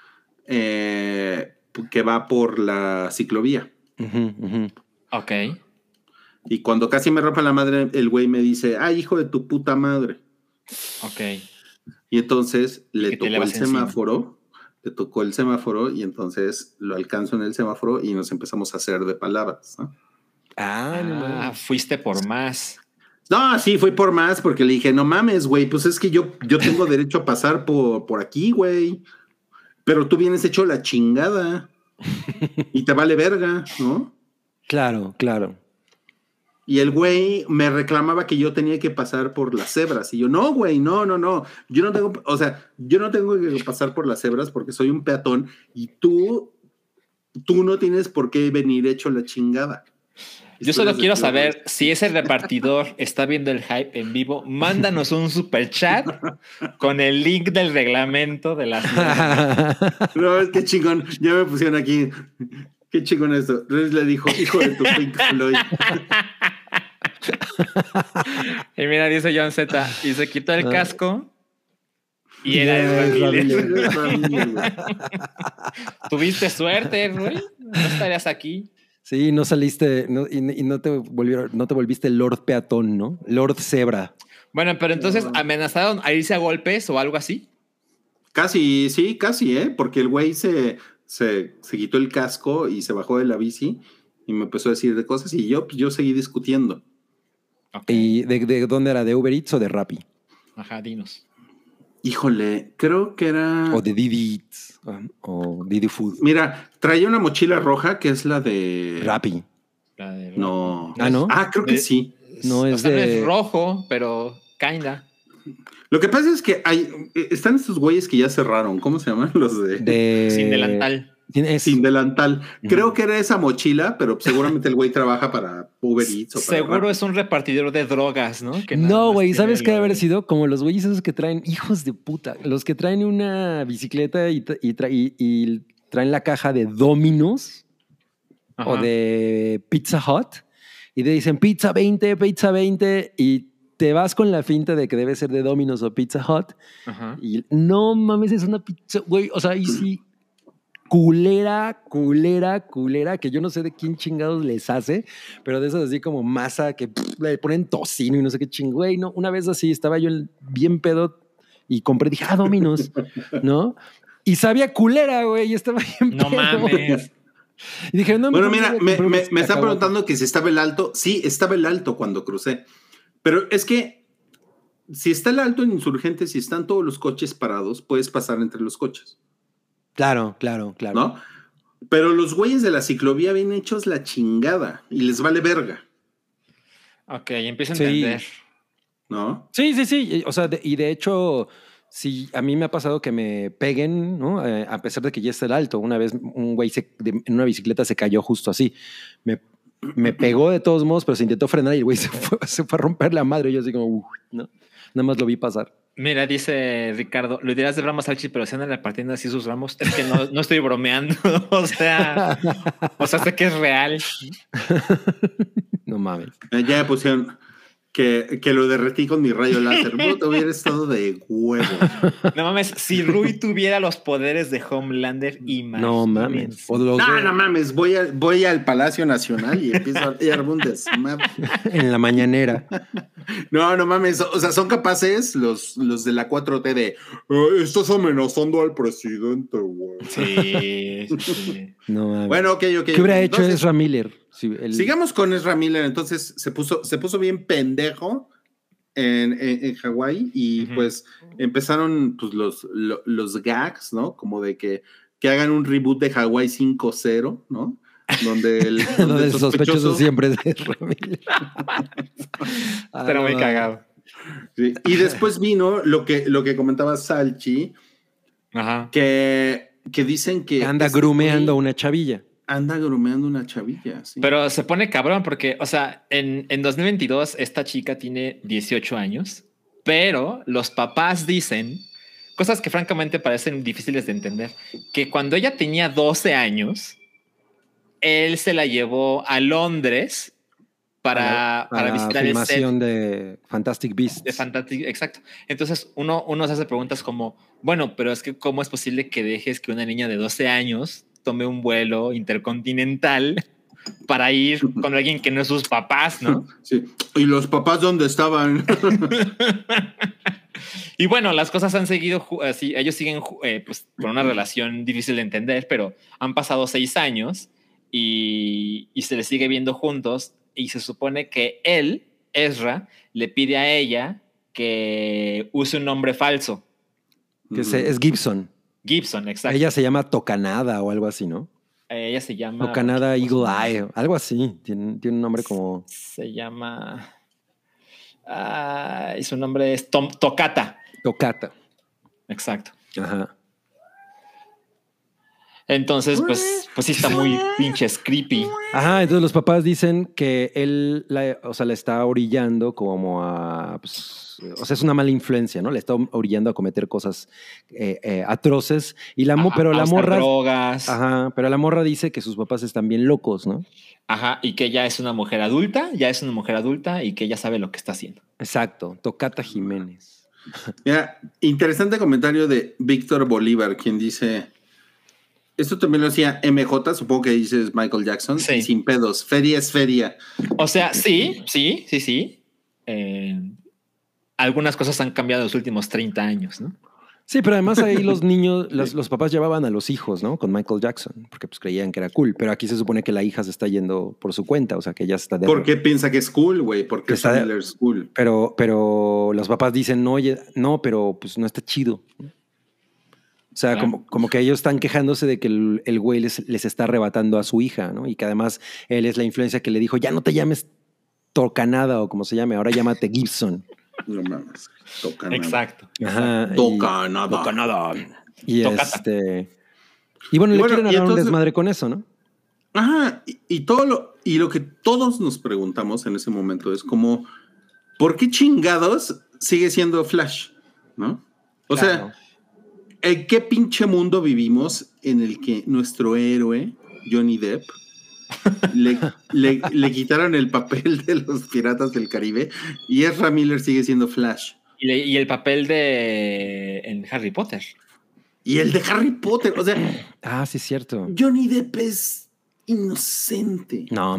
que va por la ciclovía. Ok. Y cuando casi me rompe la madre, el güey me dice, ¡ay, hijo de tu puta madre! Ok. Y entonces le tocó el semáforo. Le tocó el semáforo y entonces lo alcanzo en el semáforo y nos empezamos a hacer de palabras, ¿no? Fuiste por más. No, sí, fui por más porque le dije, no mames, güey, pues es que yo tengo derecho a pasar por aquí, güey. Pero tú vienes hecho la chingada y te vale verga, ¿no? Claro. Y el güey me reclamaba que yo tenía que pasar por las cebras. Y yo, no, güey, no. Yo no tengo que pasar por las cebras porque soy un peatón y tú no tienes por qué venir hecho la chingada. Yo solo quiero saber si ese repartidor está viendo el hype en vivo. Mándanos un super chat con el link del reglamento de la... No, es que chingón. Ya me pusieron aquí. Qué chingón esto. Entonces le dijo, hijo de tu Pink Floyd. Y mira, dice John Z, y se quitó el casco Y era Ezra Miller. Tuviste suerte, güey. No estarías aquí. Sí, no saliste y no te volviste Lord Peatón, ¿no? Lord Zebra. Bueno, pero entonces amenazaron a irse a golpes o algo así. Casi, porque el güey se quitó el casco y se bajó de la bici y me empezó a decir de cosas y yo seguí discutiendo. Okay. ¿Y de dónde era? ¿De Uber Eats o de Rappi? Ajá, dinos. Híjole, creo que era... O de Didi Eats o Didi Food. Mira, traía una mochila roja que es la de... Rappi. No. ¿No? Creo que sí. No es no es rojo, pero kinda. Lo que pasa es que están estos güeyes que ya cerraron. ¿Cómo se llaman? Los de... Sin delantal. Sin delantal. Creo que era esa mochila, pero seguramente el güey trabaja para Uber Eats. Seguro es un repartidor de drogas, ¿no? No, güey, ¿sabes qué debe haber sido? Como los güeyes esos que traen, hijos de puta, los que traen una bicicleta y traen la caja de Domino's o de Pizza Hut y te dicen pizza 20 y te vas con la finta de que debe ser de Domino's o Pizza Hut y no mames, es una pizza, güey, o sea, y sí. Culera, que yo no sé de quién chingados les hace, pero de esas así como masa que le ponen tocino y no sé qué güey, no, una vez así estaba yo bien pedo y compré, dije, Domino's, ¿no? Y sabía culera, güey, y estaba bien pedo. No mames. Y dije, no. Bueno, mira, me están preguntando que si estaba el alto. Sí, estaba el alto cuando crucé, pero es que si está el alto en Insurgentes y están todos los coches parados, puedes pasar entre los coches. Claro. ¿No? Pero los güeyes de la ciclovía vienen hechos la chingada y les vale verga. Ok, empiezo a entender. ¿No? Sí. O sea, y de hecho, sí, a mí me ha pasado que me peguen, ¿no? A pesar de que ya está el alto. Una vez un güey en una bicicleta se cayó justo así. Me pegó de todos modos, pero se intentó frenar y el güey se fue a romper la madre. Y yo así como, ¿no? Nada más lo vi pasar. Mira, dice Ricardo, lo dirás de ramos Salchi, pero se andan repartiendo así sus ramos. Es que no estoy bromeando. O sea, sé que es real. No mames. Ya me pusieron que lo derretí con mi rayo láser. No te hubiera estado de huevo. No mames, si Rui tuviera los poderes de Homelander, imagínense. No mames. No mames, voy al Palacio Nacional y empiezo a hallar un desmadre. En la mañanera. No mames, o sea, son capaces los de la 4T de estás amenazando al presidente, güey. Sí. No mames. Bueno, ok. ¿Qué hubiera hecho Ezra Miller? Sí, sigamos con Ezra Miller. Entonces se puso bien pendejo en Hawái y pues empezaron pues, los gags, ¿no? Como de que hagan un reboot de Hawái 5.0, ¿no? Donde el sospechoso siempre es Ezra Miller. Pero muy cagado. Sí. Y después vino lo que comentaba Salchi, que dicen que anda grumeando a una chavilla. Anda grumeando una chavilla, sí. Pero se pone cabrón porque, o sea, en 2022 esta chica tiene 18 años, pero los papás dicen cosas que francamente parecen difíciles de entender, que cuando ella tenía 12 años, él se la llevó a Londres para visitar la filmación de Fantastic Beasts. Exacto. Entonces uno se hace preguntas como, bueno, pero es que ¿cómo es posible que dejes que una niña de 12 años tome un vuelo intercontinental para ir con alguien que no es sus papás, ¿no? Sí. ¿Y los papás dónde estaban? Y bueno, las cosas han seguido así. Ellos siguen pues, con una relación difícil de entender, pero han pasado 6 años y se les sigue viendo juntos. Y se supone que él, Ezra, le pide a ella que use un nombre falso. Que es Gibson. Gibson, exacto. Ella se llama Tocanada o algo así, ¿no? Ella se llama... Tocanada Eagle Eye, algo así. Tiene un nombre como... Se llama... y su nombre es Tocata. Tocata. Exacto. Ajá. Entonces, pues sí está muy pinches creepy. Ajá, entonces los papás dicen que él la está orillando como a... Pues, o sea, es una mala influencia, ¿no? Le está orillando a cometer cosas atroces. Pero la morra... drogas. Ajá, pero la morra dice que sus papás están bien locos, ¿no? Ajá, y que ella es una mujer adulta, y que ella sabe lo que está haciendo. Exacto, Tocata Jiménez. Mira, interesante comentario de Víctor Bolívar, quien dice, esto también lo hacía MJ, supongo que dices Michael Jackson, sí. Sin pedos, feria es feria. O sea, sí. Algunas cosas han cambiado en los últimos 30 años, ¿no? Sí, pero además ahí los niños, los papás llevaban a los hijos, ¿no? Con Michael Jackson, porque pues creían que era cool. Pero aquí se supone que la hija se está yendo por su cuenta, o sea, que ya está... ¿Por qué piensa que es cool, güey? Porque es cool. Pero los papás dicen, no, pero pues no está chido. O sea, claro. como que ellos están quejándose de que el güey les está arrebatando a su hija, ¿no? Y que además él es la influencia que le dijo, ya no te llames Tocanada o como se llame, ahora llámate Gibson. No mames. Tocanada. Exacto. Ajá. Tocanada. Y y bueno, le quieren dar un desmadre con eso, ¿no? Ajá. Y lo que todos nos preguntamos en ese momento es como, ¿por qué chingados sigue siendo Flash? ¿No? O sea, ¿en qué pinche mundo vivimos en el que nuestro héroe, Johnny Depp, le quitaron el papel de los Piratas del Caribe y Ezra Miller sigue siendo Flash? Y el papel en Harry Potter. Y el de Harry Potter, o sea... Ah, sí es cierto. Johnny Depp es inocente. No,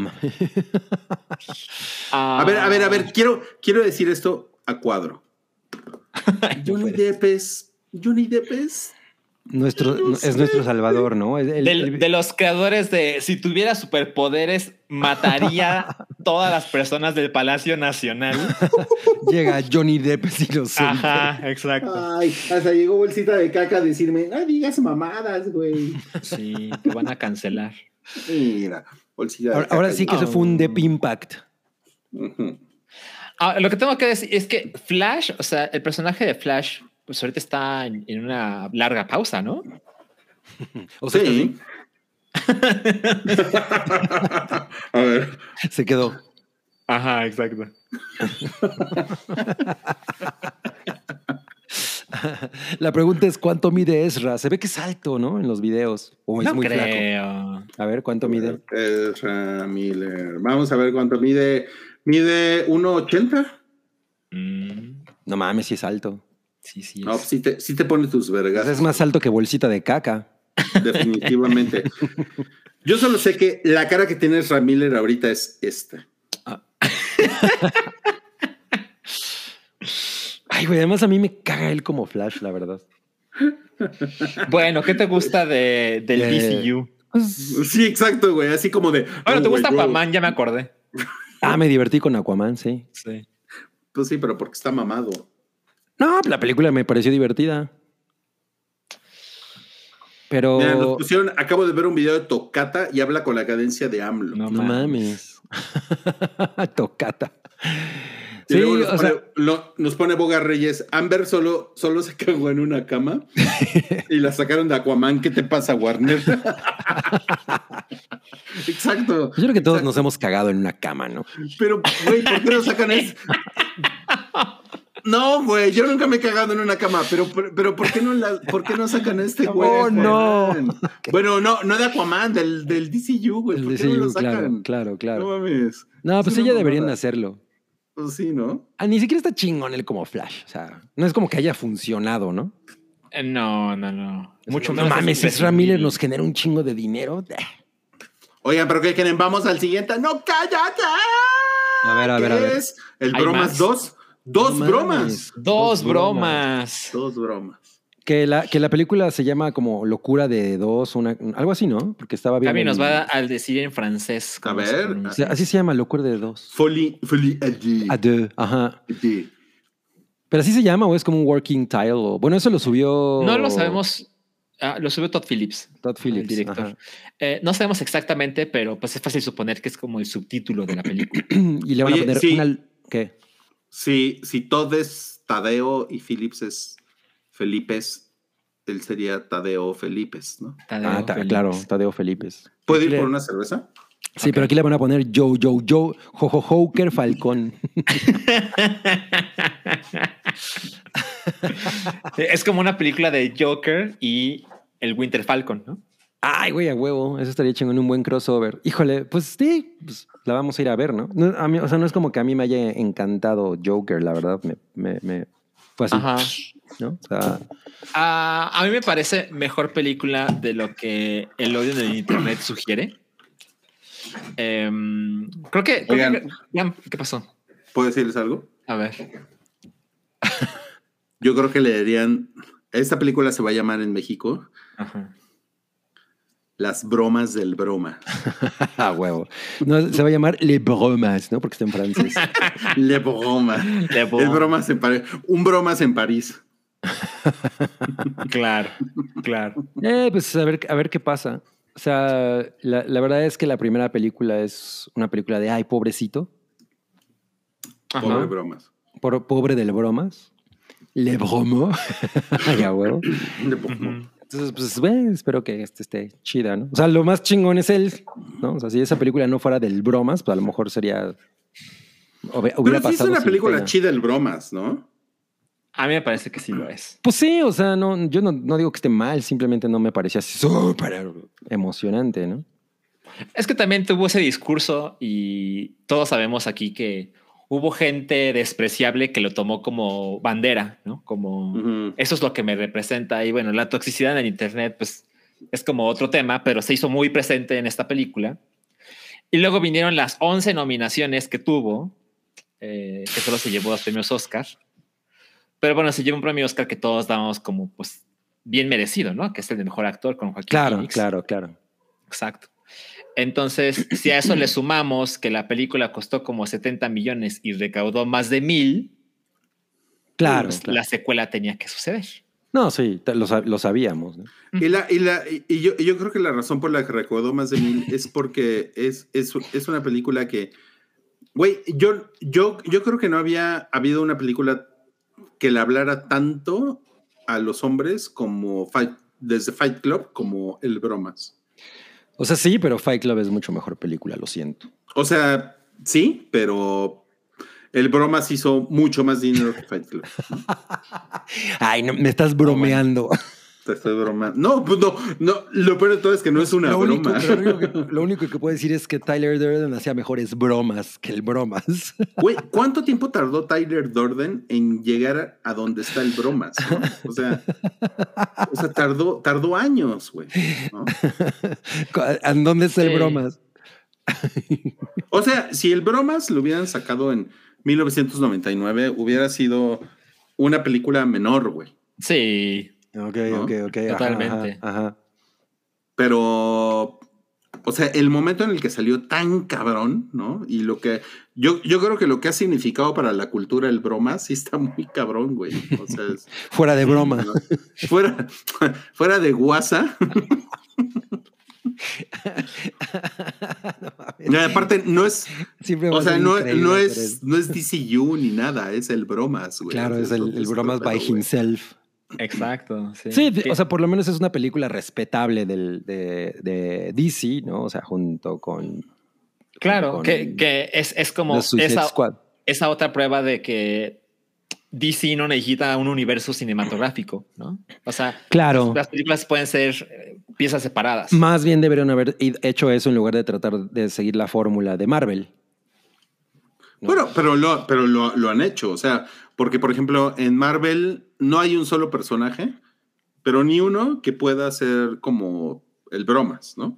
A ver, quiero decir esto a cuadro. Johnny Depp es nuestro salvador, ¿no? De los creadores de si tuviera superpoderes, mataría todas las personas del Palacio Nacional. Llega Johnny Depp inocente. Ajá, exacto. Ay, hasta llegó bolsita de caca a decirme, no digas mamadas, güey. Sí, te van a cancelar. Mira, bolsita de caca. Ahora sí que eso fue un Depp Impact. Uh-huh. Lo que tengo que decir es que Flash, o sea, el personaje de Flash, pues ahorita está en una larga pausa, ¿no? O sea, sí. A ver. Se quedó. Ajá, exacto. La pregunta es, ¿cuánto mide Ezra? Se ve que es alto, ¿no? En los videos. ¿O es muy flaco? A ver, ¿cuánto mide? Ezra Miller. Vamos a ver cuánto mide. ¿Mide 1.80? No mames, sí es alto. Sí. No, sí te pone tus vergas. Es más alto que bolsita de caca. Definitivamente. Yo solo sé que la cara que tiene Ezra Miller ahorita es esta. Ay, güey, además a mí me caga él como Flash, la verdad. Bueno, ¿qué te gusta del DCU? Sí, exacto, güey. Así como de... Bueno, ¿te gusta Aquaman? Ya me acordé. Me divertí con Aquaman, sí. Pues sí, pero porque está mamado. No, la película me pareció divertida. Pero... Mira, nos pusieron, acabo de ver un video de Tocata y habla con la cadencia de AMLO. No mames. Tocata. Y luego nos pone Boga Reyes. Amber solo se cagó en una cama y la sacaron de Aquaman. ¿Qué te pasa, Warner? Exacto. Yo creo que todos nos hemos cagado en una cama, ¿no? Pero, güey, ¿por qué no sacan eso? No, güey, yo nunca me he cagado en una cama, pero ¿por qué no sacan a este güey? Oh, no. Bueno, no de Aquaman, del DCU, güey. ¿Por qué no lo sacan? Claro. No mames. No, pues ya deberían hacerlo. Pues sí, ¿no? Ni siquiera está chingón él como Flash. O sea, no es como que haya funcionado, ¿no? No. Mucho menos. No mames, Ezra Miller nos genera un chingo de dinero. Oigan, ¿pero qué quieren? Vamos al siguiente. ¡No, cállate! A ver. Es el Bromas 2. Dos bromas. Que la película se llama como Locura de Dos, algo así, ¿no? Porque estaba bien. Gaby nos va a decir en francés. A ver. Así se llama, Locura de Dos. Folie à deux. Ajá. Pero así se llama o es como un working title. Bueno, eso lo subió. No lo sabemos. Lo subió Todd Phillips. El director. No sabemos exactamente, pero pues es fácil suponer que es como el subtítulo de la película. Y le van a poner ¿qué? Si Todd es Tadeo y Phillips es Felipes, él sería Tadeo Felipes, ¿no? Claro, Tadeo Felipes. ¿Puedo ir por una cerveza? Sí, pero aquí le van a poner Joker Falcón. Es como una película de Joker y el Winter Falcon, ¿no? Ay, güey, a huevo. Eso estaría chingón, un buen crossover. Híjole, pues sí, pues la vamos a ir a ver, ¿no? A mí, o sea, no es como que a mí me haya encantado Joker, la verdad. Fue así, ¿no? O sea, a mí me parece mejor película de lo que el odio en el internet sugiere. Creo que ¿qué pasó? ¿Puedo decirles algo? A ver. Yo creo que le dirían, esta película se va a llamar en México Las bromas del broma. Huevo. No, se va a llamar Les Bromas, ¿no? Porque está en francés. Le Broma. Es bromas en París. Un bromas en París. Claro. Pues a ver qué pasa. O sea, la verdad es que la primera película es una película de ay, pobrecito. Pobre bromas. Pobre del bromas. Le bromo. Ya, huevo. Le bromo. Entonces, pues, espero que esté chida, ¿no? O sea, lo más chingón es él, ¿no? O sea, si esa película no fuera del bromas, pues a lo mejor sería... Pero sí es una película chida el bromas, ¿no? A mí me parece que sí lo es. Pues sí, o sea, no, yo no digo que esté mal, simplemente no me parecía así súper emocionante, ¿no? Es que también tuvo ese discurso y todos sabemos aquí que hubo gente despreciable que lo tomó como bandera, ¿no? Como eso es lo que me representa. Y bueno, la toxicidad en el internet, pues es como otro tema, pero se hizo muy presente en esta película. Y luego vinieron las 11 nominaciones que tuvo, que solo se llevó 2 premios Oscar. Pero bueno, se llevó un premio Oscar que todos dábamos como, pues, bien merecido, ¿no? Que es el de mejor actor con Joaquín Phoenix. Claro. Exacto. Entonces, si a eso le sumamos que la película costó como 70 millones y recaudó más de 1,000, claro, pues la secuela tenía que suceder. No, sí, lo sabíamos, ¿no? Y yo creo que la razón por la que recaudó más de 1,000 es porque es una película que, güey, yo creo que no había habido una película que le hablara tanto a los hombres como desde Fight Club como El Bromas. O sea, sí, pero Fight Club es mucho mejor película, lo siento. O sea, sí, pero El Bromas hizo mucho más dinero que Fight Club. Ay, no, me estás bromeando. Te estoy bromeando. No, pues no. Lo peor de todo es que no es una broma. Lo único que puedo decir es que Tyler Durden hacía mejores bromas que el Bromas. Güey, ¿cuánto tiempo tardó Tyler Durden en llegar a donde está el Bromas, ¿no? O sea, tardó años, güey, ¿no? ¿En dónde está el Bromas? O sea, si el Bromas lo hubieran sacado en 1999, hubiera sido una película menor, güey. Sí. Ok. Totalmente. Ajá. Pero, o sea, el momento en el que salió tan cabrón, ¿no? Y lo que yo creo que lo que ha significado para la cultura el Bromas sí está muy cabrón, güey. O sea, fuera de broma. ¿no? Fuera de guasa. No, aparte no es, o sea, no es DCU ni nada, es el Bromas, güey. Claro, es el Bromas by himself. Exacto. Sí, o sea, por lo menos es una película respetable de DC, ¿no? O sea, junto con... Claro, que es como esa otra prueba de que DC no necesita un universo cinematográfico, ¿no? O sea, claro, las películas pueden ser piezas separadas. Más bien deberían haber hecho eso en lugar de tratar de seguir la fórmula de Marvel, ¿no? Bueno, pero lo han hecho, o sea, porque por ejemplo en Marvel no hay un solo personaje, pero ni uno que pueda ser como el Bromas, ¿no?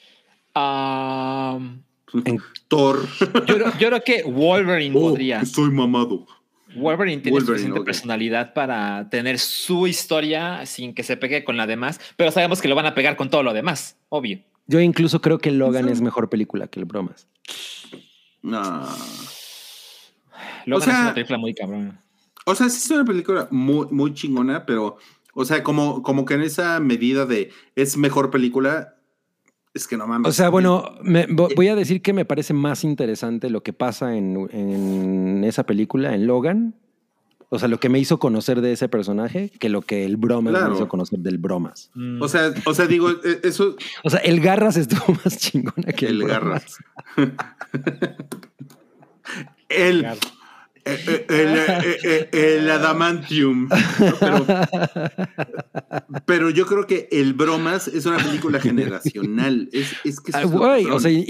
En Thor. Yo creo que Wolverine podría. Estoy mamado. Wolverine tiene suficiente personalidad para tener su historia sin que se pegue con la demás, pero sabemos que lo van a pegar con todo lo demás, obvio. Yo incluso creo que Logan es mejor película que el Bromas. No. Logan es una película muy cabrona. O sea, sí es una película muy, muy chingona, pero, o sea, como que en esa medida de es mejor película, es que no mames. O sea, bueno, voy a decir que me parece más interesante lo que pasa en esa película, en Logan. O sea, lo que me hizo conocer de ese personaje que lo que el Bromas me hizo conocer del Bromas. O sea, digo, eso... O sea, el Garras estuvo más chingona que el Garras. El Adamantium. ¿No? Pero yo creo que el Bromas es una película generacional. Es que güey, o sea,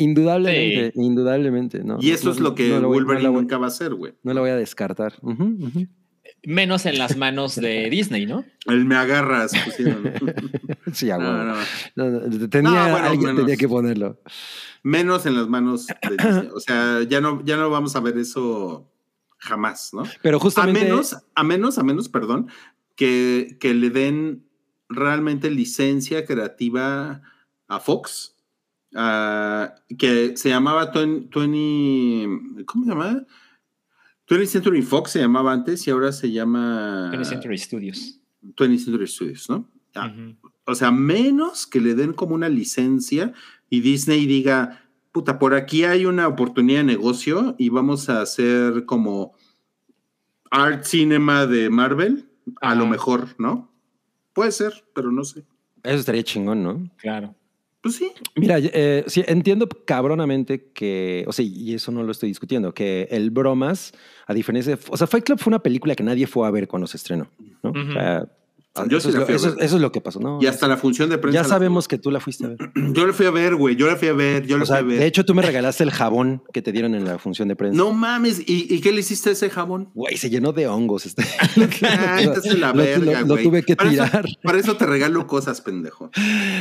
indudablemente. ¿no? Y eso es lo que Wolverine nunca va a hacer, güey. No la voy a descartar. Menos en las manos de Disney, ¿no? El me agarras, pusieron. Sí, bueno. Alguien tenía que ponerlo. Menos en las manos de Disney. O sea, ya no vamos a ver eso jamás, ¿no? Pero justamente... A menos, perdón, que le den realmente licencia creativa a Fox, que se llamaba 20 ¿cómo se llamaba? 20th Century Fox se llamaba antes y ahora se llama 20th Century Studios. 20th Century Studios, ¿no? O sea, menos que le den como una licencia y Disney diga, puta, por aquí hay una oportunidad de negocio y vamos a hacer como art cinema de Marvel, a lo mejor, ¿no? Puede ser, pero no sé. Eso estaría chingón, ¿no? Claro. Pues sí. Mira, sí, entiendo cabronamente que, o sea, y eso no lo estoy discutiendo, que el Bromas, a diferencia de, o sea, Fight Club fue una película que nadie fue a ver cuando se estrenó, ¿no? O sea, eso es lo que pasó, ¿no? Y hasta la función de prensa. Ya sabemos que tú la fuiste a ver. Yo la fui a ver, güey. Yo la fui a ver. De hecho, tú me regalaste el jabón que te dieron en la función de prensa. No mames. ¿Y qué le histe a ese jabón? Güey, se llenó de hongos. Entonces la verga, lo tuve que tirar. Para eso te regalo cosas, pendejo.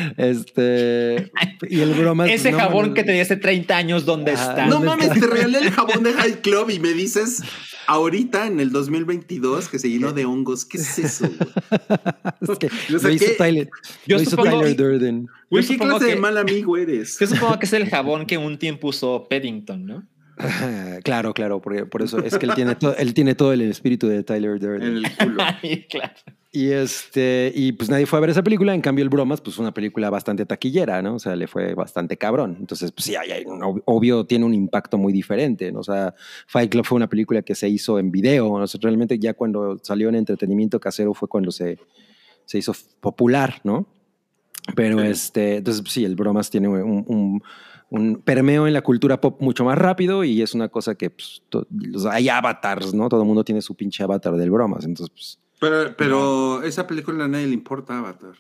Y el Bromas. Ese jabón que te di hace 30 años, ¿dónde está? No mames, te regalé el jabón de High Club y me dices ahorita en el 2022 que se llenó de hongos. ¿Qué es eso, güey? Es que lo hizo Tyler Durden. Güey, ¿qué clase de mal amigo eres? Yo supongo que es el jabón que un tiempo usó Paddington, ¿no? Claro, por eso es que él tiene todo el espíritu de Tyler Durden. En el culo. Claro. Y pues nadie fue a ver esa película. En cambio, el Bromas, pues una película bastante taquillera, ¿no? O sea, le fue bastante cabrón. Entonces, pues sí, obvio tiene un impacto muy diferente, ¿no? O sea, Fight Club fue una película que se hizo en video, ¿no? O sea, realmente ya cuando salió en entretenimiento casero fue cuando se hizo popular, ¿no? Pero entonces sí, el Bromas tiene un permeo en la cultura pop mucho más rápido y es una cosa que pues, hay avatars, ¿no? Todo el mundo tiene su pinche avatar del Bromas, entonces pues... Pero esa película a nadie le importa Avatar.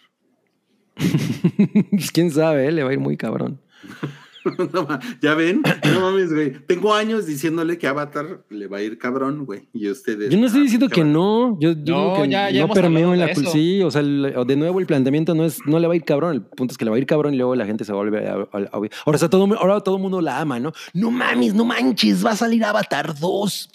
Pues quién sabe, ¿eh? Le va a ir muy cabrón. No, ya ven, no mames, güey. Tengo años diciéndole que Avatar le va a ir cabrón, güey. Y ustedes. Yo no estoy diciendo que no. Yo digo que ya no permeo en la cultura. Sí, o sea, de nuevo el planteamiento no le va a ir cabrón. El punto es que le va a ir cabrón y luego la gente se vuelve a ahora todo el mundo la ama, ¿no? No mames, no manches, va a salir Avatar 2.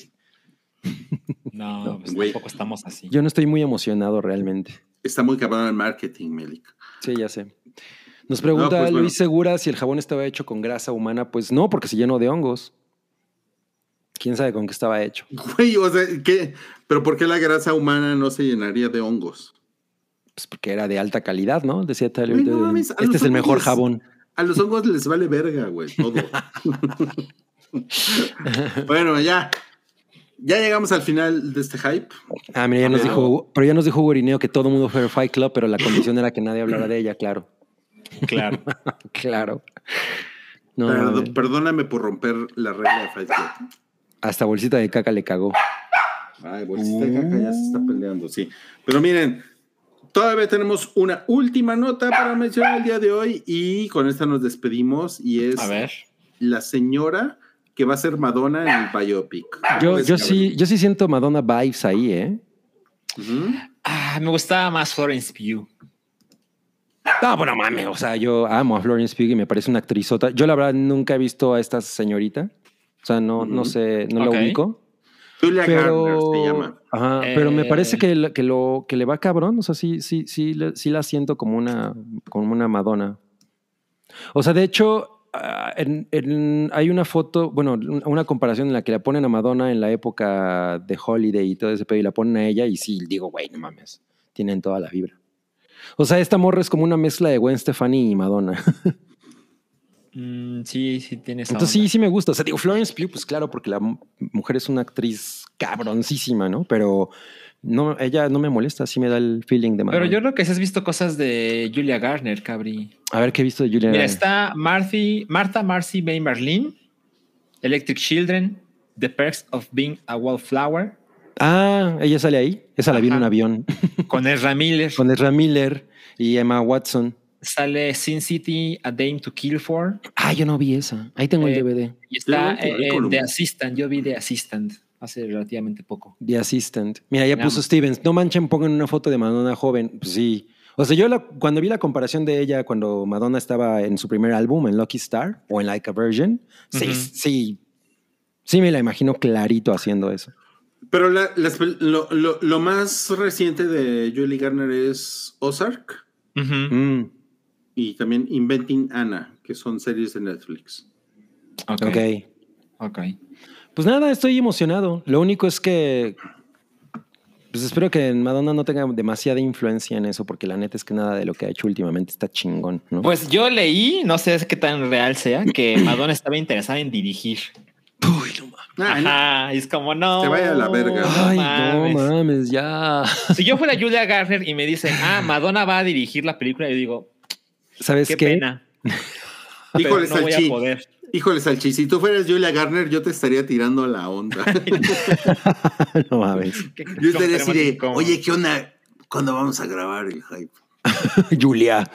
No, pues tampoco estamos así. Yo no estoy muy emocionado realmente. Está muy cabrón el marketing, Melik. Sí, ya sé. Nos pregunta Luis Segura si el jabón estaba hecho con grasa humana. Pues no, porque se llenó de hongos. ¿Quién sabe con qué estaba hecho? Güey, o sea, ¿pero por qué la grasa humana no se llenaría de hongos? Pues porque era de alta calidad, ¿no? Decía Tyler. Este es el mejor jabón. A los hongos les vale verga, güey, todo. Bueno, ya llegamos al final de este hype. Mira, ya nos dijo Gurineo que todo el mundo fue Fight Club, pero la condición era que nadie hablara de ella, claro. Claro. No, perdóname por romper la regla de Fight Club. Hasta bolsita de caca le cagó. Ay, bolsita de caca ya se está peleando, sí. Pero miren, todavía tenemos una última nota para mencionar el día de hoy y con esta nos despedimos y es la señora que va a ser Madonna en el biopic. Yo sí siento Madonna vibes ahí, ¿eh? Me gustaba más Florence Pugh. No, bueno, mames, o sea, yo amo a Florence Pugh y me parece una actrizota. Yo la verdad nunca he visto a esta señorita. O sea, no sé, no la ubico. Julia Garner se llama. Ajá, pero me parece que le va cabrón. O sea, sí la siento como una Madonna. O sea, de hecho, hay una foto, bueno, una comparación en la que la ponen a Madonna en la época de Holiday y todo ese pedo y la ponen a ella y sí, digo, güey, no mames, tienen toda la vibra. O sea, esta morra es como una mezcla de Gwen Stefani y Madonna. Sí, tiene esa Entonces sí me gusta. O sea, digo, Florence Pugh, pues claro, porque la mujer es una actriz cabroncísima, ¿no? Pero no, ella no me molesta, sí me da el feeling de Madonna. Pero yo creo que sí has visto cosas de Julia Garner, cabri. A ver, ¿qué he visto de Julia Garner? Mira, está Martha Marcy May Marlene, Electric Children, The Perks of Being a Wallflower. Ella sale ahí. Esa la vi en un avión. Con Ezra Miller. Con Ezra Miller y Emma Watson. Sale Sin City, A Dame to Kill For. Yo no vi esa. Ahí tengo el DVD. Y está The Assistant. Yo vi The Assistant. hace relativamente poco. The Assistant. Mira, ya puso Stevens. No manchen, pongan una foto de Madonna joven. Pues sí. O sea, yo cuando vi la comparación de ella cuando Madonna estaba en su primer álbum, en Lucky Star o en Like a Virgin, sí me la imagino clarito haciendo eso. Pero lo más reciente de Julie Garner es Ozark y también Inventing Anna, que son series de Netflix. Ok. Pues nada, estoy emocionado. Lo único es que pues espero que Madonna no tenga demasiada influencia en eso, porque la neta es que nada de lo que ha hecho últimamente está chingón, ¿no? Pues yo leí, no sé qué tan real sea, que Madonna estaba interesada en dirigir. Uy, no mames. Ajá, y es como, no. Se vaya a la verga. Ay, no mames, ya. Si yo fuera Julia Garner y me dicen, Madonna va a dirigir la película, yo digo, ¿sabes qué? Pena. Híjole, no voy a poder. Híjole, Salchi, si tú fueras Julia Garner, yo te estaría tirando la onda. No mames. Yo estaría así de, oye, ¿qué onda? ¿Cuándo vamos a grabar el hype? Julia.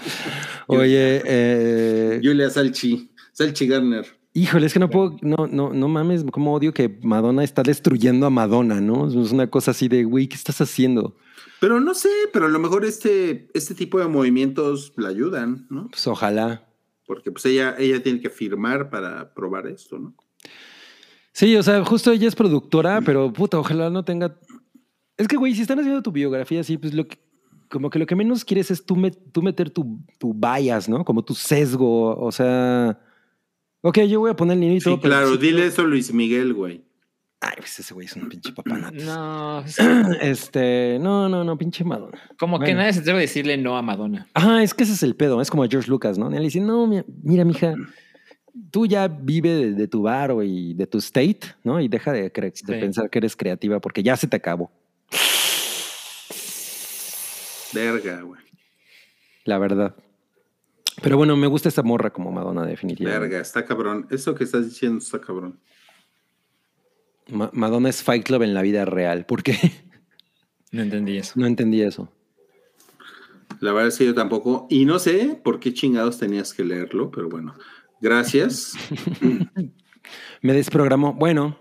Oye, Julia Salchi Garner. Híjole, es que no puedo, no mames, cómo odio que Madonna está destruyendo a Madonna, ¿no? Es una cosa así de, güey, ¿qué estás haciendo? Pero no sé, pero a lo mejor este tipo de movimientos la ayudan, ¿no? Pues ojalá. Porque pues ella tiene que firmar para probar esto, ¿no? Sí, o sea, justo ella es productora, pero puta, ojalá no tenga... Es que, güey, si están haciendo tu biografía así, pues como que lo que menos quieres es tú meter tu bias, ¿no? Como tu sesgo, o sea... Ok, yo voy a poner el niñito. Sí, claro, pero dile eso a Luis Miguel, güey. Ay, pues ese güey es un pinche papanato. No. No, pinche Madonna. Como que nadie se atreve a decirle no a Madonna. Ajá, es que ese es el pedo. Es como George Lucas, ¿no? Él dice, no, mira, mija, tú ya vive de tu bar y de tu state, ¿no? Y deja de pensar que eres creativa porque ya se te acabó. Verga, güey. La verdad. Pero bueno, me gusta esta morra como Madonna, definitivamente. Verga, está cabrón. Eso que estás diciendo está cabrón. Madonna es Fight Club en la vida real. ¿Por qué? No entendí eso. No entendí eso. La verdad es que yo tampoco. Y no sé por qué chingados tenías que leerlo, pero bueno. Gracias. Me desprogramó. Bueno.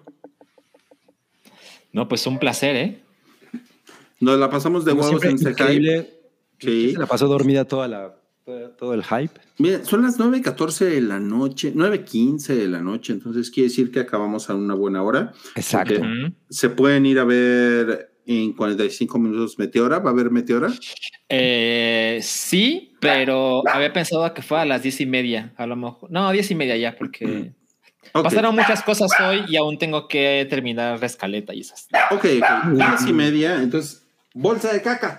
No, pues un placer, ¿eh? Nos la pasamos de huevos en este hype. Sí. Se la pasó dormida todo el hype. Mira, son las 9:14 de la noche, 9:15 de la noche, entonces quiere decir que acabamos a una buena hora. Exacto. Se pueden ir a ver en 45 minutos Meteora. ¿Va a haber Meteora? Sí, pero había pensado que fue a las 10:30, a lo mejor. No, 10:30 ya, porque pasaron muchas cosas hoy y aún tengo que terminar la escaleta y esas. Ok. 10:30, entonces, bolsa de caca.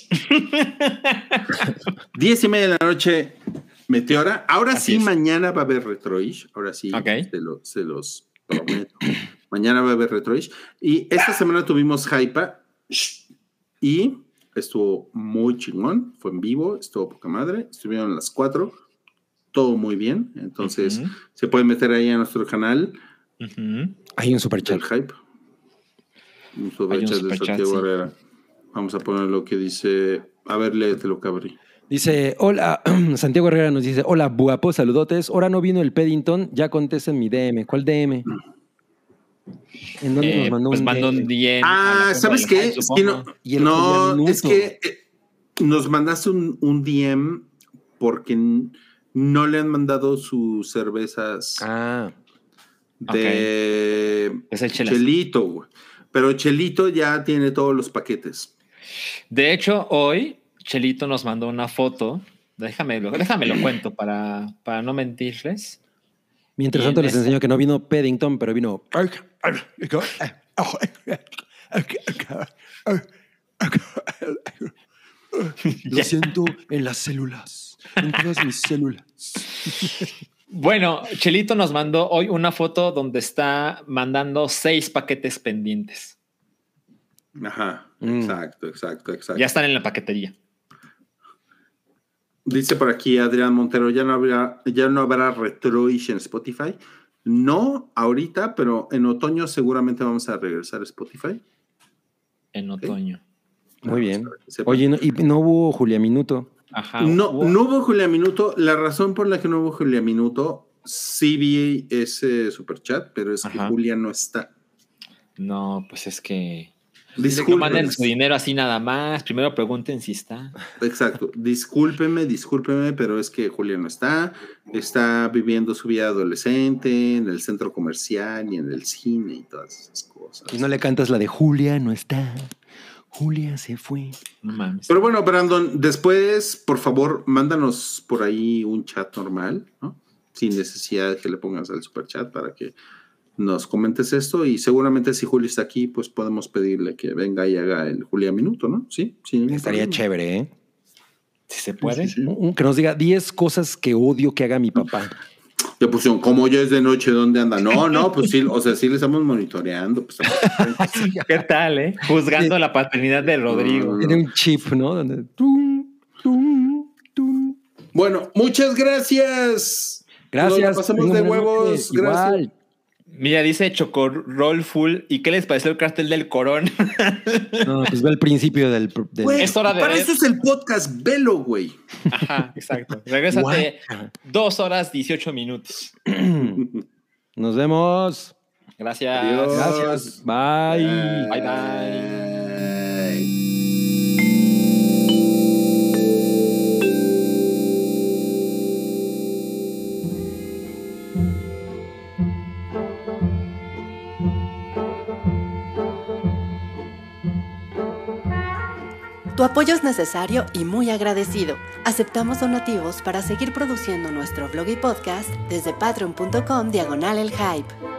10:30 de la noche, Meteora. Ahora así sí, mañana va a haber Retroish. Ahora sí, se los prometo. Mañana va a haber Retroish. Y esta semana tuvimos Hypa y estuvo muy chingón. Fue en vivo, estuvo poca madre. Estuvieron las 4. Todo muy bien. Entonces, se pueden meter ahí a nuestro canal. Hay un superchat. El Hype. Un superchat de Santiago Herrera. Vamos a poner lo que dice. A ver, léetelo, cabrí. Dice, hola, Santiago Herrera nos dice, hola, guapo, saludotes. Ahora no vino el Paddington, ya contesten mi DM. ¿Cuál DM? ¿En dónde nos mandó un DM? ¿Sabes qué? Es que no, es que nos mandaste un DM porque no le han mandado sus cervezas de Chelito, güey. Pero Chelito ya tiene todos los paquetes. De hecho, hoy Chelito nos mandó una foto. Déjame lo cuento para no mentirles. Mientras tanto les enseño que no vino Paddington, pero vino... Lo siento en las células, en todas mis células. Bueno, Chelito nos mandó hoy una foto donde está mandando 6 paquetes pendientes. Ajá, exacto. Ya están en la paquetería. Dice por aquí Adrián Montero, ¿ya no habrá Retroish en Spotify? No, ahorita, pero en otoño seguramente vamos a regresar a Spotify. En otoño. Muy bien. Oye, ¿y no hubo Julia Minuto? Ajá. No hubo Julia Minuto. La razón por la que no hubo Julia Minuto, sí vi ese superchat, pero es que Julia no está. No, pues es que... Disculpen. No manden su dinero así nada más. Primero pregunten si está. Exacto. Discúlpeme, pero es que Julia no está. Está viviendo su vida adolescente en el centro comercial y en el cine y todas esas cosas. Y no le cantas la de Julia no está. Julia se fue. No mames. Pero bueno, Brandon, después, por favor, mándanos por ahí un chat normal, ¿no? Sin necesidad de que le pongas el superchat para que nos comentes esto, y seguramente si Julia está aquí, pues podemos pedirle que venga y haga el Julia Minuto, ¿no? Sí, estaría chévere, ¿eh? Si se puede. Sí. Que nos diga 10 cosas que odio que haga mi papá. Ya pusieron, como ya es de noche, ¿dónde anda? No, pues sí, o sea, sí le estamos monitoreando. Pues, ¿qué tal, Juzgando la paternidad de Rodrigo. Tiene un chip, ¿no? Donde... Bueno, muchas gracias. Gracias. Nos la pasamos de huevos. Gracias. Igual. Mira, dice Chocorroll Full. ¿Y qué les pareció el cartel del Corón? No, pues ve el principio del... Güey, es hora de para ver. eso es el podcast, velo, güey. Ajá, exacto. Regrésate 2 horas 18 minutos. Nos vemos. Gracias. Adiós. Gracias. Bye. Bye. Tu apoyo es necesario y muy agradecido. Aceptamos donativos para seguir produciendo nuestro blog y podcast desde patreon.com/elhype.